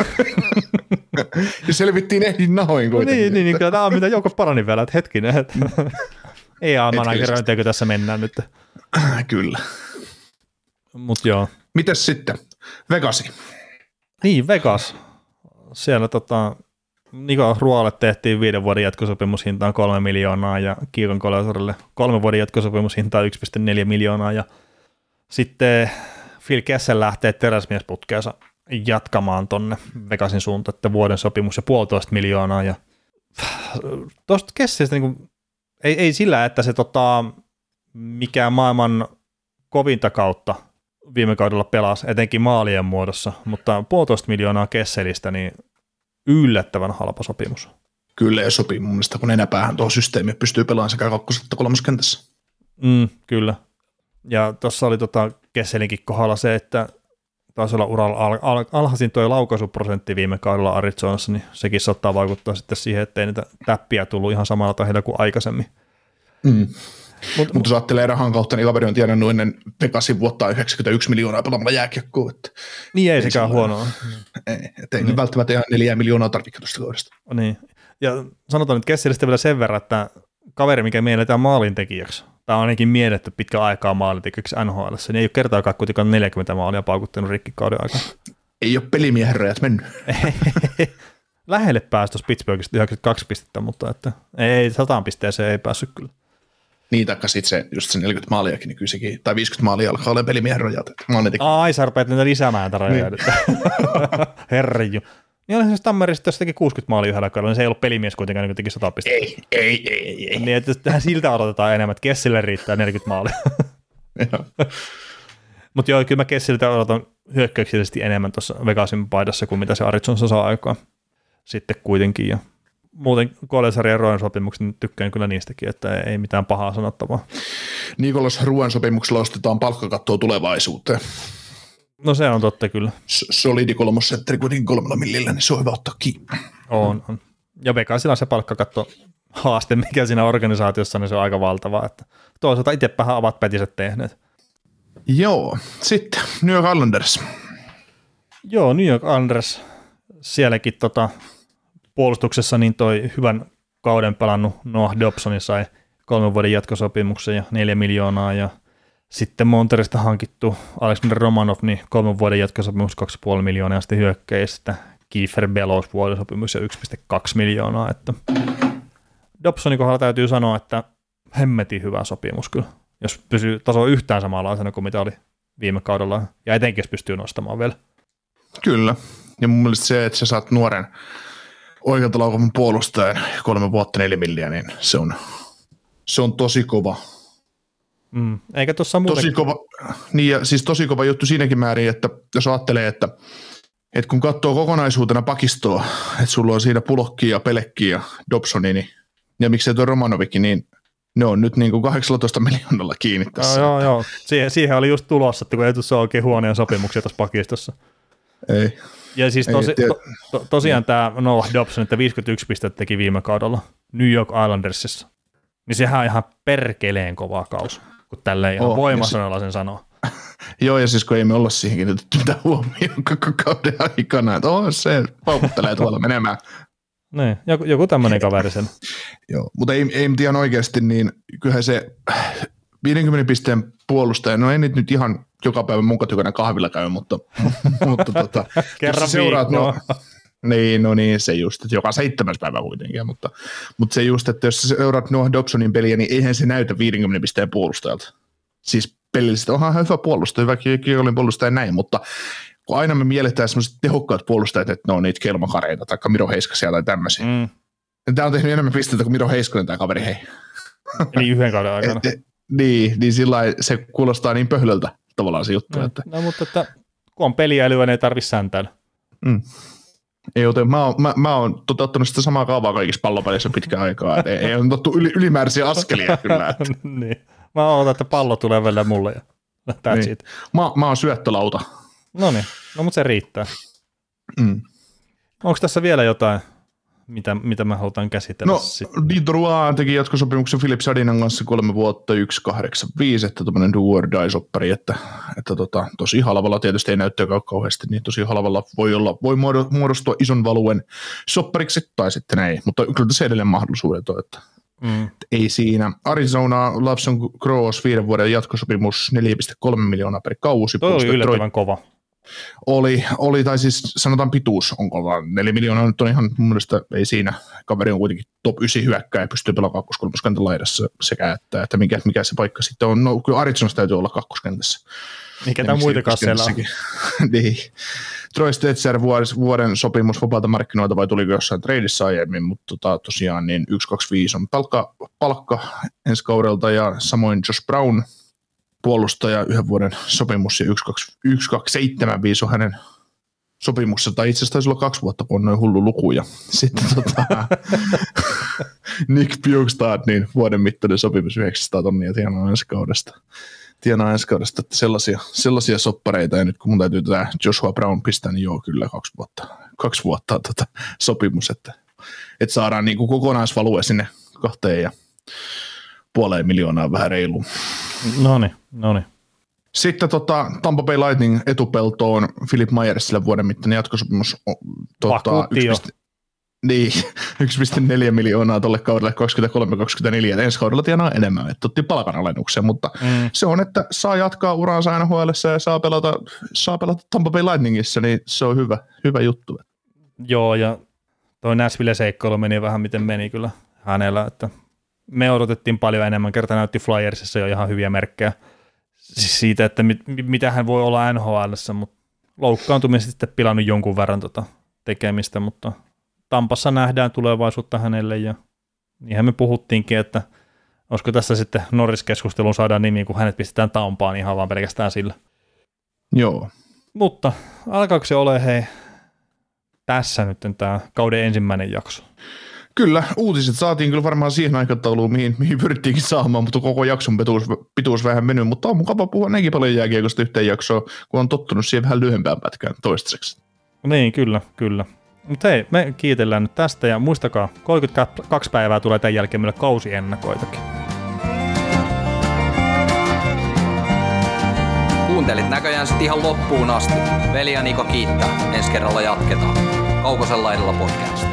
D: Ja selvittiin ehdin nahoin kuitenkin.
C: Niin, niin, niin kyllä tämä on mitä joukko parani vielä, että hetkinen. Että ei A-managerointia, tässä mennään nyt.
D: Kyllä.
C: Mut joo.
D: Mites sitten? Vegasi.
C: Niin, Vegas. Siellä tota, Niko Ruoalle tehtiin viiden vuoden jatkosopimushintaan kolme miljoonaa ja Kiikon Kolasorille kolmen vuoden jatkosopimushintaan yksi pilkku neljä miljoonaa ja sitten Phil Kessel lähtee teräsmiesputkeensa jatkamaan tonne Vegasin suuntaan, että vuoden sopimus ja puolitoista miljoonaa ja tuosta Kesselistä niin kuin, ei, ei sillä, että se tota, mikään maailman kovinta kautta viime kaudella pelasi, etenkin maalien muodossa, mutta puolitoista miljoonaa Kesselistä, niin yllättävän halpa sopimus.
D: Kyllä, ja sopii mun mielestä, kun enäpäähän tuohon systeemiin pystyy pelaamaan sekä kakkos- että kolmoskentässä.
C: Mm, kyllä. Ja tuossa oli tota Kesselinkin kohdalla se, että taisi olla uralla al- al- alhaisin tuo laukaisuprosentti viime kaudella Arizonassa, niin sekin saattaa vaikuttaa sitten siihen, ettei niitä täppiä tullut ihan samalla tahdilla kuin aikaisemmin.
D: Mm. Mutta mut jos ajattelee rahan kautta, niin kaveri on tiennyt ennen Vegasin vuotta yhdeksänkymmentäyksi miljoonaa pelaamalla jääkiekkoa.
C: Niin ei, ei sekään huonoa.
D: Ei, ei niin. Välttämättä ihan neljä miljoonaa tarvitse tuosta kaudesta.
C: Niin. Ja sanotaan nyt Kesselistä vielä sen verran, että kaveri, mikä mielletään maalintekijäksi, tämä on ainakin mielletty pitkä aikaa maalintekijäksi N H L:ssä, niin ei ole kertaakaan kuitenkaan neljäkymmentä maalia paukuttanut rikkikauden aikana.
D: Ei ole pelimiehen rajat mennyt.
C: Lähelle pääsi tuossa Pittsburghista yhdeksänkymmentäkaksi pistettä, mutta että ei sataan pisteeseen ei päässyt kyllä.
D: Niin, taikka sitten se, just se neljäkymmentä maaliakin, niin kyllä sekin, tai viisikymmentä maalia alkaa olla pelimiehen rajat.
C: Ai, sä rupeat niitä lisäämään rajoja nyt. Herriju. Niin siis Tammerista, jos teki kuusikymmentä maalia yhdellä kaudella, niin se ei ollut pelimies kuitenkaan, niin teki sata pistettä.
D: Ei, ei, ei, ei.
C: Niin, että tähän siltä odotetaan enemmän, että Kessille riittää neljäkymmentä maalia. Mutta joo, kyllä mä Kessiltä odotan hyökkäyksellisesti enemmän tuossa Vegasin paidassa kuin mitä se Arizonassa saa aikaan sitten kuitenkin. Ja muuten Kolesarien Roen sopimukset, niin tykkään kyllä niistäkin, että ei mitään pahaa sanottavaa.
D: Nikolas Ruan sopimuksella ostetaan palkkakattoa tulevaisuuteen.
C: No se on totta kyllä.
D: Solidi kolmosentteri kuitenkin kolmella millillä, niin se on hyvä ottaa kiinni.
C: On, on. Ja Vegasilla se palkkakatto haaste, mikä siinä organisaatiossa, niin se on aika valtava. Että toisaalta itsepähän ovat pätiset tehneet.
D: Joo, sitten New York Islanders.
C: Joo, New York Islanders. Sielläkin tota, puolustuksessa niin toi hyvän kauden pelannut Noah Dobson sai kolmen vuoden jatkosopimuksen ja neljä miljoonaa ja sitten Monterista hankittu Alexander Romanov, niin kolmen vuoden jatkosopimus kaksi pilkku viisi miljoonaa ja sitten hyökkäistä Kiefer Bellows vuodisopimus ja yksi pilkku kaksi miljoonaa. Että Dobsonin kohdalla täytyy sanoa, että hemmetin hyvä sopimus kyllä, jos pysyy taso yhtään samanlaisena kuin mitä oli viime kaudella ja etenkin jos pystyy nostamaan vielä.
D: Kyllä, ja mun mielestä se, että sä saat nuoren oikealta laukavan puolustajan kolme vuotta neljä milliä, niin se on, se on tosi kova.
C: Mm, eikä tuossa muuten...
D: Tosi kova, niin ja siis tosi kova juttu siinäkin määrin, että jos ajattelee, että, että kun katsoo kokonaisuutena pakistoa, että sulla on siinä Pulokki ja Pelekki ja Dobsoni, niin, ja miksei tuo Romanovikin, niin ne on nyt niin kuin kahdeksantoista miljoonalla kiinni tässä.
C: No, joo, joo. Siihen, siihen oli just tulossa, että kun ei tuossa oikein huoneen sopimuksia tuossa pakistossa.
D: Ei.
C: Ja siis tosi,
D: ei,
C: to, to, tosiaan tämä Noah Dobson, että viisikymmentäyksi pistettä teki viime kaudella New York Islandersissa, niin sehän on ihan perkeleen kova kaus, kun tälleen ihan oh, voimasanalla sen sanoo.
D: Joo, ja siis kun ei me olla siihen kiinnitetty mitään huomioon koko kauden aikana, että oh, se paukuttelee tuolla menemään.
C: Niin, joku, joku tämmöinen kaveri sen.
D: Joo, mutta ei, ei tiedä oikeasti, niin kyllähän se viidenkymmenen pisteen puolustaja, no ei nyt, nyt ihan joka päivä mun tykönä kahvilla käy, mutta, mutta tota,
C: kerran
D: seuraat,
C: viikkoa.
D: No, niin, no niin, se just, että joka seitsemäs päivä kuitenkin, mutta, mutta se just, että jos sä seuraat Noah Dobsonin peliä, niin eihän se näytä viidenkymmenen pisteen puolustajalta. Siis pelillisesti onhan hyvä puolustaja, hyvä kiekkoilin puolustaja näin, mutta kun aina me mielletään sellaiset tehokkaat puolustajat, että ne on niitä kelmakareita tai Miro Heiskasia tai tämmöisiä. Mm. Tämä on tehnyt enemmän pisteitä kuin Miro Heiskanen tämä kaveri, hei.
C: Eli yhden kauden aikana.
D: Et, et, niin, niin sillä se kuulostaa niin pöhlöltä tavallaan se juttu.
C: No,
D: että.
C: no mutta että, kun on peliälyä, niin ei tarvitse sääntäillä.
D: Mm. Ei, joten mä oon, mä, mä oon toteuttanut sitä samaa kaavaa kaikissa pallopelissä pitkään aikaa. Et ei, ei ole tottu yli, ylimääräisiä askelia kyllä. Että.
C: Niin. Mä odotan, että pallo tulee vielä mulle ja lähtää
D: niin.
C: siitä.
D: Mä, mä oon syöttölauta.
C: No niin, no mutta se riittää.
D: Mm.
C: Onko tässä vielä jotain, mitä, mitä me halutaan käsitellä?
D: No,
C: sitten?
D: Didroa teki jatkosopimuksen Philip Sadinan kanssa kolme vuotta, yksi kahdeksan viisi, että tuommoinen do or die soppari, että, että tota, tosi halvalla, tietysti ei näyttäkään kauheasti, niin tosi halvalla voi, olla, voi muodostua ison valuen soppariksi tai sitten ei, mutta kyllä tässä edelleen mahdollisuudet on, että mm. ei siinä. Arizona, Lawson Cross, viiden vuoden jatkosopimus, neljä pilkku kolme miljoonaa per kausi.
C: Toi oli yllättävän kova.
D: Oli, oli, tai siis sanotaan pituus on kova. Neljä miljoonaa nyt on ihan mun mielestä, ei siinä. Kaveri on kuitenkin top yhdeksän hyökkää ja pystyy pelaamaan kakkoskolmoskentän laidassa sekä, että, että mikä, mikä se paikka sitten on. No kyllä Arizonassa täytyy olla kakkoskentässä.
C: Mikä tämä muitakaan siellä on.
D: Niin. Troy Stetzer vuoden sopimus vapaalta markkinoilta vai tuliko jossain tradeissa aiemmin, mutta tota, tosiaan niin yksi kaksi viisi on palkka, palkka ensi kaudelta ja samoin Josh Brown puolustaja yhden vuoden sopimus ja yksi kaksi seitsemän viisi on hänen sopimuksessa, tai itse asiassa taisi olla kaksi vuotta, kun on noin hullu luku, ja sitten tota, Nick Bjugstad, niin vuoden mittainen sopimus yhdeksänsataa tonnia tienaa ensi kaudesta. Tienaa ensi kaudesta, että sellaisia, sellaisia soppareita, ja nyt kun mun täytyy tätä Joshua Brown pistää, niin joo, kyllä kaksi vuotta, kaksi vuotta tota, sopimus, että, että saadaan niin kuin kokonaisvalue sinne kahteen ja puoleen miljoonaa vähän reiluun.
C: Noniin, noniin.
D: Sitten tota, Tampa Bay Lightning etupeltoon Philip Myersille vuoden mittainen jatkosopimus. Tota, yksi, niin, yksi pilkku neljä miljoonaa tuolle kaudelle kaksikymmentäkolme kaksikymmentäneljä. Ensi kaudella tienaa enemmän, että otti palkanalennuksen, mutta mm. se on, että saa jatkaa uraansa N H L:ssä ja saa pelata, saa pelata Tampa Bay Lightningissa, niin se on hyvä, hyvä juttu. Joo,
C: ja toi Nashville-seikkailu meni vähän miten meni kyllä hänellä, että me odotettiin paljon enemmän, kerta näytti Flyersissa jo ihan hyviä merkkejä siis siitä, että mit, mitä hän voi olla N H L:ssä, mutta loukkaantuminen sitten pilannut jonkun verran tota tekemistä, mutta Tampassa nähdään tulevaisuutta hänelle ja niinhän me puhuttiinkin, että olisiko tässä sitten Norris-keskusteluun saadaan nimi, kun hänet pistetään Tampaan ihan vaan pelkästään sillä.
D: Joo.
C: Mutta alkaako se ole hei tässä nyt tämä kauden ensimmäinen jakso?
D: Kyllä, uutiset saatiin kyllä varmaan siihen aikatauluun, mihin, mihin pyrittiinkin saamaan, mutta koko jakson pituus, pituus vähän mennyt, mutta on mukava puhua nekin paljon jääkiekosta yhteen jaksoon, kun on tottunut siihen vähän lyhyempään pätkään toistaiseksi.
C: Niin, kyllä, kyllä. Mutta hei, me kiitellään nyt tästä ja muistakaa, kolmekymmentäkaksi päivää tulee tämän jälkeen meille kausiennakoitakin.
B: Kuuntelit näköjään sitten ihan loppuun asti. Veli ja Niko kiittää. Ensi kerralla jatketaan. Kaukosen laidalla podcast.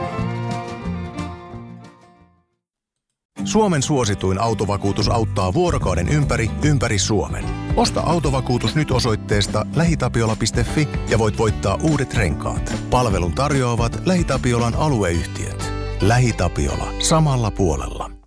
A: Suomen suosituin autovakuutus auttaa vuorokauden ympäri, ympäri Suomen. Osta autovakuutus nyt osoitteesta lähitapiola piste fi ja voit voittaa uudet renkaat. Palvelun tarjoavat LähiTapiolan alueyhtiöt. LähiTapiola. Samalla puolella.